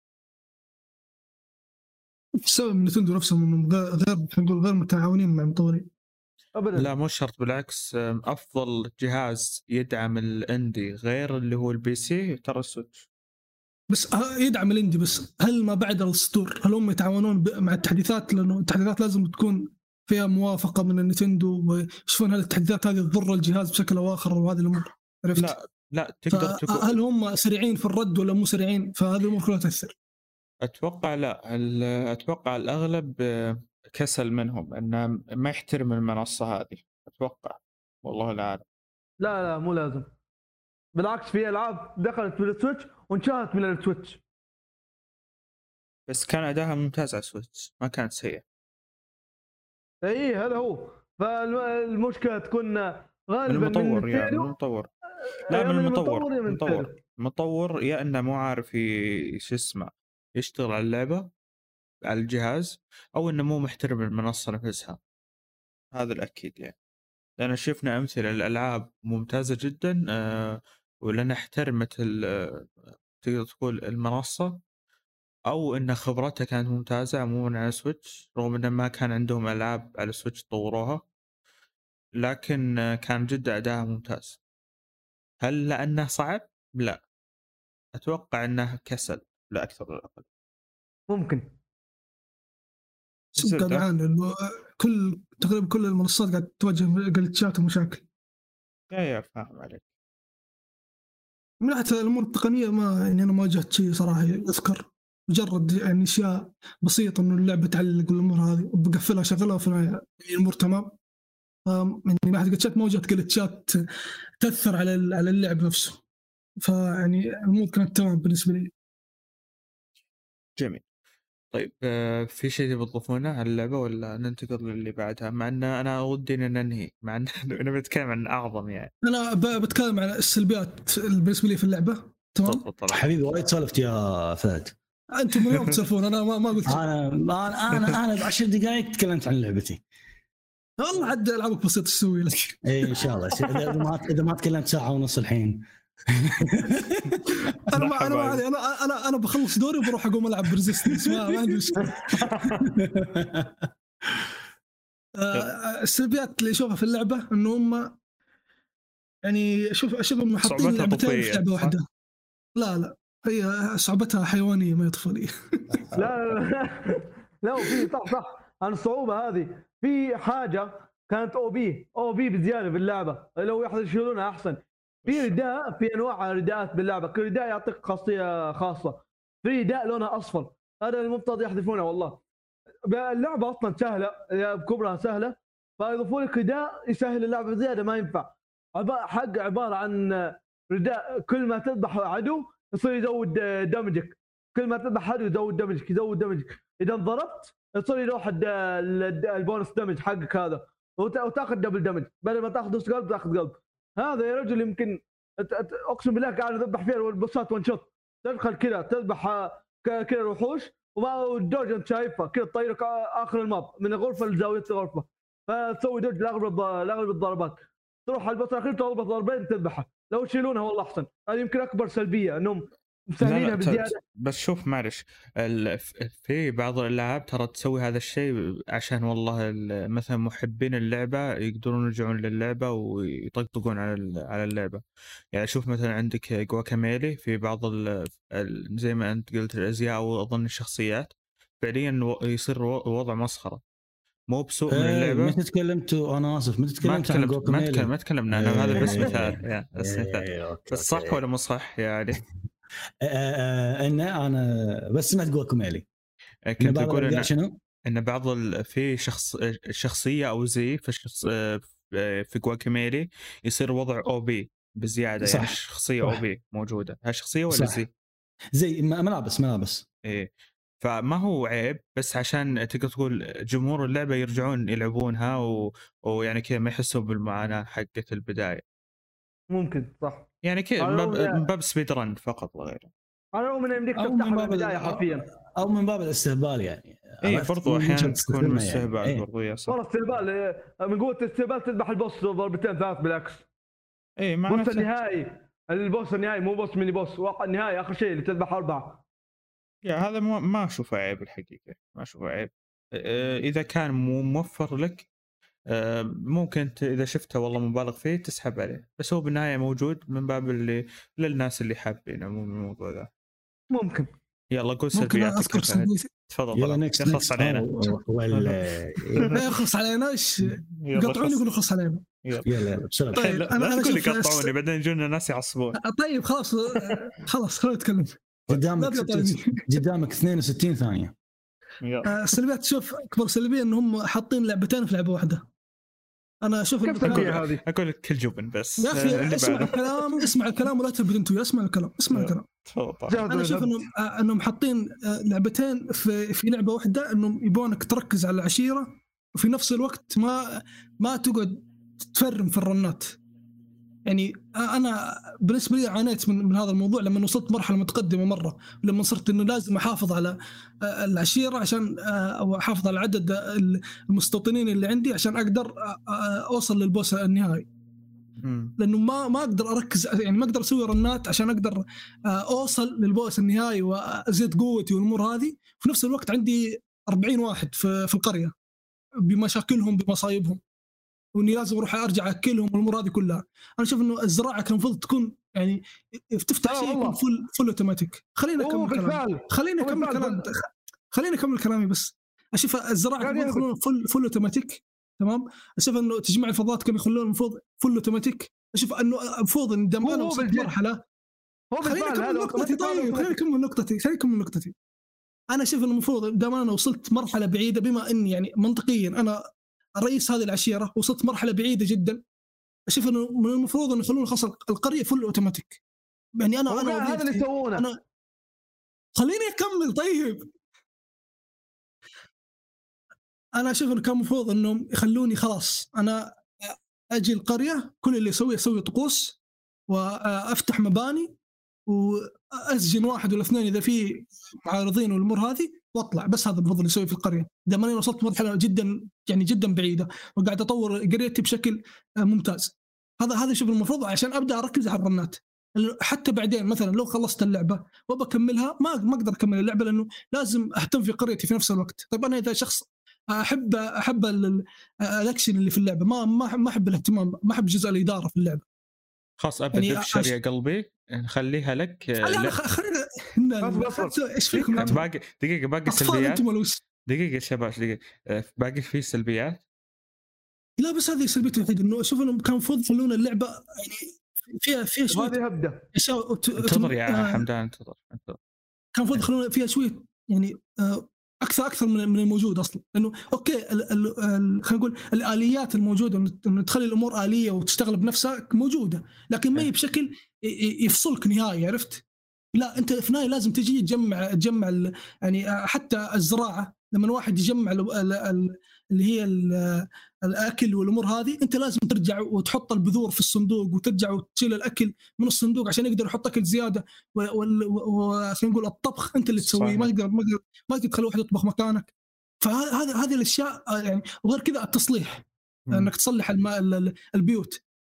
بسبب نتندو نفسهم غير متعاونين مع المطورين. ابدا لا مو شرط، بالعكس أفضل جهاز يدعم الاندي غير اللي هو البي سي ترى السويتش. بس يدعم الاندي، بس هل ما بعد الصدور هل هم يتعاونون مع التحديثات؟ لانه التحديثات لازم تكون فيها موافقه من النتندو، ويشوفون هل التحديثات هذه تضر الجهاز بشكل او اخر وهذه الامور. عرفت؟ لا تقدر تكون. هل هم سريعين في الرد ولا مو سريعين؟ فهذه الامور كلها تاثر. اتوقع لا، اتوقع الاغلب كسل منهم انه ما يحترم المنصه هذه، اتوقع والله لا اعلم. لا مو لازم، بالعكس في العاب دخلت في السويتش وانشهت من السويتش. بس كان اداها ممتاز على السويتش، ما كانت سيئه. اي هذا هو، فالمشكله تكون غالبا من المطور من يا من المطور. لا من المطور، يا من مطور يا انه مو عارف شو اسمه يشتغل على اللعبه على الجهاز، او انه مو محترم المنصه نفسها. هذا الاكيد يعني، لأن شفنا أمثلة الألعاب ممتازة جدا ولأن احترمت تقدر تقول المنصة، أو إن خبرتها كانت ممتازة عموما على سويتش، رغم إن ما كان عندهم ألعاب على سويتش طوروها، لكن كان جدا أداءها ممتاز. هل لأنه صعب؟ لا، أتوقع أنه كسل لا أكثر ولا أقل. ممكن قاعد يعاني انه تقريبا كل المنصات قاعد تواجه جلتشات ومشاكل. يا فاهم عليك. من ناحيه الامور التقنيه ما يعني انا ما واجهت شيء صراحه يذكر، مجرد يعني اشياء بسيطه انه اللعبه تعلق والامور هذه وبقفلها شغلها في الامور تمام. من ناحيه جلتشات ما واجهت جلتشات تاثر على اللعب نفسه، فيعني الامور كانت تمام بالنسبه لي. جميل. طيب في شيء تضيفونه على اللعبة ولا ننتقل للي بعدها؟ مع أن أنا ودي أن ننهي، مع أن أنا بتكلم عن أعظم يعني. أنا بتكلم عن السلبيات بالنسبة لي في اللعبة. تمام حبيبي وايد سولفت يا فهد. أنتم من يوم تسولفون أنا ما قلت. أنا 10 دقائق تكلمت عن لعبتي. والله عاد ألعابك بسيط تسوي لك. إيه إن شاء الله. إذا ما تكلمت ساعة ونص الحين. انا بخلص دوري وبروح اقوم العب بريزيستنس، ما عندي مشكله. السلبيات اللي اشوفها في اللعبه انه هم يعني اشوف انهم حاطين لعبتين في لعبه واحده. لا هي صعوبتها حيوانيه ما هي طفوليه. لا في صح عن الصعوبه هذه. في حاجه كانت او بي بزياده في اللعبه، لو يشيلونها احسن. في رداء، في انواع رداءات باللعبه، كل رداء يعطيك خاصيه خاصه. في رداء لونها اصفر، هذا المفترض يحذفونه. والله اللعبه اصلا سهله، بكبرها سهله، فيضيفوا لك رداء يسهل اللعبه زياده. ما ينفع. حق عباره عن رداء كل ما تذبح عدو يصير يزود دمجك، كل ما تذبح عدو يزود دمجك، اذا ضربت يصير يروح البونس دمج حقك هذا، وتاخذ دبل دمج، بدل ما تاخذ نص قلب تاخذ قلب. هذا يا رجل يمكن اقسم بالله قاعد اذبح فيها البوسات وان شوت، تدخل كذا تذبح كذا الوحوش وما الدوج انت شايفها كذا تطيرك اخر الماب من غرفه لزاويه الغرفه، فتسوي دوج لاغلب الضربات، تروح على البوس الاخير تضربه ضربين تذبحه، لو يشيلونها والله احسن. هذه يمكن اكبر سلبيه انهم مسهلينها بزياده. بس شوف معلش في بعض الالعاب ترى تسوي هذا الشيء عشان والله مثلا محبين اللعبه يقدرون يرجعون للعبه ويطقطقون على اللعبه. يعني شوف مثلا عندك جواكاميلي في بعض زي ما انت قلت الازياء او اظن الشخصيات فعليا يصير الوضع مسخره مو بسوء من اللعبه. متى تكلمت انا اسف متى تكلمت عن جواكاميلي؟ ما تكلمنا انا هذا بس مثال يعني بس مثال بس صح ولا مو صح يعني؟ ان انا بس سمعت جواكاميلي كنت اقول ان بعض في شخصيه او زي في جواكاميلي يصير وضع او بي بزياده صح. يعني شخصيه او بي موجوده هالشخصيه ولا صح. زي ملابس ايه فما هو عيب بس عشان تقدر تقول جمهور اللعبه يرجعون يلعبونها ويعني كذا ما يحسوا بالمعاناه حقه البدايه. ممكن صح يعني كذا من باب سبيد رن فقط لا غير. انا من عندك تفتح من البدايه حرفيا او من باب الاستهبال يعني. اي برضو احيانا تكون من استهبال يعني. برضو يا صح والله استهبال من قوه الاستهبال تذبح البوس ضربتين ثلاث بالعكس. اي بوس النهائي البوس النهائي مو بوس ميني بوس واقع النهائي اخر شيء اللي تذبح 4. يا هذا ما اشوفه عيب الحقيقه ما اشوفه عيب اذا كان موفر لك ممكن اذا شفته والله مبالغ فيه تسحب عليه بس هو بالنهايه موجود من باب اللي للناس اللي حابين عموما الموضوع ذا. ممكن يلا قول سلبياتك. تفضل يلا نكست يخلص علينا ولا يخلص علينا ايش يقطعوني يقولوا خلص علينا يلا بسرعه. طيب انا تقول لي قطعوني بعدين يجونا ناس يعصبون. طيب خلاص خلينا نتكلم. قدامك 62 ثانيه. السلبيات شوف اكبر سلبيه انهم حاطين لعبتين في لعبه واحده. انا اشوف اقول لك كل جبن بس يا اخي اسمع الكلام ولا تبدأ انت اسمع الكلام انا اشوف انهم حاطين لعبتين في لعبه واحده انهم يبونك تركز على العشيره وفي نفس الوقت ما تقعد تفرم في الرنات. يعني انا بالنسبه لي عانيت من هذا الموضوع لما وصلت مرحله متقدمه مره لما صرت انه لازم احافظ على العشيره عشان او احافظ على عدد المستوطنين اللي عندي عشان اقدر اوصل للبوس النهائي. لانه ما اقدر اركز يعني ما اقدر اسوي رنات عشان اقدر اوصل للبوس النهائي وازيد قوتي والامور هذه. في نفس الوقت عندي 40 واحد في القريه بمشاكلهم بمصايبهم واني لازم اروح ارجع اكلهم والامور هذه كلها. انا اشوف انه الزراعه كان المفروض تكون يعني تفتح شيء يكون فل اوتوماتيك. خلينا اكمل كلامي بس. اشوف الزراعه كانوا يخلون فل اوتوماتيك تمام. اشوف انه تجميع الفضات كانوا يخلون المفروض فل اوتوماتيك. اشوف انه المفروض ان دام انا وصلت مرحله خلينا نكمل نقطتي. انا اشوف انه المفروض دام انا وصلت مرحله بعيده بما اني يعني منطقيا انا رئيس هذه العشيرة وصلت مرحلة بعيدة جدا. أشوف إنه من المفروض إنه يخلون خاص القرية فل أوتوماتيك. يعني أنا هذا اللي يسوونه. خليني أكمل طيب. أنا أشوف إنه كان مفروض إنهم يخلوني خلاص أنا أجي القرية كل اللي أسوي طقوس وأفتح مباني وأسجن واحد ولا اثنين إذا في معارضين والأمور هذه واطلع. بس هذا المفروض اللي يسوي في القريه. دام انا وصلت مرحله جدا بعيده وقاعد اطور قريتي بشكل ممتاز. هذا شوف المفروض عشان ابدا اركز على الرنات. حتى بعدين مثلا لو خلصت اللعبه وبكملها ما اقدر اكمل اللعبه لانه لازم اهتم في قريتي في نفس الوقت. طيب انا اذا شخص احب الاكشن اللي في اللعبه ما احب الاهتمام ما احب جزء الاداره في اللعبه. خلاص ابدا يعني ابشر يا قلبي نخليها لك. خلينا ايش فيكم باقي سلبيات دقيقه شباب دقيقه باقي في سلبيات. لا بس هذه سلبيته الوحيده انه اشوف انهم كان المفروض يخلون اللعبه يعني فيها شويه هذه هبده انتظر يا حمدان انتظر كان المفروض يخلون فيها شويه يعني اكثر من الموجود اصلا. لانه اوكي خلينا نقول الاليات الموجوده انه تخلي الامور اليه وتشتغل بنفسها موجوده لكن ما هي بشكل يفصلك نهائي. عرفت؟ لا انت في النهايه لازم تجي تجمع يعني حتى الزراعه لما واحد يجمع اللي هي الاكل والامور هذه انت لازم ترجع وتحط البذور في الصندوق وترجع وتشيل الاكل من الصندوق عشان يقدر يحط اكل زياده. وخلينا نقول الطبخ انت اللي تسويه ما تقدر تخلي واحد يطبخ مكانك. فهذه الاشياء يعني. وغير كذا التصليح انك تصلح البيوت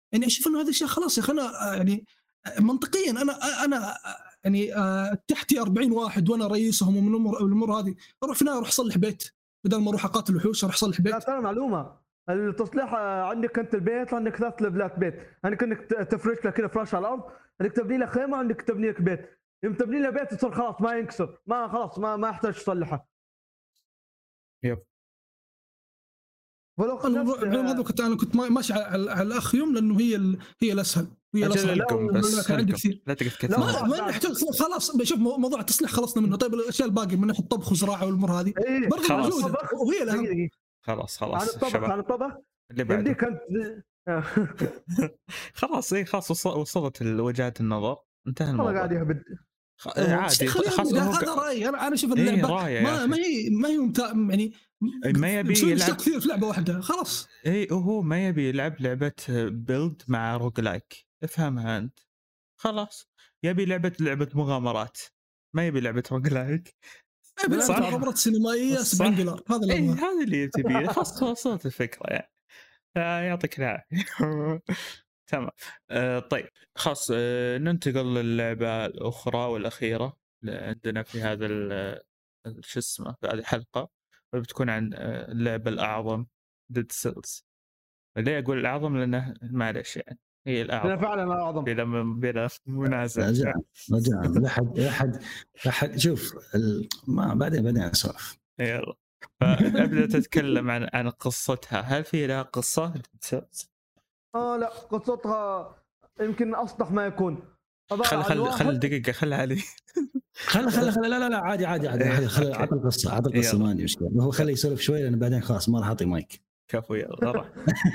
يعني اشوف انه هذا الشيء خلاص يا اخي انا يعني منطقيا انا يعني تحتي 40 واحد وانا رئيسهم ومن الامور هذه اروح في النهايه اروح اصلح بيت بدل ما اروح اقاتل وحوش اروح اصلح لا بيت. ترى معلومه، التصليح عندك انت البيت عندك 3 ليفلات بيت، عندك انك تفرش له كذا فراش على الارض، عندك تبني له خيمه، عندك تبني لك بيت. يوم تبني له بيت يصير خلاص ما ينكسر، ما خلاص ما يحتاج تصلحه. يب. ولو هذا كنت ماشي على الاخ يوم لانه هي الاسهل هي الاسهل. بس كان عندي كثير لا تقعد كثير. ما نحتاج خلاص. بشوف موضوع التصليح خلصنا منه. طيب الاشياء الباقيه من ناحيه الطبخ وزراعه والامور هذه برضه موجوده وهي الاهم. خلاص عن الطبخ اللي بعده كنت خلاص وصلت وجهات النظر، انتهى الموضوع. قاعد يهبد عادي هذا رايي انا اشوف اللعبه ما هي ممتع يعني ما يبي يلعب كثير في لعبه واحده خلاص. هو ما يبي يلعب لعبه بيلد مع روجلايك، افهمها انت. خلاص يبي لعبه مغامرات، ما يبي لعبه روجلايك. صح مغامرات سينمائيه $70 هذا اللي تبيه. خلاص وصلت الفكره يعني. يعطيك العافيه. تمام. طيب خلاص ننتقل للعبة الأخرى والأخيرة عندنا في هذا شو اسمه في هذه الحلقة، بتكون عن اللعبة الأعظم Dead Cells. ليه أقول الأعظم؟ لأنه معلش يعني هي الأعظم فعلا الأعظم بلا منازع. رجع أحد شوف ما بعدين أسولف. يلا فأبدأ تتكلم عن قصتها. هل في لها قصة Dead Cells؟ لا قصتها يمكن أصدق ما يكون. خل دقيقة خلها علي. خل لا عادي خل عطى القصة ما عندي مشكلة. هو خليه يسولف شوي لأن بعدين خلاص ما راح أعطي مايك. كفو يلا راح.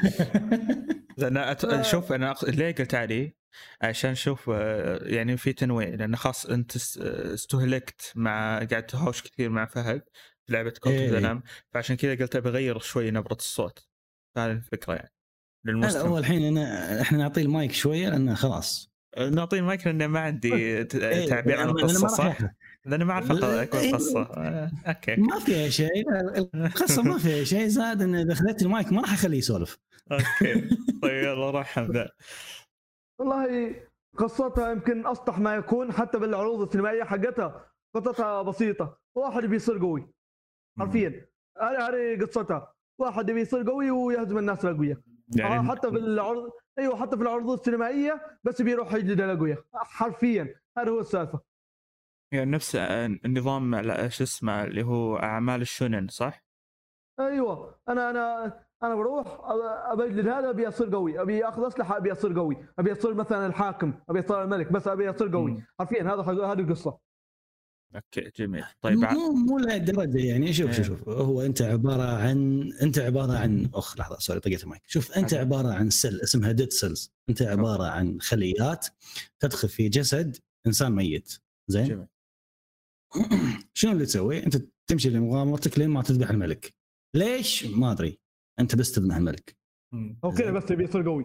لأن شوف أنا ليه قلت علي عشان شوف يعني في تنويع، لأن خاص أنت استهلكت مع قاعد تهوش كثير مع فهد في لعبة كوت ذنام، فعشان كذا قلت بغير شوي نبرة الصوت. هذه الفكرة يعني لا هو الحين احنا نعطيه المايك شويه لانه خلاص نعطيه المايك لانه ما عندي تعبير عن القصه صح؟ لانه ما اعرف اقول قصه. اوكي ما فيها شيء القصه ما فيها شيء زاد ان دخلت المايك ما راح اخليه يسولف. اوكي طيب يلا روح حمد. والله قصتها يمكن اسطح ما يكون حتى بالعروض السينمائيه حقتها. قصتها بسيطه، واحد بيصير قوي حرفيا. هذه قصتها، واحد بيصير قوي ويهزم الناس الاقوياء يعني حتى بالعرض. ايوه حتى في العروض السينمائيه بس بيروح يجلد الاقوياء حرفيا. هذا هو السالفه يعني نفس النظام شو اسمه اللي هو اعمال الشونن صح؟ ايوه انا بروح ابجلد هذا ابي اصير قوي، ابي اخذ اسلحه ابي اصير قوي، ابي اصير مثلا الحاكم، ابي اصير الملك، بس ابي اصير قوي حرفيا. هذه القصه. اوكي جميل. طيب مو لهالدرجه يعني. شوف هو انت عباره عن لحظه سوري طقيت المايك. شوف انت عباره عن سيل اسمها ديد سيلز. انت عباره عن خليات تدخل في جسد انسان ميت زين جميل. شنو اللي تسوي؟ انت تمشي لمغامرتك لين ما تذبح الملك. ليش ما ادري، انت بس تذبح الملك اوكي بس بيصير قوي.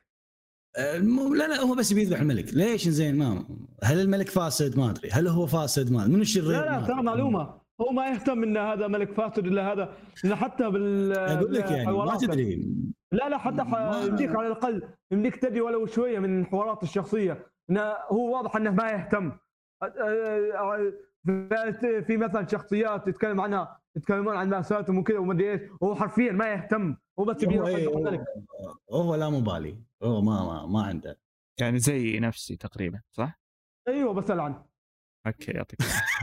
لا هو بس بيذبح الملك. ليش زين؟ ما هل الملك فاسد؟ ما ادري. هل هو فاسد؟ ما منو الشرير؟ لا ترى معلومه هو ما يهتم ان هذا ملك فاسد الا هذا، لأن حتى اقول لك يعني ما تدري. لا حتى يمديك على الاقل يمديك تدري ولو شويه من الحوارات الشخصيه انه هو واضح انه ما يهتم. في مثلا شخصيات يتكلمون عن مأساتهم وكذا وما ادري ايش، هو حرفيا ما يهتم. هو بس هو لا مبالي. هو ما عنده يعني زي نفسي تقريبا صح؟ ايوه بس العن. اوكي يعطيك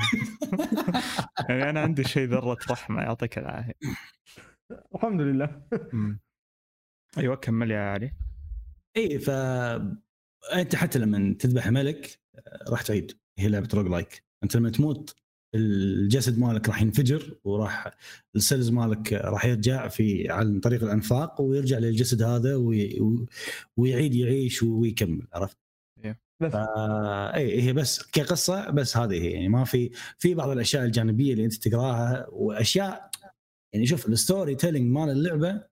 يعني انا عندي شيء ذره رحمه. يعطيك العافيه. الحمد لله. ايوه كمل يا علي. انت حتى لما تذبح ملك راح تعيد. هي لعبه روج لايك. انت لما تموت الجسد مالك راح ينفجر وراح السيلز مالك راح يرجع عن طريق الانفاق ويرجع للجسد هذا ويعيد يعيش ويكمل. عرفت؟ هي بس كقصه بس هذه هي يعني. ما في بعض الاشياء الجانبيه اللي انت تقراها واشياء يعني. شوف الستوري تيلينج مال اللعبه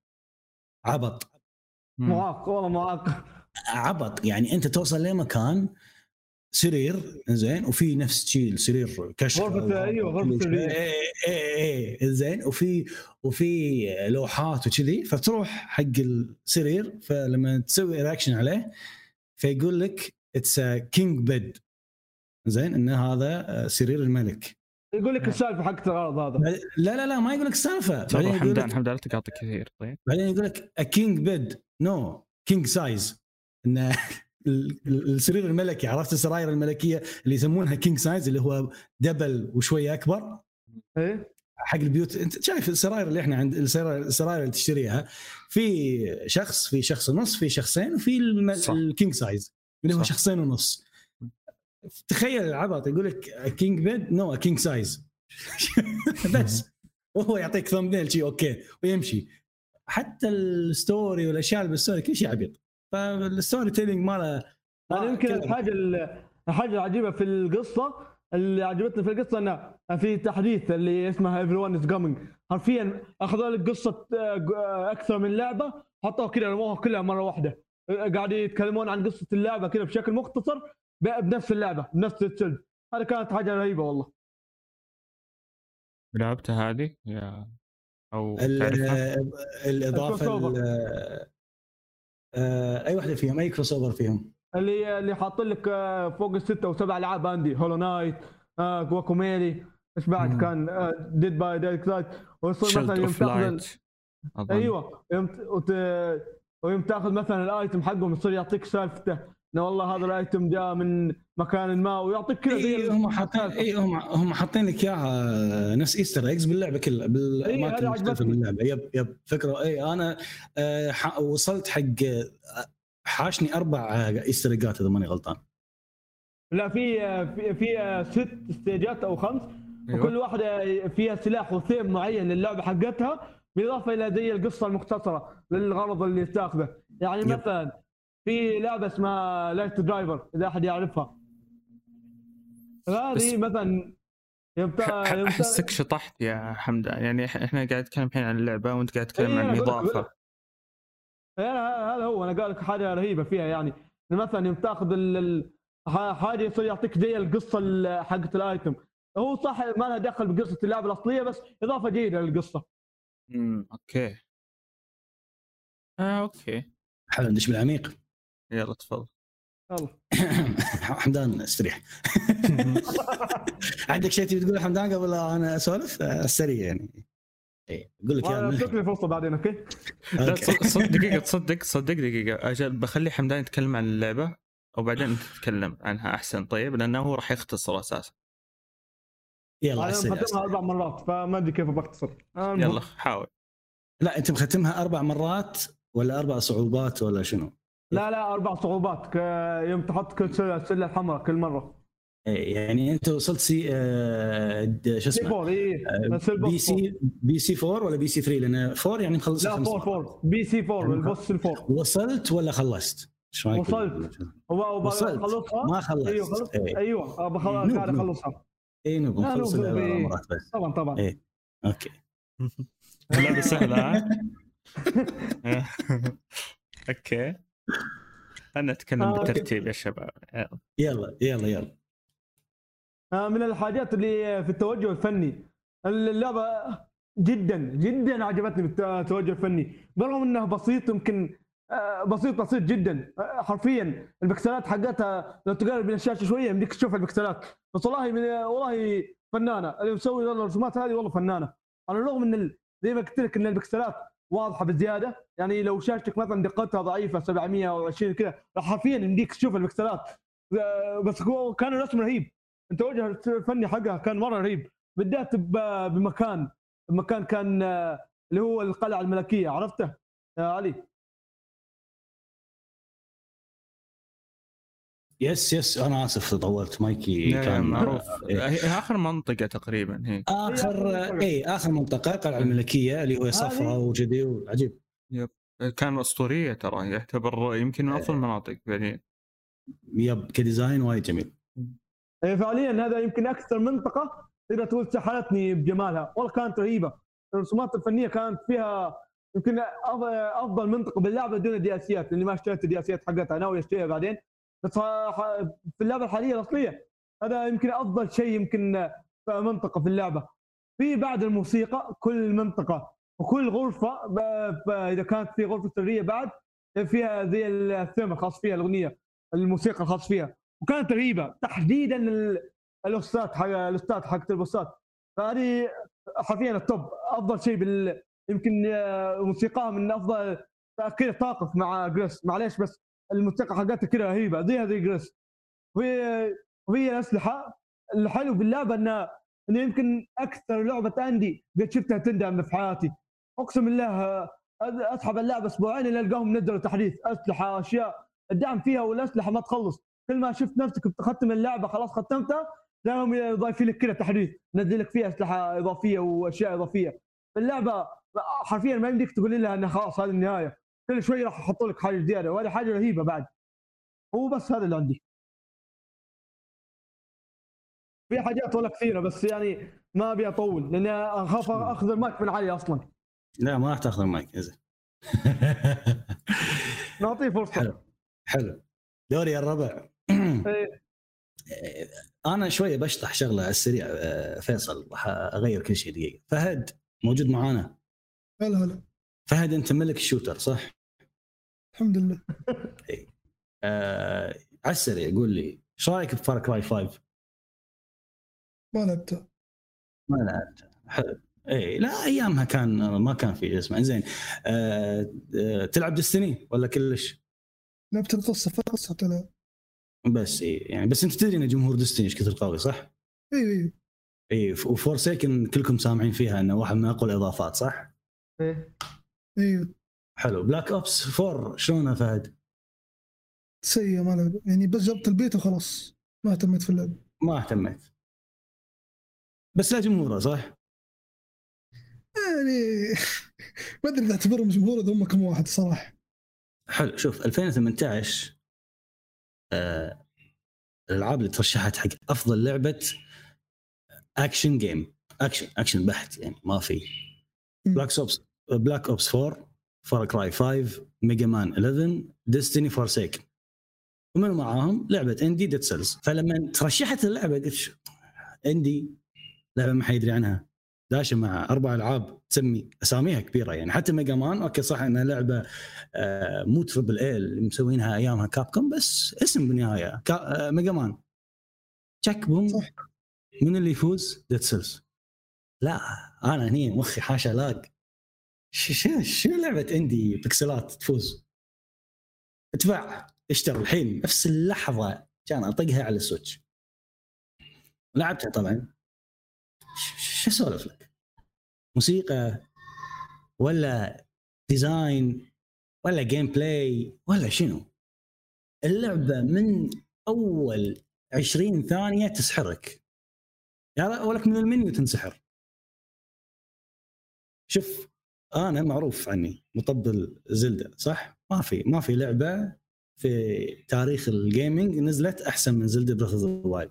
عبط معاق والله معاق عبط يعني. انت توصل لمكان سرير زين، وفي نفس شيء السرير كشف غرفة ايوه غرفة سرية زين، وفي لوحات وكذي، فتروح حق السرير، فلما تسوي رياكشن عليه فيقول لك اتس كينج بيد زين، ان هذا سرير الملك. يقول لك السالفة حق الغرض هذا. لا ما يقول لك السالفه. حمدان لا تقاطع كثير. طيب بعدين يقول لك a king bed no king size، ان السرير الملكي، عرفت السراير الملكيه اللي يسمونها كينج سايز، اللي هو دبل وشويه اكبر ايه حق البيوت. انت شايف السراير اللي احنا عند السراير اللي تشتريها، في شخص ونص، في شخصين، وفي الكينج سايز اللي هو شخصين ونص. تخيل العبط يقول لك كينج بيد نو كينج سايز بس، وهو يعطيك ثمبنيل شيء اوكي ويمشي. حتى الستوري والاشياء اللي بالستوري كل شيء عبيط. فالستوري تيلينج ماله انا يمكن الحاجه العجيبه في القصه اللي عجبتني في القصه انه في تحديث اللي اسمها everyone is coming. حرفيا اخذوا لك قصه اكثر من لعبه، حطوها كذا رموها كلها مره واحده، قاعدين يتكلمون عن قصه اللعبه كذا بشكل مختصر بنفس اللعبه بنفس السلسله. هذا كانت حاجه رهيبه والله. لعبتها هذه يا او الاضافه اي واحده فيهم، اي كروس اوفر فيهم، اللي حاط لك فوق الستة و7 العاب عندي، هولو نايت، جواكوميلي، ايش بعد كان ديد باي دايك سايد، ويصير مثلا يوم تاخذ ايوه ويوم تاخذ مثلا الايتم حقهم يصير يعطيك سالفته انه والله هذا الايتم جاء من مكان ما، ويعطيك كذا زي هم حاطين هم حاطين لك اياها نفس ايستر ايجز باللعبه كلها، بالاماكن المختلفه باللعبه. يب فكره. اي انا وصلت حق حاشني 4 ايستر ايجات اذا ماني غلطان. لا في 6 استيجات او 5. أيوة. وكل واحده فيها سلاح وثيم معين للعبه حقتها، بالاضافه الى زي القصه المختصره للغرض اللي تاخذه. يعني مثلا في لعبه اسمها لايت درايفر اذا احد يعرفها، هذه مثلا احسك شطحت يا حمدان. يعني احنا قاعد نتكلم الحين عن اللعبه وانت قاعد تتكلم عن اضافه. هذا هو انا قال لك حاجه رهيبه فيها. يعني مثلا يوم تاخذ حاجه يصير يعطيك زي القصه حقت الايتم. هو صح ما لها دخل بقصه اللعبه الاصليه، بس اضافه جيده للقصه. اوكي اوكي حلو. ندش بالعميق. يلا تفضل. يلا حمدان استريح. عندك شيء تبي تقوله حمدان قبل انا اسولف السريع؟ يعني اي اقول لك انا اترك فرصه بعدين. اوكي لا دقيقه تصدق دقيقه اجل بخلي حمدان يتكلم عن اللعبه وبعدين تتكلم عنها احسن. طيب لانه هو راح يختصر اساسا. يلا انا ختمها 4 مرات فما ادري كيف بختصر. يلا حاول. لا انت مختمها 4 مرات ولا 4 صعوبات ولا شنو؟ لا 4 صعوبات يوم تحط كل سله الحمراء كل مره. يعني انت وصلت شو اسمه بي سي 4 ولا بي سي 3؟ لان 4 يعني مخلص. لا 4 بي سي 4 البوس ال4. وصلت ولا خلصت؟ وصلت. هو خلصها ما خلصت. ايوه بخلص قاعد اخلصها. اي نبغى نخلص مرات بس. طبعا اي اوكي. اللعبه سهله. اوكي انا اتكلم بالترتيب يا شباب. يلا من الحاجات اللي في التوجه الفني، اللعبه جدا عجبتني بالتوجه الفني، برغم انه بسيط، يمكن بسيط جدا. حرفيا البكسلات حقتها لو تقرب من الشاشه شويه يمديك تشوف البكسلات، بس والله فنانه اللي مسوي الرسومات هذه، والله فنانه. على الرغم ان زي ما قلت لك ان البكسلات واضحه بزياده، يعني لو شاشتك مثلا دقتها ضعيفه 720 كذا راح حرفيا يمديك تشوف البكسلات، بس كان الرسم رهيب. التوجه الفني حقها كان مره رهيب، بدأت بمكان كان اللي هو القلعه الملكيه، عرفته يا علي؟ يس انا اسف طولت مايكي. كان معروف. اخر منطقه تقريبا هي اخر منطقه قلعه الملكيه اللي هو صفراء وجدي وعجيب. يب كان اسطوريه ترى، يعتبر يمكن من افضل المناطق يعني. يب كديزاين وايد جميل. فعليا هذا يمكن اكثر منطقه تقدر تقول سحرتني بجمالها، والله كانت رهيبه. الرسومات الفنيه كانت فيها يمكن افضل منطقه باللعبه دون الدياسيات، اللي ما اشتريت الدياسيات حقتها، ناوي اشتريها بعدين. بس في اللعبه الحاليه الاصليه هذا يمكن افضل شيء يمكن في منطقه في اللعبه. في بعد الموسيقى كل منطقه وكل غرفه اذا كانت في غرفه سريه بعد فيها زي الثيم الخاص فيها، الاغنيه الموسيقى الخاص فيها، وكانت رهيبه تحديدا الاستاذ حق البوسات. فهذه حرفيا التوب، افضل شيء يمكن موسيقاها من افضل كذا. تقف مع جريس معليش بس الموسيقى حقتها كذا رهيبه زي جريس. وهي الاسلحه الحلو باللعبه انه يمكن اكثر لعبه اندي قد شفتها تندم في حياتي. اقسم بالله اسحب اللعبه اسبوعين اللي القاهم نزلوا تحديث اسلحه اشياء الدعم فيها والاسلحه ما تخلص. كل ما شفت نفسك بتختم اللعبه خلاص ختمتها تلاقيهم ضايفين لك كذا تحديث نزل لك فيها اسلحه اضافيه واشياء اضافيه. اللعبه حرفيا ما يمديك تقول لها انها خلاص هذه النهايه، كل شوي راح يحطوا لك حاجه زياده وهذه حاجه رهيبه بعد. هو بس هذا اللي عندي. في حاجات ولا كثيره بس يعني ما ابي اطول لاني اخاف اخذ المايك من علي اصلا. لا ما راح تاخذ المايك زين. نعطيه فرصه. حلو دوري الربع. انا شويه بشطح شغله على السريع. فيصل راح اغير كل شيء دقيقه. فهد موجود معانا؟ هلا فهد انت ملك الشوتر صح؟ الحمد لله. على السريع قول لي ايش رايك بفار كراي 5؟ ما لعبتها. ما لعبتها. حلو. اي لا ايامها ما كان في اسمه زين. تلعب ديستني ولا كلش؟ لعبت القصه فقط تلعب بس يعني بس انت تدري ان جمهور ديستني ايش كثر قوي صح؟ اي وفورسيكن كلكم سامعين فيها انه واحد من اقوى الاضافات صح؟ ايوه حلو. بلاك اوبس 4 شلونه فهد؟ سيء ما لعب يعني بس جبت البيت وخلاص ما اهتميت في اللعب. ما اهتميت بس لا جمهوره صح؟ يعني ما ادري اذا اعتبرهم جمهور اذا هم كم واحد صراحه. حلو. شوف 2018 الالعاب اللي ترشحت حق افضل لعبه اكشن جيم، اكشن بحت يعني ما في. بلاك اوبس 4، فار كراي 5، ميجا مان 11، ديستني، فورسيكن، ومن معاهم لعبه اندي ديد سيلز. فلما ترشحت اللعبه قلت اندي لعبه ما حيدري عنها داشه مع 4 ألعاب تسمي اساميها كبيره يعني. حتى ميجا مان اوكي صح انها لعبه مو تربل اي اللي مسوينها ايامها كابكوم بس اسم بالنهايه ميجا مان. تشك بوم صح. من اللي يفوز؟ ديد سيلز. لا انا هني مخي حاشا لاق. شو لعبه اندي بكسلات تفوز؟ ادفع اشتري الحين نفس اللحظه كان اطقها على السويتش. لعبتها طبعا. شو اسولف لك؟ موسيقى ولا ديزاين ولا جيم بلاي ولا شنو؟ اللعبه من اول 20 ثانيه تسحرك يا ولك من المنيو تنسحر. شوف انا معروف عني مطبل زلدة صح؟ ما في لعبه في تاريخ الجيمنج نزلت احسن من زلدة بريث اوف ذا وايلد.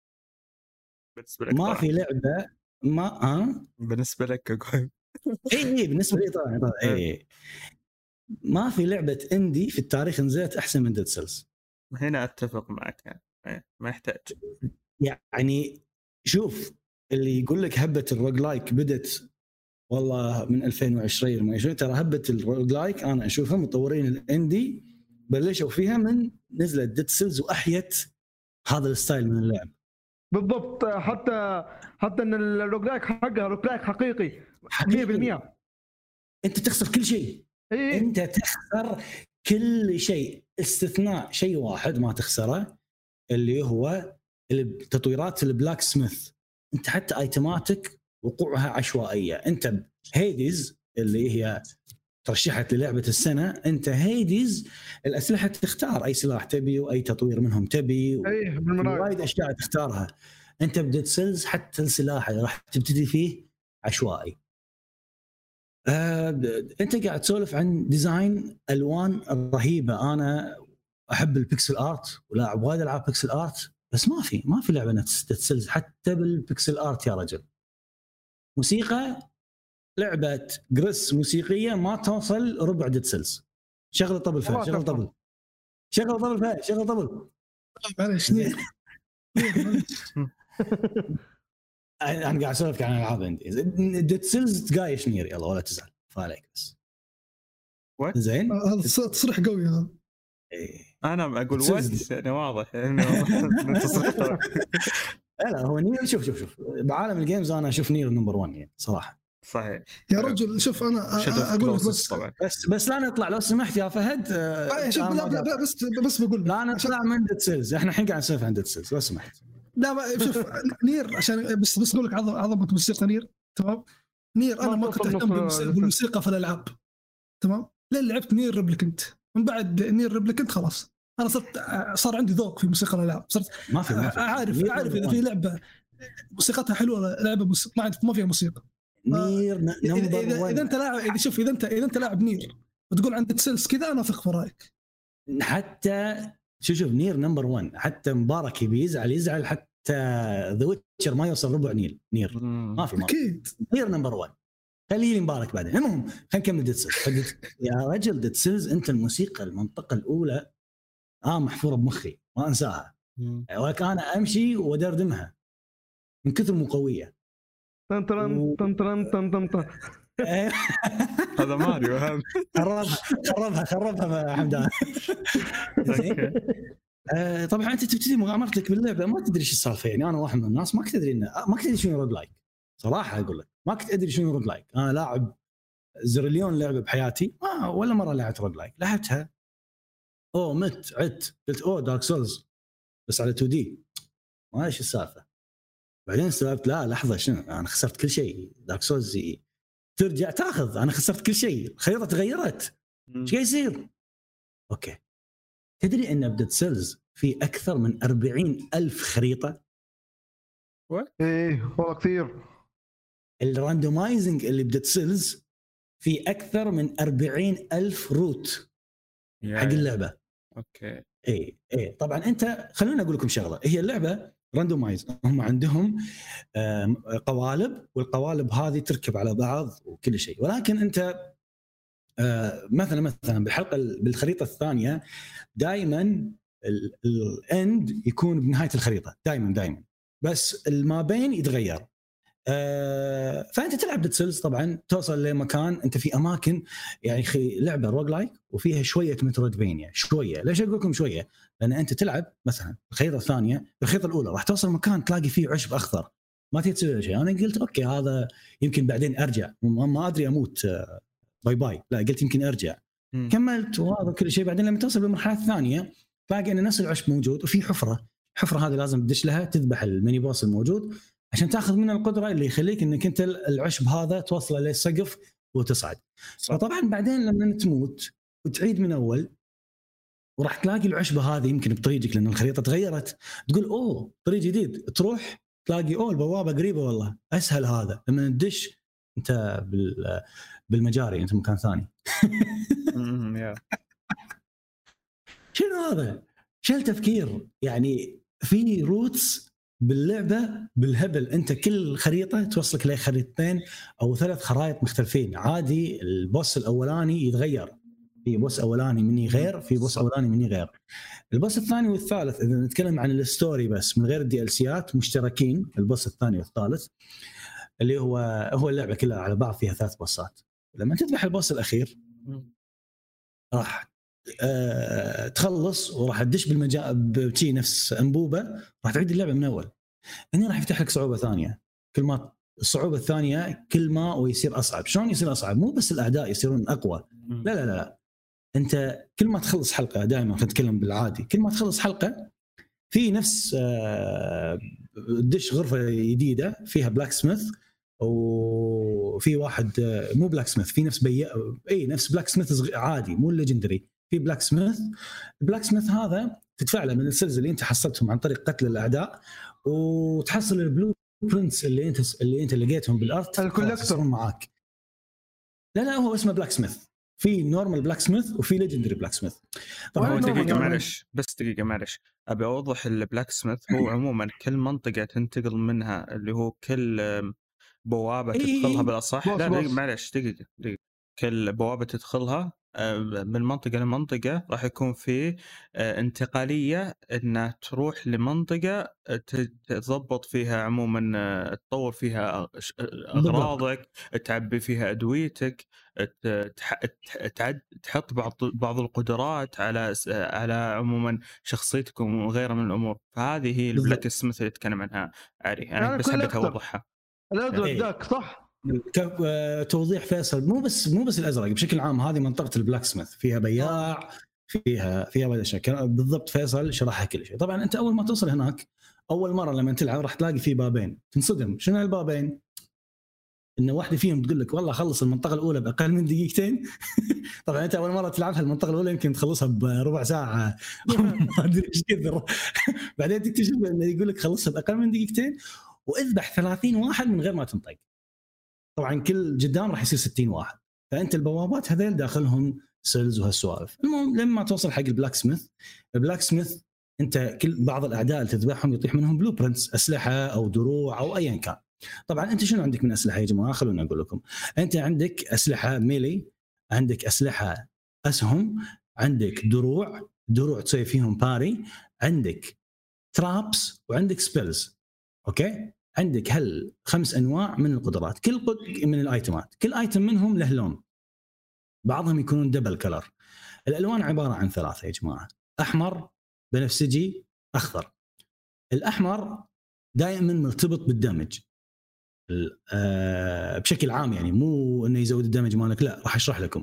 ما في لعبه بالنسبه لك اقول اي بالنسبه لي طبعا اي ما في لعبه اندي في التاريخ نزلت احسن من ديد سيلز. هنا اتفق معك يعني ما يحتاج. يعني شوف اللي يقول لك هبه الروج لايك بدت والله من 2020 ما يشوف ترى هبه الروج لايك انا اشوفها مطورين الاندي بلشوا فيها من نزلت ديد سيلز واحيت هذا الستايل من اللعب بالضبط. حتى ان الروج لايك حقها روج لايك حقيقي 100%. انت تخسر كل شيء. إيه؟ انت تخسر كل شيء استثناء شيء واحد ما تخسره اللي هو التطويرات البلاك سميث. انت حتى ايتماتك وقوعها عشوائيه. انت هيديز اللي هي ترشحت للعبه السنه، انت هيديز الاسلحه تختار اي سلاح تبي واي تطوير منهم تبي وايد اشياء تختارها. انت بديد سيلز حتى السلاح اللي راح تبتدي فيه عشوائي. انت قاعد تسولف عن ديزاين الوان رهيبه. انا احب البيكسل ارت ولاعب وايد العاب بيكسل ارت بس ما في لعبه تسلز حتى بالبيكسل ارت يا رجل. موسيقى لعبه جريس موسيقيه ما توصل ربع ديد سيلز. شغل طبل فهد، شغل طبل معلش نير انا قاعد اسولف عن العاب عندي. ديد سيلز تقايش نير، يلا ولا تزعل فعليك بس. What؟ زين هذا تصريح قوي هذا. إيه. انا اقول Dead Cells وات يعني واضح انه تصريح. لا هو نير، شوف بعالم الجيمز انا اشوف نير نمبر 1 يعني صراحه. صحيح يا رجل شوف انا اقول لك بس طبعا. بس لا نطلع لو سمحت يا فهد. شوف لا بس بقول لا نطلع من ديد سيلز، احنا الحين قاعد نسولف عن ديد سيلز لو سمحت. لا شوف نير عشان بس اقول لك عظمه موسيقى نير. تمام نير انا ما كنت اهتم بالموسيقى في الالعاب. تمام لين لعبت نير ريبليكنت، من بعد نير ريبليكنت خلاص انا صار عندي ذوق في موسيقى الالعاب. صرت ما في عارف اذا في لعبه موسيقتها حلوه ولا لعبه ما فيها موسيقى. نير نمبر 1. اذا انت لاعب، اذا انت لاعب نير وتقول عندك سيلز كذا انا اثق في رايك. حتى شوف نير نمبر 1، حتى مبارك يزعل حتى ذا ويتشر ما يوصل ربع نير ما في اكيد نير نمبر 1. خليه لي مبارك بعدين. المهم خلينا نكمل ديد سيلز. يا رجل ديد سيلز انت الموسيقى المنطقه الاولى محفوره بمخي ما انساها، ولكن انا امشي ودردمها من كثر مو قويه. تن هذا ماريو هذا. خربها حمدان. طبعا انت تبتدي مغامرتك باللعبه ما تدري ايش السالفه. يعني انا واحد من الناس ما كنت ادري شنو روج لايك صراحه. اقول لك ما كنت ادري شنو روج لايك. انا لاعب زريليون لعبه بحياتي ولا مره لعبت روج لايك. لعبتها عدت قلت دارك سولز بس على 2 دي ما ايش السالفه. بعدين استوعبت لا لحظه شنو انا خسرت كل شيء. دارك سولز ترجع تاخذ، انا خسرت كل شيء، الخريطه تغيرت، ايش قاعد يصير؟ اوكي تدري ان بديد سيلز في اكثر من 40,000 خريطه. ايه والله كثير. الراندومايزنج اللي بديد سيلز في اكثر من 40,000 روت حق اللعبه. اوكي اي طبعا انت خلونا اقول لكم شغله. هي اللعبه راندومايز، هم عندهم قوالب، والقوالب هذه تركب على بعض وكل شيء. ولكن انت مثلا بالخريطه الثانيه دائما الاند يكون بنهايه الخريطه دائما، بس ما بين يتغير. فانت تلعب ديد سيلز طبعا توصل لمكان انت في اماكن يعني لعبه روج لايك وفيها شويه مترويدفينيا شويه. ليش اقول لكم شويه؟ لان انت تلعب مثلا الخريطه الثانيه، الخريطه الاولى راح توصل مكان تلاقي فيه عشب اخضر ما تسوي شيء. انا قلت اوكي هذا يمكن بعدين ارجع، ما ادري اموت باي. لا قلت يمكن ارجع. كملت وهذا كل شيء. بعدين لما توصل بالمرحله الثانيه تلاقي ان نفس العشب موجود وفي حفره هذه لازم تدش لها تذبح الميني بوس الموجود عشان تاخذ منه القدره اللي يخليك انك انت العشب هذا توصله للسقف وتصعد. فطبعا بعدين لما تموت وتعيد من اول وراح تلاقي العشبه هذه يمكن بطريقك لان الخريطه تغيرت، تقول طريق جديد، تروح تلاقي البوابه قريبه والله اسهل. هذا لما تدش انت بالمجاري انت مكان ثاني. شنو هذا؟ شل تفكير يعني. في روتس باللعبه بالهبل. انت كل خريطه توصلك لخريطتين او 3 خرائط مختلفين. عادي البوس الاولاني يتغير، في بوس اولاني مني غير، في بوس اولاني مني غير. البوس الثاني والثالث اذا نتكلم عن الستوري بس من غير الدي ال سيات مشتركين. البوس الثاني والثالث اللي هو اللعبه كلها على بعض فيها 3 بوسات. لما تذبح البوس الاخير راح تخلص وراح تدش بشي نفس انبوبه، راح تعيد اللعبه من اول. هنا راح يفتح لك صعوبه ثانيه. كل ما الصعوبه الثانيه كل ما ويصير اصعب. شلون يصير اصعب؟ مو بس الاعداء يصيرون اقوى، لا انت كل ما تخلص حلقه، دائما نتكلم بالعادي، كل ما تخلص حلقه في نفس دش غرفه جديده فيها بلاك سميث، وفي واحد مو بلاك سميث، في نفس نفس بلاك سميث عادي مو الليجندري. في بلاك سميث، البلاك سميث هذا تدفع له من السلز اللي انت حصلتهم عن طريق قتل الاعداء، وتحصل البلو برنتس اللي انت لقيتهم بالارض الكولكتور معاك. لا هو اسمه بلاك سميث. في نورمال بلاك سميث وفي ليجندري بلاك سميث. طبعا دقيقه معلش ابي اوضح. البلاك سميث هو عموما كل منطقه تنتقل منها، اللي هو كل بوابه تدخلها بالاصح. لا معلش دقيقه كل بوابه تدخلها من منطقة لمنطقة راح يكون في انتقالية إن تروح لمنطقة تضبط فيها عموما، تطور فيها أغراضك، تعبي فيها أدويتك، تحط بعض القدرات على عموما شخصيتك وغيرها من الأمور. فهذه هي البلاك سميث اللي يتكلم عنها عاري. أنا بس حبيت أوضحها. الأزرق ذاك صح؟ توضيح فيصل، مو بس الازرق، بشكل عام هذه منطقه البلاك سميث فيها بياع، فيها بعض الاشياء بالضبط. فيصل شرحها كل شيء. طبعا انت اول ما توصل هناك اول مره لما تلعب راح تلاقي في بابين، تنصدم شنو البابين، ان واحده فيهم تقول لك والله خلص المنطقه الاولى باقل من دقيقتين. طبعا انت اول مره تلعبها المنطقه الاولى يمكن تخلصها بربع ساعه ما ادري ايش كثر. بعدين تكتشف انه يقول لك خلصها باقل من دقيقتين واذبح 30 واحد من غير ما تنطق. طبعا كل قدام راح يصير 60 واحد، فانت البوابات هذيل داخلهم سيلز وهالسوالف. المهم لما توصل حق البلاك سميث انت كل بعض الاعداء اللي تذبحهم يطيح منهم بلو برنتس، اسلحه او دروع او ايا كان. طبعا انت شنو عندك من اسلحه يا جماعه؟ خلونا اقول لكم. انت عندك اسلحه ميلي، عندك اسلحه اسهم، عندك دروع تسوي فيهم باري، عندك ترابس، وعندك سبيلز. اوكي، عندك 5 انواع من القدرات، من الايتمات، كل ايتم منهم له لون، بعضهم يكونون دبل كلر. الالوان عباره عن 3 يا جماعه: احمر، بنفسجي، اخضر. الاحمر دائما مرتبط بالدمج بشكل عام، يعني مو انه يزود الدمج مالك، لا، راح اشرح لكم.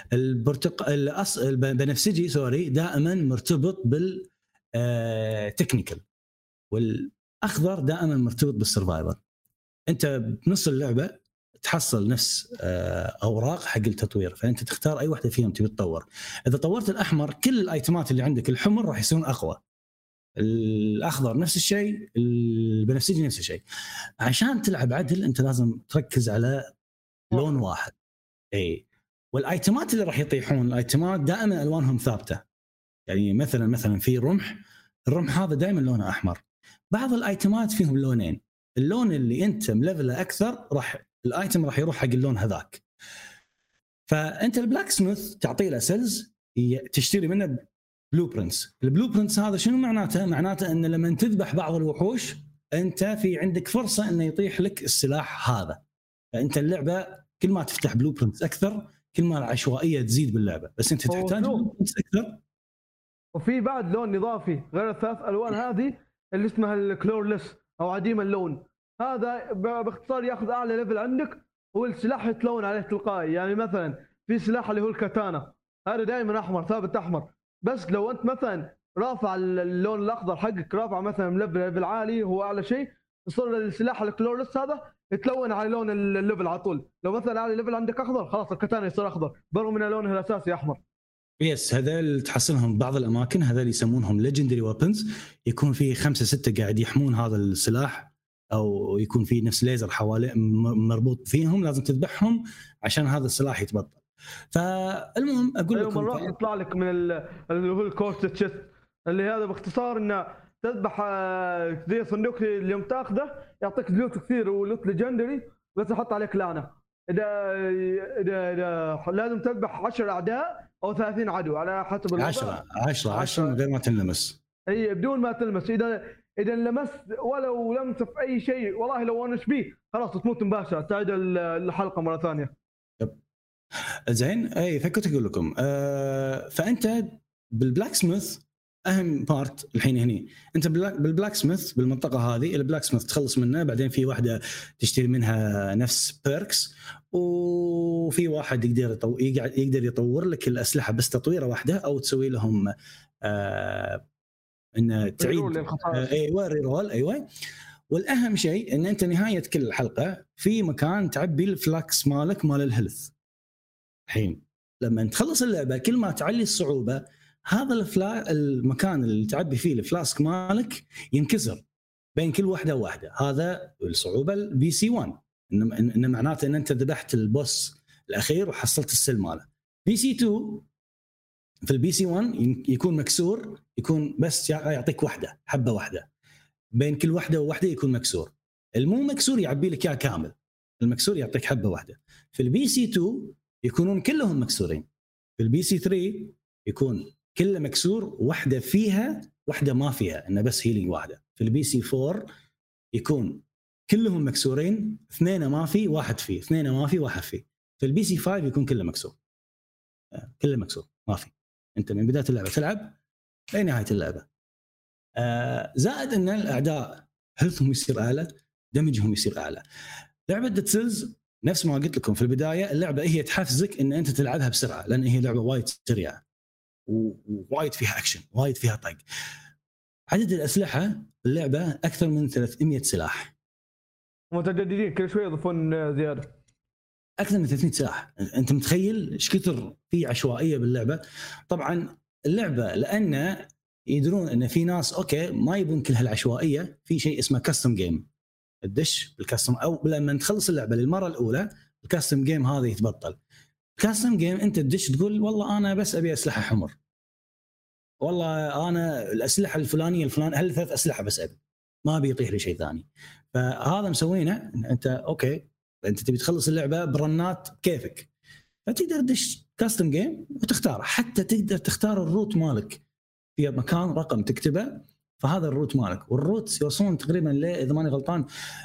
البنفسجي دائما مرتبط بال تكنيكال، والاخضر دائما مرتبط بالسرفايفر. انت بنص اللعبه تحصل نفس اوراق حق التطوير، فانت تختار اي واحده فيهم تبي تطور. اذا طورت الاحمر كل الايتمات اللي عندك الحمر راح يصيرون اقوى، الاخضر نفس الشيء، البنفسجي نفس الشيء. عشان تلعب عدل انت لازم تركز على لون واحد. اي، والايتمات اللي راح يطيحون، الايتمات دائما الوانهم ثابته. يعني مثلا في الرمح هذا دائما لونه احمر. بعض الايتمات فيهم لونين، اللون اللي انت ملفله اكثر الايتم راح يروح حق اللون هذاك. فانت البلاك سميث تعطي له سيلز تشتري منه بلو برنتس. البلو برنتس هذا شنو معناته؟ معناته ان لما تذبح بعض الوحوش انت في عندك فرصه انه يطيح لك السلاح هذا. فانت اللعبه كل ما تفتح بلو برنتس اكثر كل ما العشوائيه تزيد باللعبه، بس انت تحتاج بلو برنتس اكثر. وفي بعد لون اضافي غير ال3 الوان هذه اللي اسمها الكلورلس او عديم اللون. هذا باختصار ياخذ اعلى ليفل عندك والسلاح يتلون عليه تلقائي. يعني مثلا في سلاح اللي هو الكاتانا، هذا دائما احمر ثابت احمر، بس لو انت مثلا رافع اللون الاخضر حقك، رافع مثلا ليفل عالي هو اعلى شيء، يصير السلاح الكلورلس هذا يتلون على لون الليفل على طول. لو مثلا اعلى ليفل عندك اخضر خلاص الكاتانا يصير اخضر برغم من لونه الاساسي احمر. يس، هذول تحصلهم بعض الاماكن، هذول يسمونهم ليجندري ويبنز، يكون في 5-6 قاعد يحمون هذا السلاح، او يكون في نفس ليزر حوالي مربوط فيهم، لازم تذبحهم عشان هذا السلاح يتبطل. فالمهم اقول لكم مرات يطلع لك من اللي هو الكورت تشيست، اللي هذا باختصار انه تذبح زي صندوق اللي يوم تاخذه يعطيك لوت كثير ولوت ليجندري، بس يحط عليك لعنه. اذا لازم تذبح 10 اعداء او 30 عدو على حسب الوضع. 10 من غير ما تلمس. اي بدون ما تلمس. اذا لمست ولو لمس في اي شيء والله لو ونش بيه خلاص تموت مباشره، تعيد الحلقه مره ثانيه. زين، اي فكرت اقول لكم فانت بالبلاك سميث اهم بارت الحين هني. انت بالبلاك سميث بالمنطقه هذه البلاك سميث تخلص منه، بعدين في واحده تشتري منها نفس بيركس، وفي واحد يقدر يطور لك الاسلحه بس تطويره واحده، او تسوي لهم ان تعيد ايوه ريرول. ايوه، والاهم شيء ان انت نهايه كل حلقه في مكان تعبي الفلاكس مالك مال الهيلث. الحين لما تخلص اللعبه كل ما تعلي الصعوبه هذا المكان اللي تعبي فيه الفلاسك مالك ينكسر بين كل واحده وواحده. هذا الصعوبه البي سي 1، ان معناته ان انت ذبحت البوس الاخير وحصلت السل ماله. بي سي 2 في البي سي 1 يكون مكسور، يكون بس يعطيك حبه واحده بين كل واحده وواحده يكون مكسور. المو مكسور يعبي لك اياه كامل، المكسور يعطيك حبه واحده. في البي سي 2 يكونون كلهم مكسورين. في البي سي 3 يكون كله مكسور، واحده فيها واحده ما فيها، انه بس هيلينج واحده. في البي سي 4 يكون كلهم مكسورين، اثنين ما في واحد فيه، اثنين ما في واحد فيه. في البي سي 5 يكون كله مكسور، كله مكسور ما في. انت من بدايه اللعبه تلعب لنهايه اللعبه. زائد ان الاعداء هيلثهم يصير اعلى، دمجهم يصير اعلى. لعبه ديد سيلز نفس ما قلت لكم في البدايه، اللعبه هي تحفزك ان انت تلعبها بسرعه، لان هي لعبه وايد سريعه ووايد فيها اكشن، وايد فيها طق. عدد الاسلحه اللعبه اكثر من 300 سلاح متجددين، كل شوي يضيفون زياده. اكثر من 300 سلاح. انت متخيل ايش كثر في عشوائيه باللعبه؟ طبعا اللعبه لان يدرون ان في ناس اوكي ما يبون كل هالعشوائيه، في شيء اسمه كاستم جيم. الدش بالكاستم، او لما تخلص اللعبه للمره الاولى الكاستم جيم هذا يتبطل. الكاستم جيم انت تدش تقول والله انا بس ابي اسلحه حمر، والله انا الاسلحه الفلانيه هل 3 اسلحه بس ابي، ما ابي يطيح لي شيء ثاني. فهذا مسوينه انت اوكي انت تبي تخلص اللعبه برنات كيفك، فتقدر تدش كاستم جيم وتختار. حتى تقدر تختار الروت مالك في مكان رقم تكتبه، فهذا الروت مالك. والروت يوصلون تقريبا اذا ماني غلطان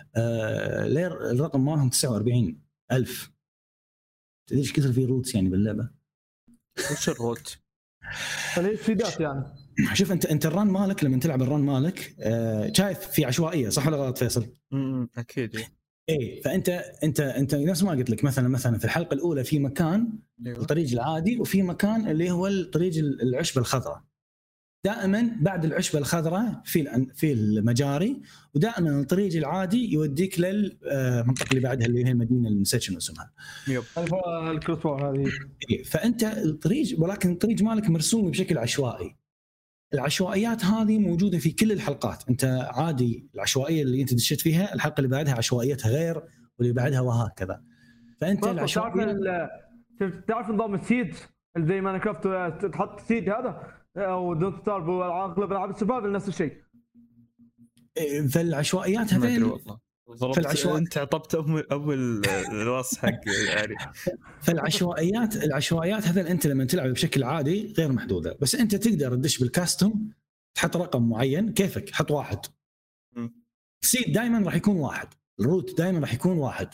الرقم مالهم 49,000. تدري ايش كثر في روتس يعني باللعبه؟ وش الروت؟ السيدات يعني. شوف انت الرن مالك لما تلعب الرن مالك شايف في عشوائيه، صح ولا غلط فيصل؟ اكيد. ايه فانت نفس ما قلت لك، مثلا في الحلقه الاولى في مكان الطريق العادي، وفي مكان اللي هو الطريق العشبه الخضراء. دائما بعد العشبه الخضراء في المجاري، ودائما الطريق العادي يوديك للمنطقه اللي بعدها اللي هي المدينه اللي نسيت شنو اسمها. الكروسفور هذه. فانت الطريق، ولكن الطريق مالك مرسوم بشكل عشوائي. العشوائيات هذه موجوده في كل الحلقات. انت عادي العشوائيه اللي انت دشيت فيها الحلقه اللي بعدها عشوائيتها غير، واللي بعدها وهكذا. فانت العشوائيات تعرف نظام السيد اللي زي ما كرافت تحط سيد هذا، او دونت ستارف، واغلب العاب السرفايفل نفس الشيء. فالعشوائيات هذين انت عطبت اول الوصف حق يعني. العشوائيات هذين انت لما تلعب بشكل عادي غير محدوده، بس انت تقدر تدش بالكاستم تحط رقم معين كيفك، حط 1. السيد دائما راح يكون 1، الروت دائما راح يكون 1.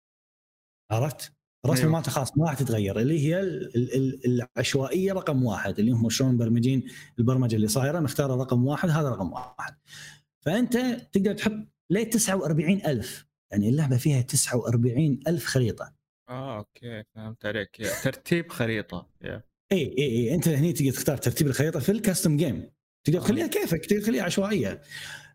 عرفت؟ الرسمه مالته خاص ما راح تتغير، اللي هي العشوائيه رقم 1 اللي هم شلون مبرمجين البرمجه اللي صايره، نختار رقم 1 هذا رقم 1. فانت تقدر تحط ليه 49,000، يعني اللعبه فيها 49,000 خريطه. اوكي فهمت عليك، ترتيب خريطه. اي انت هني تقدر تختار ترتيب الخريطه في الكاستم جيم، تقدر تخليها كيفك، تقدر تخليها عشوائيه.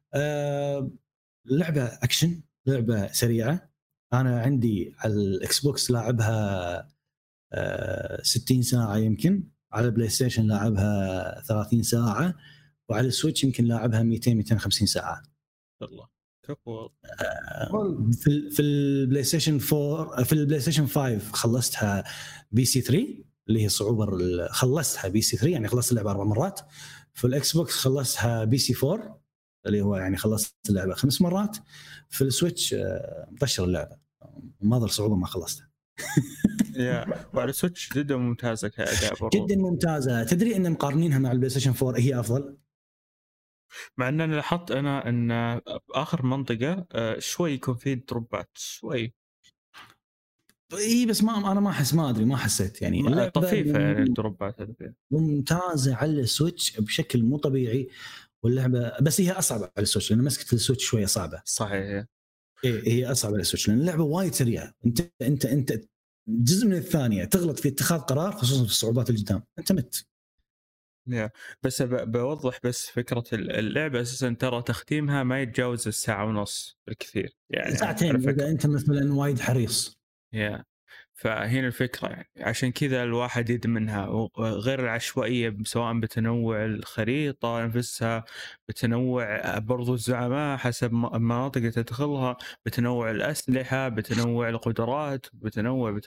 لعبه اكشن، لعبه سريعه. انا عندي على الاكس بوكس لاعبها 60 ساعه يمكن، على البلاي ستيشن لاعبها 30 ساعه، وعلى السويتش يمكن لاعبها 250 ساعه. والله كفو. في البلاي ستيشن 4 في البلاي ستيشن 5 خلصتها بي سي 3 اللي هي صعوبه، خلصتها بي سي 3 يعني خلصت اللعبه 4 مرات. في الاكس بوكس خلصتها بي سي 4 اللي هو يعني خلصت اللعبه 5 مرات. في السويتش مطشر اللعبه، ما ظل صعوبه ما خلصتها. وعلى السويتش جدا ممتازه كأداء برضو. جدا ممتازه. تدري ان مقارنينها مع البلاي ستيشن 4 هي افضل، مع ان انا لاحظت ان اخر منطقه شوي يكون فيه دروبات شوي. اي بس انا ما حسيت يعني طفيفه يعني الدروبات هذه ممتازه على السويتش بشكل مو طبيعي. واللعبه بس هي اصعب على السويتش لان مسكه السويتش شويه صعبه. صحيح. هي اصعب على السويتش لان اللعبه وايد سريعه. انت جزء من الثانيه تغلط في اتخاذ قرار، خصوصا في الصعوبات اللي قدام انت مت. بس بوضح بس فكره اللعبه اساسا ترى تختيمها ما يتجاوز الساعه ونص بالكثير، يعني ساعتين اذا انت مثلا وايد حريص. فهنا الفكرة يعني عشان كذا الواحد يدمنها. وغير العشوائية سواء بتنوع الخريطة نفسها، بتنوع برضو الزعماء حسب المناطق اللي تدخلها، بتنوع الأسلحة، بتنوع القدرات، بتنوع.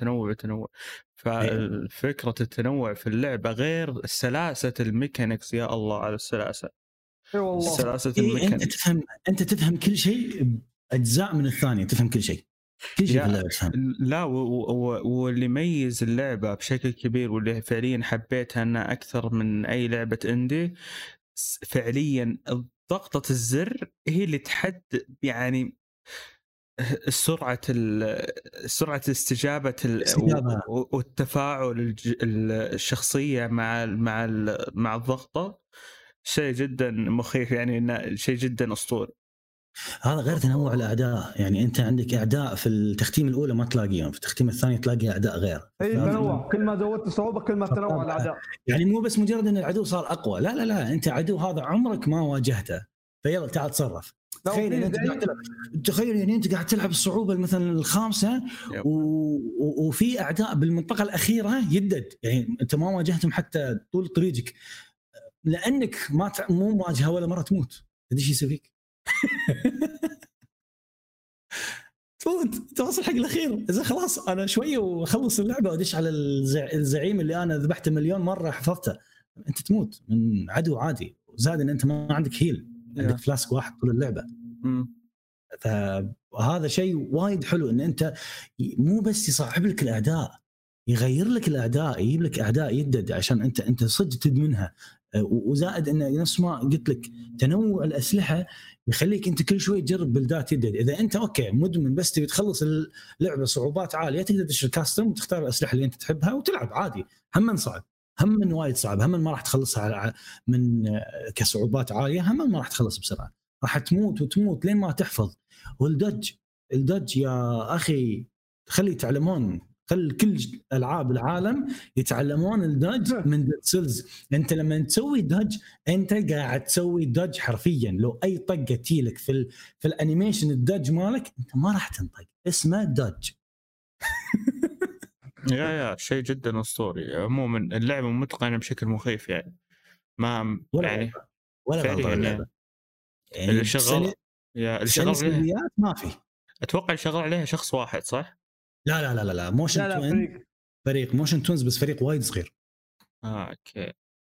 فالفكرة التنوع في اللعبة غير السلاسة الميكانيكس. يا الله على السلاسة. والله سلاسة الميكانيكس. انت تفهم كل شيء، أجزاء من الثانية تفهم كل شيء. كل شيء يا- في اللعبه تفهم. لا واللي يميز اللعبة بشكل كبير واللي فعليا حبيتها أنها أكثر من أي لعبة إندي، فعليا ضغطة الزر هي اللي تحدد يعني سرعة استجابة استجابة. والتفاعل الشخصية مع الضغطة، شيء جدا مخيف يعني، إنه شيء جدا أسطوري. هذا غير تنوع الاعداء، يعني انت عندك اعداء في التختيم الاولى ما تلاقيهم، في التختيم الثاني تلاقي اعداء غير. اي تنوع، كل ما زودت الصعوبه كل ما تنوع الاعداء. يعني مو بس مجرد ان العدو صار اقوى، لا لا لا، انت عدو هذا عمرك ما واجهته، فيلا تعال تصرف. تخيل ان انت قاعد تلعب، تخيل يعني انت قاعد تلعب الصعوبه مثلا الخامسه وفي اعداء بالمنطقه الاخيره يدد، يعني انت ما واجهتهم حتى طول طريقك، لانك مو مواجهه ولا مره تموت، تدري ايش يصير فيك؟ تموت توصل حق الاخير، اذا خلاص انا شويه واخلص اللعبه وادش على الزعيم اللي انا ذبحته مليون مره حفظته، انت تموت من عدو عادي، زاد ان انت ما عندك هيل، عندك فلاسك واحد طول اللعبه. فهذا شيء وايد حلو، ان انت مو بس يصعب لك الاعداء، يغير لك الاعداء، يجيب لك اعداء يدد عشان انت صدق تدمنها. وزائد انه نفس ما قلت لك تنوع الاسلحه يخليك انت كل شوي تجرب بلدات يدد. اذا انت اوكي مدمن بس تبي تخلص اللعبه صعوبات عاليه، تقدر تشتري كاستم وتختار الاسلحه اللي انت تحبها وتلعب عادي. هم صعب، هم وايد صعب، هم ما راح تخلصها من كصعوبات عاليه، هم ما راح تخلص بسرعه، راح تموت لين ما تحفظ. والدج يا اخي خلي يتعلمون، خل كل العاب العالم يتعلمون الدج من ديد سيلز. انت لما تسوي دج انت قاعد تسوي دج حرفيا، لو اي طقه تجيلك في الانيميشن الدج مالك انت ما راح تنطق، اسمه دج. يا شيء جدا اسطوري. عموما اللعبه متقنه بشكل مخيف يعني، ما يعني ولا غلطه اللعبه يعني. الشغل عليها ما في، اتوقع الشغل عليها شخص واحد صح؟ لا موشن توين، فريق موشن تونز، بس فريق وايد صغير. اوكي.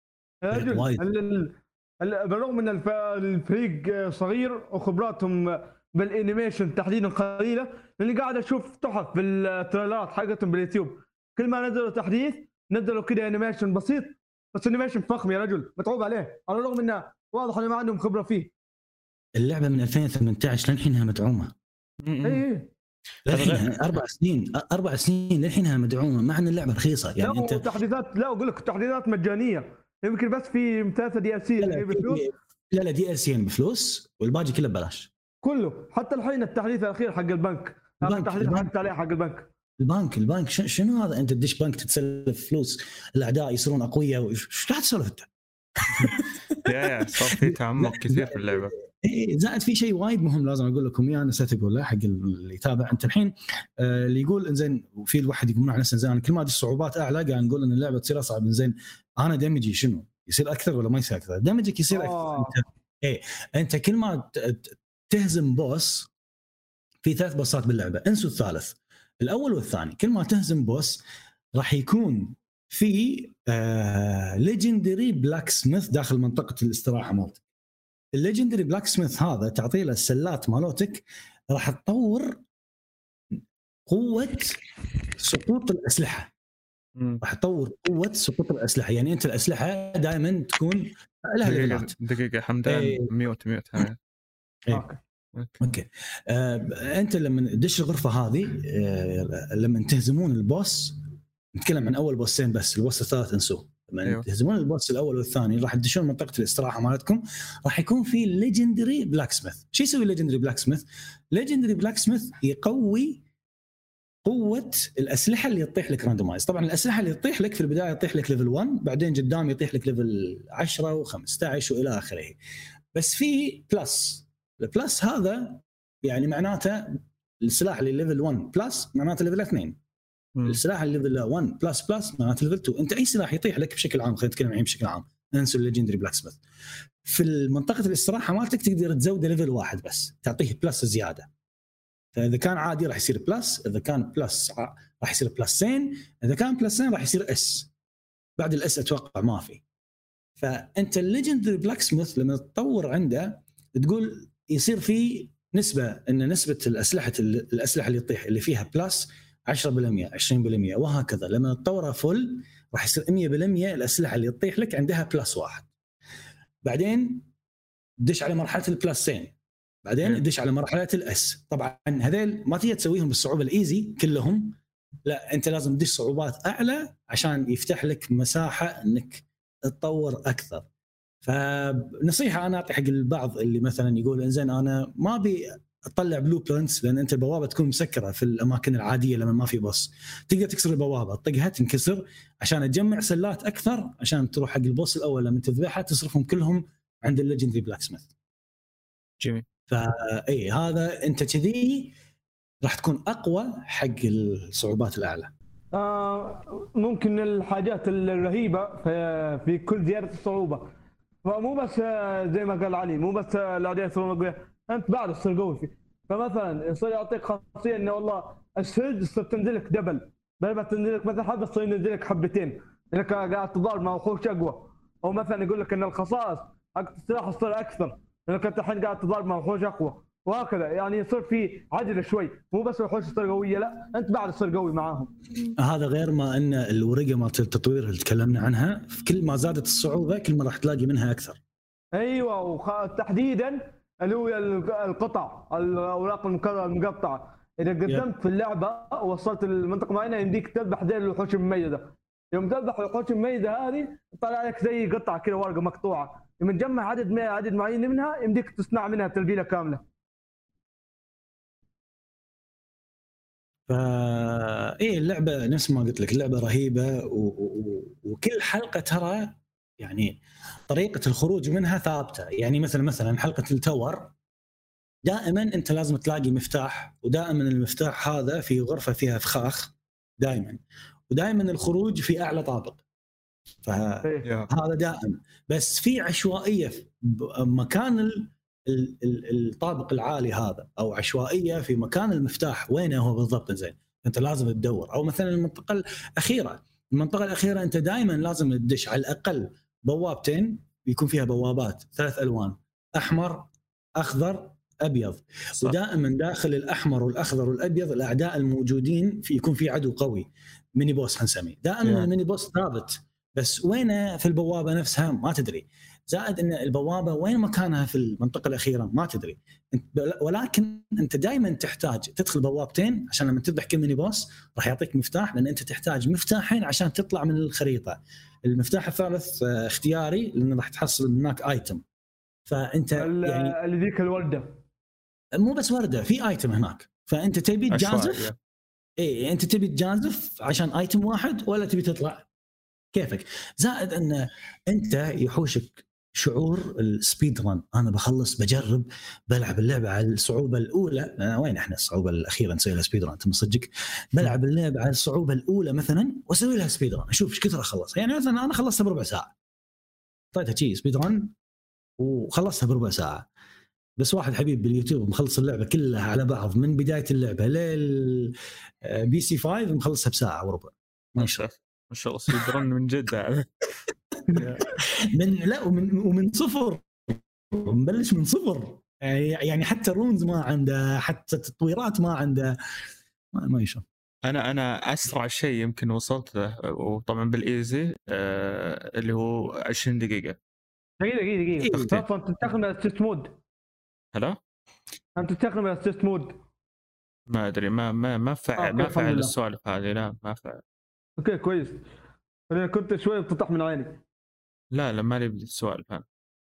بالرغم ان الفريق صغير وخبراتهم بالانيميشن تحديدا قليله، لاني قاعد اشوف تحف بالتريلرات حقتهم باليوتيوب، كل ما نزلوا تحديث نزلوا كده انيميشن بسيط، بس انيميشن فخم يا رجل، متعوب عليه، على الرغم انه واضح انه ما عندهم خبره فيه. اللعبه من 2018 للحينها مدعومه. اي للحين 4 سنين للحينها مدعومه، مع ان اللعبه رخيصه يعني. انت تحديثات، لا اقول لك تحديثات مجانيه، يمكن بس في 3 دي ال سي بفلوس. لا دي ال سي بفلوس والباقي كله ببلاش كله، حتى الحين التحديث الاخير حق البنك، التحديث حق عليه حق البنك شنو هذا؟ انت تدش بنك تتسلف فلوس، الاعداء يصيرون اقوياء، ايش قاعد تسولف انت؟ يا صار في تعمق كثير في اللعبه. زائد في شيء وايد مهم لازم اقول لكم اياه، نسيت اقوله حق اللي يتابع. انت الحين اللي يقول انزين، وفي الواحد يقول على نفسه زين كل ما ادش صعوبات اعلى قاعد نقول ان اللعبه تصير اصعب، انزين انا دمجي شنو يصير اكثر ولا ما يصير اكثر؟ دمجك يصير اكثر. انت كل ما تهزم بوس، في 3 بوسات باللعبه، انسوا الثالث، الاول والثاني، كل ما تهزم بوس راح يكون في ليجندري بلاك سميث داخل منطقه الاستراحه مالتك. الليجندري بلاك سميث هذا تعطي له السلات مالوتك، راح تطور قوه سقوط الاسلحه، راح تطور قوه سقوط الاسلحه. يعني انت الاسلحه دائما تكون لها ليفلات. دقيقه حمدان، ميوت اوكي. انت لما تدش الغرفه هذه، لما تهزمون البوس، نتكلم عن اول بوسين بس، البوس الثالث انسوه، لما تهزمون البوس الاول والثاني راح تدشون منطقه الاستراحه مالتكم، راح يكون في ليجندري بلاك سميث. شو يسوي ليجندري بلاك سميث؟ ليجندري بلاك سميث يقوي قوه الاسلحه اللي يطيح لك راندومايز. طبعا الاسلحه اللي يطيح لك في البدايه يطيح لك ليفل 1، بعدين قدام يطيح لك ليفل 10 و15 والى اخره. بس في بلس، البلس هذا يعني معناته السلاح اللي ليفل 1 بلس معناته ليفل 2، السلاح اللي ليفل 1 بلس معناته ليفل 2. انت اي سلاح يطيح لك بشكل عام، خلينا نتكلم الحين بشكل عام، انسوا الليجندري بلاك سميث، في المنطقه الاستراحه مالتك تقدر تزوده ليفل 1 بس، تعطيه بلس زياده. فاذا كان عادي راح يصير بلس، اذا كان بلس راح يصير بلسين، اذا كان بلسين راح يصير اس، بعد الاس اتوقع ما في. فانت الليجندري بلاك سميث لما تطور عنده تقول يصير فيه نسبه الاسلحه اللي تطيح اللي فيها بلس 10% 20% وهكذا. لما تطورها فل راح يصير 100% الاسلحه اللي تطيح لك عندها بلس 1. بعدين تدش على مرحله البلسين، بعدين تدش على مرحله الاس. طبعا هذيل ما تقدر تسويهم بالصعوبه الايزي كلهم، لا انت لازم تدش صعوبات اعلى عشان يفتح لك مساحه انك تطور اكثر. فنصيحه انا اعطي حق البعض اللي مثلا يقول انزين انا ما ابي اطلع بلو برنتس، لان انت البوابه تكون مسكره في الاماكن العاديه لما ما في بوس، تقدر تكسر البوابه تطقها تنكسر عشان تجمع سلات اكثر عشان تروح حق البوس الاول لما تذبحها تصرفهم كلهم عند الليجندري بلاك سميث. جميل. فاي هذا انت كذي راح تكون اقوى حق الصعوبات الاعلى. ممكن الحاجات الرهيبه في كل زياده الصعوبه، فمو بس زي ما قال علي، مو بس الاعداء يصيرون اقوياء، انت بعد تصير قوي فيه. فمثلا يصير يعطيك خاصيه انه والله السلج تصير تنزل لك دبل، بدل ما تنزل لك مثلا حبه تصير ينزل لك حبتين انك قاعد تضارب مع وحوش اقوى. او مثلا يقول لك ان الخصائص حق السلاح تصير اكثر لانك انت الحين قاعد تضارب مع وحوش اقوى، وهكذا. يعني يصير في عجله شوي، مو بس الوحوش تصير قويه، لا انت بعد تصير قوي معاهم. هذا غير ما ان الورقه مالت التطوير اللي تكلمنا عنها، كل ما زادت الصعوبه كل ما راح تلاقي منها اكثر. ايوه، وتحديدا اللي هو القطع، الاوراق المقطعه. اذا قدمت في اللعبه ووصلت المنطقه معينه يمديك تذبح ذي الوحوش المميزه. يوم تذبح الوحوش المميزه هذه طلع لك زي قطعه كذا ورقه مقطوعه، يوم تجمع عدد معين منها يمديك تصنع منها تلبيله كامله. ايه اللعبه نفس ما قلت لك اللعبه رهيبه وكل حلقه ترى يعني طريقه الخروج منها ثابته. يعني مثلا حلقه التور دائما انت لازم تلاقي مفتاح، ودائما المفتاح هذا في غرفه فيها فخاخ دائما، ودائما الخروج في اعلى طابق. فهذا دائما، بس في عشوائيه بمكان الطابق العالي هذا، او عشوائيه في مكان المفتاح وينه هو بالضبط. زين انت لازم تدور. او مثلا المنطقه الاخيره انت دائما لازم تدش على الاقل بوابتين يكون فيها بوابات 3 الوان، احمر اخضر ابيض. صح. ودائما داخل الاحمر والاخضر والابيض الاعداء الموجودين يكون في عدو قوي، ميني بوس خنسمي دائما. الميني بوس ثابت، بس وينه في البوابه نفسها ما تدري. زائد ان البوابه وين مكانها في المنطقه الاخيره ما تدري. ولكن انت دائما تحتاج تدخل بوابتين عشان لما تذبح كل ميني بوس راح يعطيك مفتاح، لان انت تحتاج مفتاحين عشان تطلع من الخريطه. المفتاح الثالث اختياري لان راح تحصل هناك ايتم. فانت يعني اللي ذيك الورده، مو بس ورده، في ايتم هناك، فانت تبي تجازف. ايه انت تبي تجازف عشان ايتم واحد ولا تبي تطلع كيفك. زائد ان انت يحوشك شعور السبيد ران، انا بخلص بجرب بلعب اللعبه على الصعوبه الاولى. وين احنا الصعوبه الاخيره نسوي لها سبيد ران؟ انت مصدق بلعب اللعبه على الصعوبه الاولى مثلا واسوي لها سبيد ران اشوف ايش كثر اخلص. يعني مثلا انا خلصتها بربع ساعه، طيتها شيء سبيد ران وخلصتها بربع ساعه. بس واحد حبيب باليوتيوب مخلص اللعبه كلها على بعض من بدايه اللعبه لل بي سي 5 مخلصها بساعه وربع. ما شاء الله سبيد رن من جد. ومن صفر، مبلش من صفر. يعني حتى الرونز ما عنده، حتى التطويرات ما عنده، ما يشوف. انا اسرع شيء يمكن وصلت له وطبعا بالايزي اللي هو 20 دقيقه. دقيقه طبعا تستخدم الاسيست مود. هلا انت تستخدم الاسيست مود؟ ما ادري ما فعل السوالف هذه. لا ما فعل. اوكي كويس، انا كنت شوي بتطح من عيني. لا ما لي بالسوالف هذا.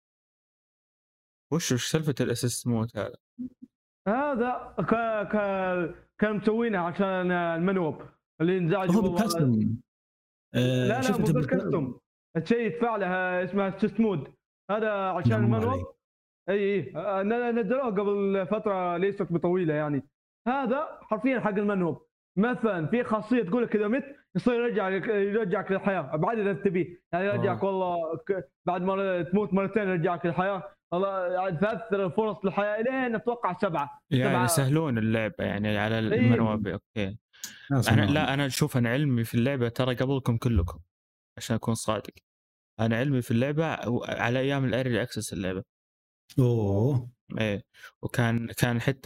وش سالفه الاسيست مود هذا كان مسوينها عشان المنوب اللي انزعج. هو بالكاستم. لا مو بالكاستم، الشيء يدفع له اسمه اسيست مود هذا عشان المنوب. اي نزلوه قبل فتره ليست بطويله يعني. هذا حرفيا حق المنوب. مثلا في خاصيه تقول لك اذا مت يصير يرجعك للحياه بعد اذا تبيه، يعني يرجعك والله بعد ما تموت مرتين يرجعك للحياه. والله 3 فرص للحياه لين اتوقع 7. يعني يسهلون اللعبه يعني على المنوب. اوكي انا اشوف انا علمي في اللعبه ترى قبلكم كلكم عشان اكون صادق. انا علمي في اللعبه على ايام الارلي اكسس اللعبه. ايه وكان حتى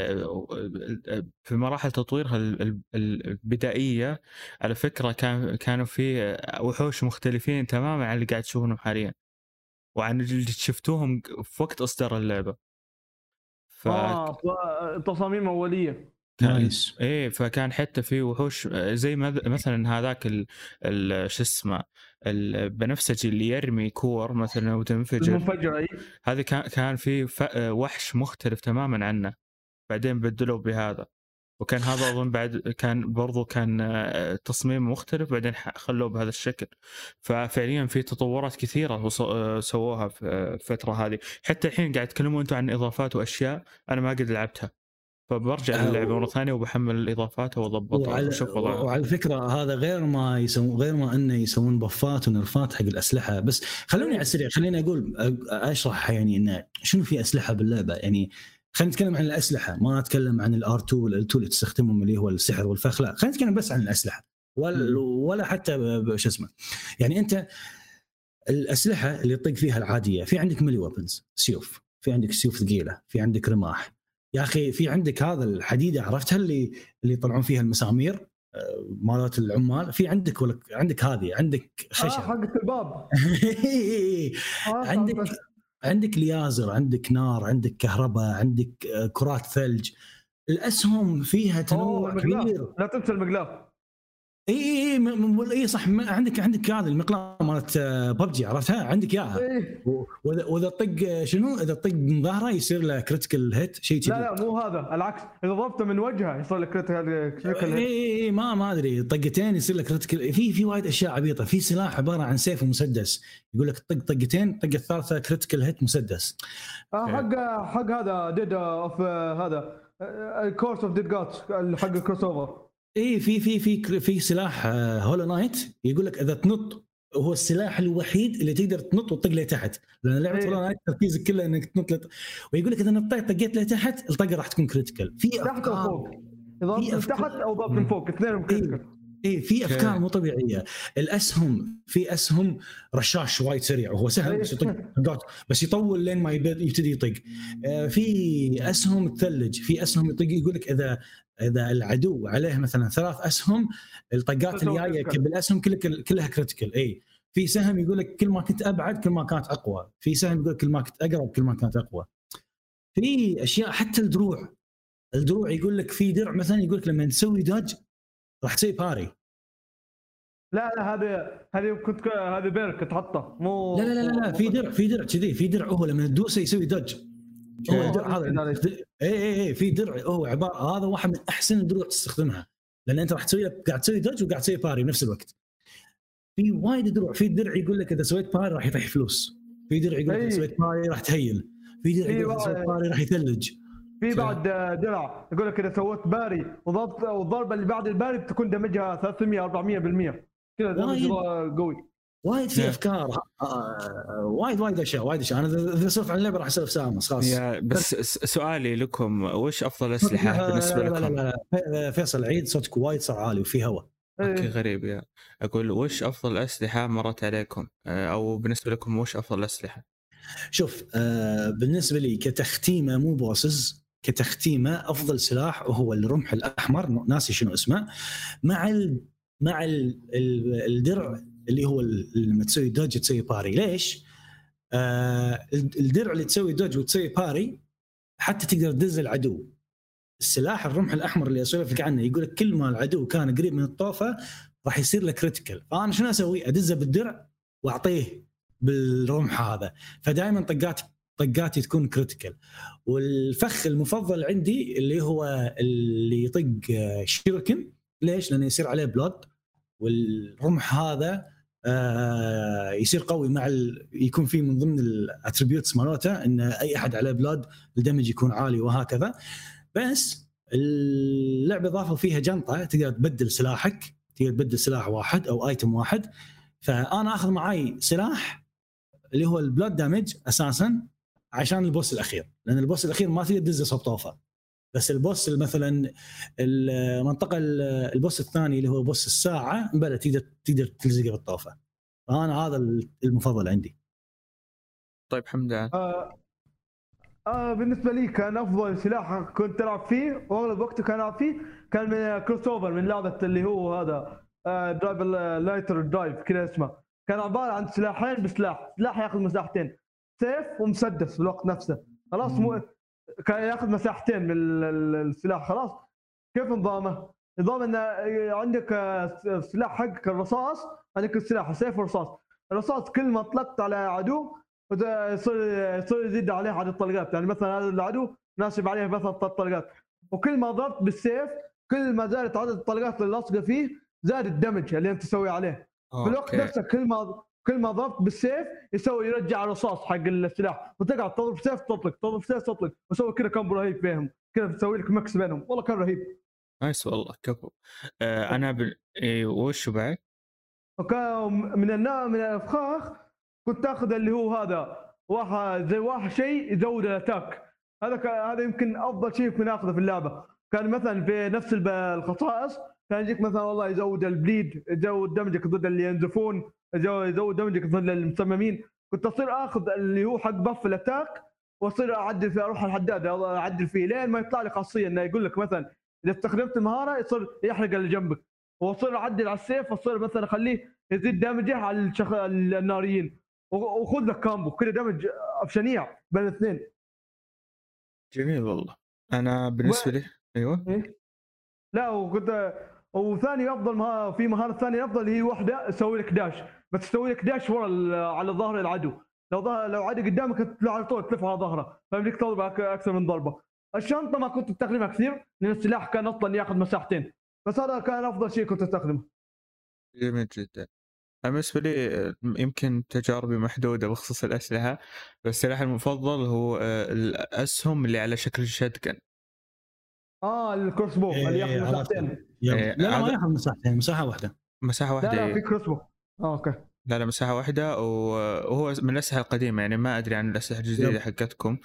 في مراحل تطويرها البدائيه على فكره كانوا في وحوش مختلفين تماما عن اللي قاعد تشوفونهم حاليا وعن اللي شفتوهم في وقت اصدار اللعبه. تصاميم اوليه. نايس. ايه فكان حتى في وحوش زي مثلا هذاك شو اسمه البنفسجي اللي يرمي كور مثلا وتنفجر المنفجر. اي هذا كان في وحش مختلف تماما عنه، بعدين بدلوا بهذا. وكان هذا أظن بعد كان برضو كان تصميم مختلف بعدين خلوه بهذا الشكل. ففعليا في تطورات كثيرة سووها في الفترة هذه. حتى الحين قاعد تكلموا أنتم عن إضافات وأشياء أنا ما قد لعبتها، فبرجع للعبة مرة ثانية وبحمل الإضافات وأضبطها وشوف وضعها. وعلى فكرة هذا غير ما أنه يسوون بفات ونرفات حق الأسلحة. بس خلوني على السريع خليني أشرح يعني إنه شنو في أسلحة باللعبة. يعني خلينا نتكلم عن الأسلحة، ما نتكلم عن الR2 والL2 اللي تستخدمهم اللي هو السحر والفخ، لا خلينا نتكلم بس عن الأسلحة ولا حتى شو اسمه. يعني أنت الأسلحة اللي يطق فيها العادية، في عندك ميلي ويبنز سيوف، في عندك سيوف ثقيلة، في عندك رماح، يا أخي في عندك هذا الحديدة عرفتها اللي يطلعون فيها المسامير مالات العمال، في عندك ولا عندك هذه عندك خشب حقة الباب عندك ليازر، عندك نار، عندك كهرباء، عندك كرات ثلج. الأسهم فيها تنوع كبير. لا تنسى المقلاف. اي صح، عندك هذا المقلاة مالت ببجي عرفتها، عندك اياها. واذا طق شنو، اذا طق من ظهره يصير له كريتيكال هيت شيء كذي. لا مو هذا، العكس، اذا ضربته من وجهه يصير له كريتيكال هيت. اي ما ادري، طقتين يصير له كريتيكال. في وايد اشياء عبيطه. في سلاح عباره عن سيف ومسدس، يقول لك طق طقتين، طق الثالثه كريتيكال هيت مسدس. حق هذا ديد اوف هذا الكورس اوف ديد جاتس حق الكروس اوفر. اي في سلاح هولو نايت يقول لك اذا تنط، هو السلاح الوحيد اللي تقدر تنط وتطق له تحت، لان لعبه هولو نايت تركيزك كله انك تنط ويقول لك اذا نطيت طقيت له تحت الطقه راح تكون كريتيكال. في تحت او فوق، اذا تحت او ضرب من فوق، اثنين كريتيكال. في افكار مو طبيعيه. الاسهم، في اسهم رشاش وايد سريع وهو سهل بس يطق بس يطول لين ما يبتدي يطق. في اسهم الثلج، في اسهم يطق يقول لك اذا العدو عليه مثلا 3 اسهم، الطقات الجايه بالاسهم كلها كريتيكال. اي في سهم يقول لك كل ما كنت ابعد كل ما كانت اقوى، في سهم يقول كل ما كنت اقرب كل ما كانت اقوى. في اشياء حتى الدروع يقول لك في درع مثلا يقول لك لما تسوي داج راح تسوي باري. لا هذه كنت هذه بيرك تحطه مو لا في درع كذي، في درع هو لما تدوسه يسوي داج. هو الدرع هذا اي في درع هو عباره، هذا واحد من احسن الدروع تستخدمها، لان انت راح تسوي قاعد تسوي داج وقاعد تسوي باري بنفس الوقت. في وايد دروع، في درع يقول لك اذا سويت باري راح يطيح فلوس، في درع يقول لك اذا سويت باري راح تهيل، في درع يقول لك اذا سويت باري راح يثلج، في بعد درع يقول لك اذا سويت باري والضربه اللي بعد الباري بتكون دمجها 300-400% كذا، دمج قوي. وايد في افكار، وايد اشياء انا اذا سولف عن اللعبه راح اسولف ساعه خلاص. بس سؤالي لكم، وش افضل اسلحه بالنسبه لكم؟ لا فيصل عيد صوتك وايد صار عالي وفي هواء. اوكي غريب. اقول وش افضل اسلحه مرت عليكم، او بالنسبه لكم وش افضل اسلحه؟ شوف بالنسبه لي كتختيمه مو بوسز، كتختيمه افضل سلاح هو الرمح الاحمر، ناسي شنو اسمه، مع الدرع اللي هو لما تسوي دوج تسوي باري. ليش؟ الدرع اللي تسوي دوج وتسوي باري حتى تقدر تدز العدو. السلاح الرمح الاحمر اللي اسولفك عنه يقول لك كل ما العدو كان قريب من الطوفه راح يصير له كريتيكال، فانا شنو اسوي؟ ادزه بالدرع واعطيه بالرمح هذا، فدائما طقاتي تكون كريتيكال. والفخ المفضل عندي اللي هو اللي يطق شيركن. ليش؟ لانه يصير عليه بلود، والرمح هذا يصير قوي مع يكون فيه من ضمن الاتريبيوتس مالته ان اي احد عليه بلود الدمج يكون عالي وهكذا. بس اللعبه ضافوا فيها جنطه تقدر تبدل سلاحك، تقدر تبدل سلاح واحد او ايتم واحد. فانا اخذ معي سلاح اللي هو البلود دامج اساسا عشان البوس الاخير، لان البوس الاخير ما تقدر تدزه صوب طوفه، بس البوس مثلا المنطقه البوس الثاني اللي هو بوس الساعه بلا تقدر تلزقه بالطوفه. فانا هذا المفضل عندي. طيب حمدان. بالنسبه لي كان افضل سلاح كنت العب فيه واغلب وقتي كان العب فيه كان من كروس اوفر من لعبه اللي هو هذا درايف لايتر درايف كذا اسمه. كان عباره عن سلاحين سلاح ياخذ مساحتين، سيف ومسدس في الوقت نفسه. خلاص كان ياخذ مساحتين من السلاح. خلاص كيف نظامه؟ نظام ان عندك سلاح حقك الرصاص، عندك السلاح سيف ورصاص. الرصاص كل ما اطلقت على عدو يصير يزيد عليه عدد الطلقات. يعني مثلا هذا العدو ناسب عليه مثلا 3 طلقات، وكل ما ضربت بالسيف كل ما زادت عدد الطلقات اللي لاصقه فيه زاد الدمج اللي انت تسوي عليه. في الوقت نفسه كل ما ضربت بالسيف يرجع الرصاص حق السلاح، وتقعد تضرب سيف تطلق وسوي كذا كامبو رهيب فيهم كذا، تسوي لك مكس بينهم. والله كان رهيب. نايس والله كفو. انا وش بعد؟ وكان من الافخاخ كنت اخذ اللي هو هذا واحد شيء يزود الاتاك. هذا يمكن افضل شيء ممكن اخذه في اللعبه. كان مثلا في نفس الخصائص كان يجيك مثلا والله يزود البليد، يزود دمجك ضد اللي ينزفون، يزود دمجك ضد المسممين. كنت اصير اخذ اللي هو حق بف الاتاك واصير اعدل فيه، اروح الحداد اعدل فيه لين ما يطلع لي خاصيه انه يقول لك مثلا اذا استخدمت المهاره يصير يحرق اللي جنبك، واصير اعدل على السيف واصير مثلا اخليه يزيد دمجه على الناريين، وخذ لك كامبو كذا دمج شنيع بين الاثنين. جميل والله. انا بالنسبه لي ايوه إيه؟ لا وثاني افضل في مهاره ثانيه افضل هي واحده تسوي لك داش، بس تسوي لك داش ورا على ظهر العدو. لو عدو قدامك على طول تلف على ظهره فبدك تضرب اكثر من ضربه. الشنطه ما كنت استخدمها كثير لان السلاح كان اصلا ياخذ مساحتين، بس هذا كان افضل شيء كنت استخدمه. جميل جدا. بالنسبة لي يمكن تجاربي محدودة بخصوص الأسلحة، بس السلاح المفضل هو الأسهم اللي على شكل شاتجن. الكروس بو اللي ياخذ مساحتين. لا ما ياخذ مساحتين، مساحة واحدة. لا في كروس بو اوكي. لا مساحة واحدة، وهو من الأسلحة القديمة. يعني ما أدري عن الأسلحة الجديدة حقتكم.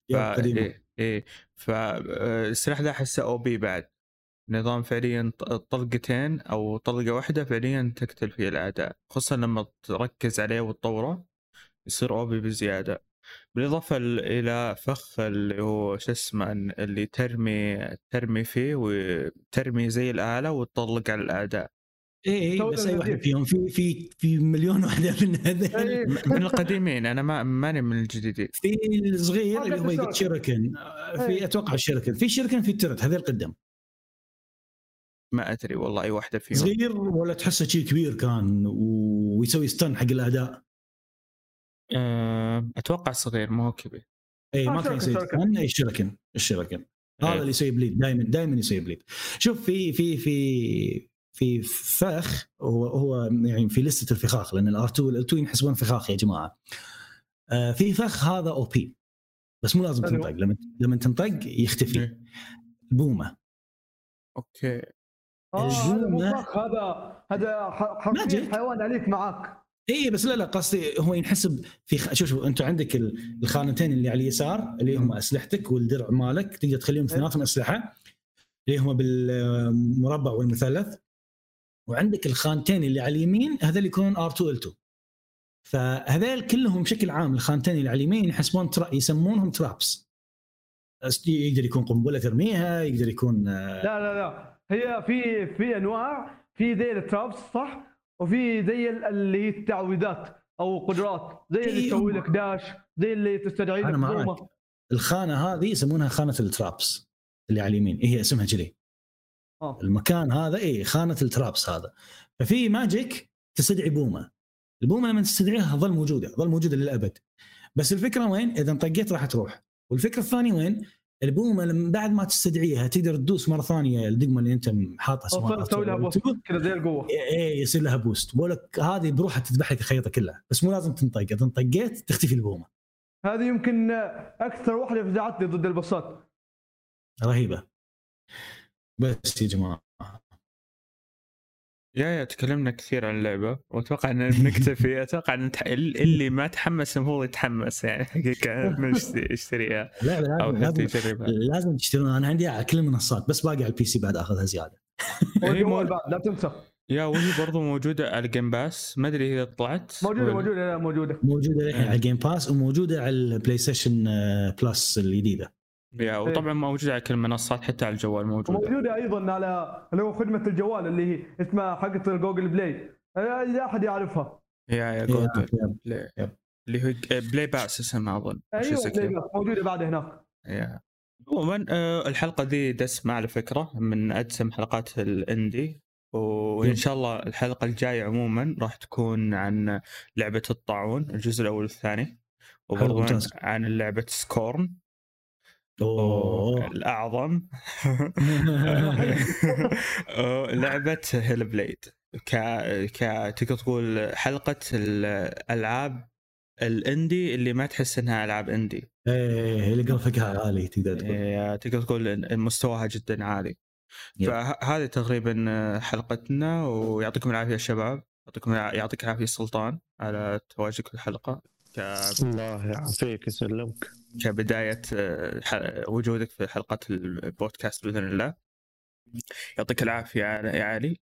فالسلاح ده حسه أو بي بعد نظام فعليا طلقتين أو طلقة واحدة فعليا تقتل فيه الأعداء، خصوصا لما تركز عليه وتطوره يصير أوبي بزيادة. بالإضافة إلى فخ اللي هو شو اسمه اللي ترمي فيه وترمي زي الآلة وتطلق على الأعداء. بس أي واحدة فيهم في مليون واحدة من هذول من القديمين. أنا ماني من الجديدين. في الصغير اللي هو يقول شيركن، في أتوقع الشيركن، في شيركن، في الترت هذا القدم. ما أدري والله أي واحدة فيهم. صغير ولا تحسه شيء كبير كان ويسوي ستن حق الأعداء؟ أتوقع صغير ما هو كبير. ما كان يسوي ستن. الشيركن هذا اللي يسوي بليد دائما يسوي بليد. شوف في فخ هو يعني في لستة الفخاخ، لأن الR2 والL2 ينحسبون فخاخ يا جماعة. في فخ هذا OP بس مو لازم تنطق، لما تنطق يختفي. بومة. اوكي. هذا حرفيا حيوان عليك معاك. بس لا قصدي هو ينحسب في شوف انت عندك الخانتين اللي على اليسار اللي هم اسلحتك والدرع مالك، تقدر تخليهم اثنيناتهم اسلحه اللي هم بالمربع والمثلث، وعندك الخانتين اللي على اليمين هذول يكونون R2L2. فهذول كلهم بشكل عام الخانتين اللي على اليمين يحسبون يسمونهم ترابس. يقدر يكون قنبله ترميها، يقدر يكون لا هي في انواع، في زي الترابس صح، وفي زي اللي هي التعويذات او قدرات، زي اللي تسوي لك داش، زي اللي تستدعي لك بومه. الخانه هذه يسمونها خانه الترابس اللي على اليمين، هي اسمها جلي. المكان هذا خانه الترابس هذا. ففي ماجيك تستدعي بومه، البومه لما تستدعيها ظل موجوده للابد. بس الفكره وين؟ اذا انطقيت راح تروح. والفكره الثانيه وين؟ البومه لما بعد ما تستدعيها تقدر تدوس مره ثانيه الدقمه اللي انت حاطها سواء تسوي لها بوست كذا زي القوه. يصير لها بوست. بقولك هذه بروحها تذبح لك الخريطه كلها، بس مو لازم تنطق. اذا انطقيت تختفي البومه. هذه يمكن اكثر واحده فزعتني ضد البصات، رهيبه. بس يا جماعه يا تكلمنا كثير عن اللعبة وأتوقع أن نكتفي. أتوقع أن اللي ما تحمس هو يتحمس يعني حقيقة يشتريها أو حتى يجربها. لازم تشترونها. أنا عندي على كل المنصات بس باقي على البي سي بعد أخذها زيادة. لا تنسى يا وهي برضو موجودة على الجيم باس، ما أدري إذا طلعت موجوده ولا- موجوده لا موجوده. موجوده الحين على الجيم باس وموجوده على البلاي ستيشن بلس الجديده. يا وطبعا موجودة على كل المنصات حتى على الجوال موجودة. وموجوده ايضا على اللي هو خدمه الجوال اللي هي اسمها حقت جوجل بلاي، لا احد يعرفها. يا جوجل يب. بلاي. يب. اللي هو بلاي باس اسمها أظن. شيء ايوه زي كذا. موجوده بعد هناك. يا عموما الحلقة دي دسمة على فكرة، من أدسم حلقات الاندي، وإن شاء الله الحلقة الجاية عموما راح تكون عن لعبة الطاعون الجزء الأول والثاني، وبرضو ممتاز. عن لعبة سكورن اوه الأعظم. لعبة هيل بليد تقدر تقول حلقة الألعاب الاندي اللي ما تحس انها العاب اندي. ايه اللي جرافيكها عالي تقدر تقول مستواها جدا عالي. فهذه تقريبا حلقتنا، ويعطيكم العافيه يا شباب. يعطيك العافيه سلطان على تواجدك في الحلقه الله يعافيك يسلمك كبدايه وجودك في حلقه البودكاست باذن الله. يعطيك العافيه يا علي.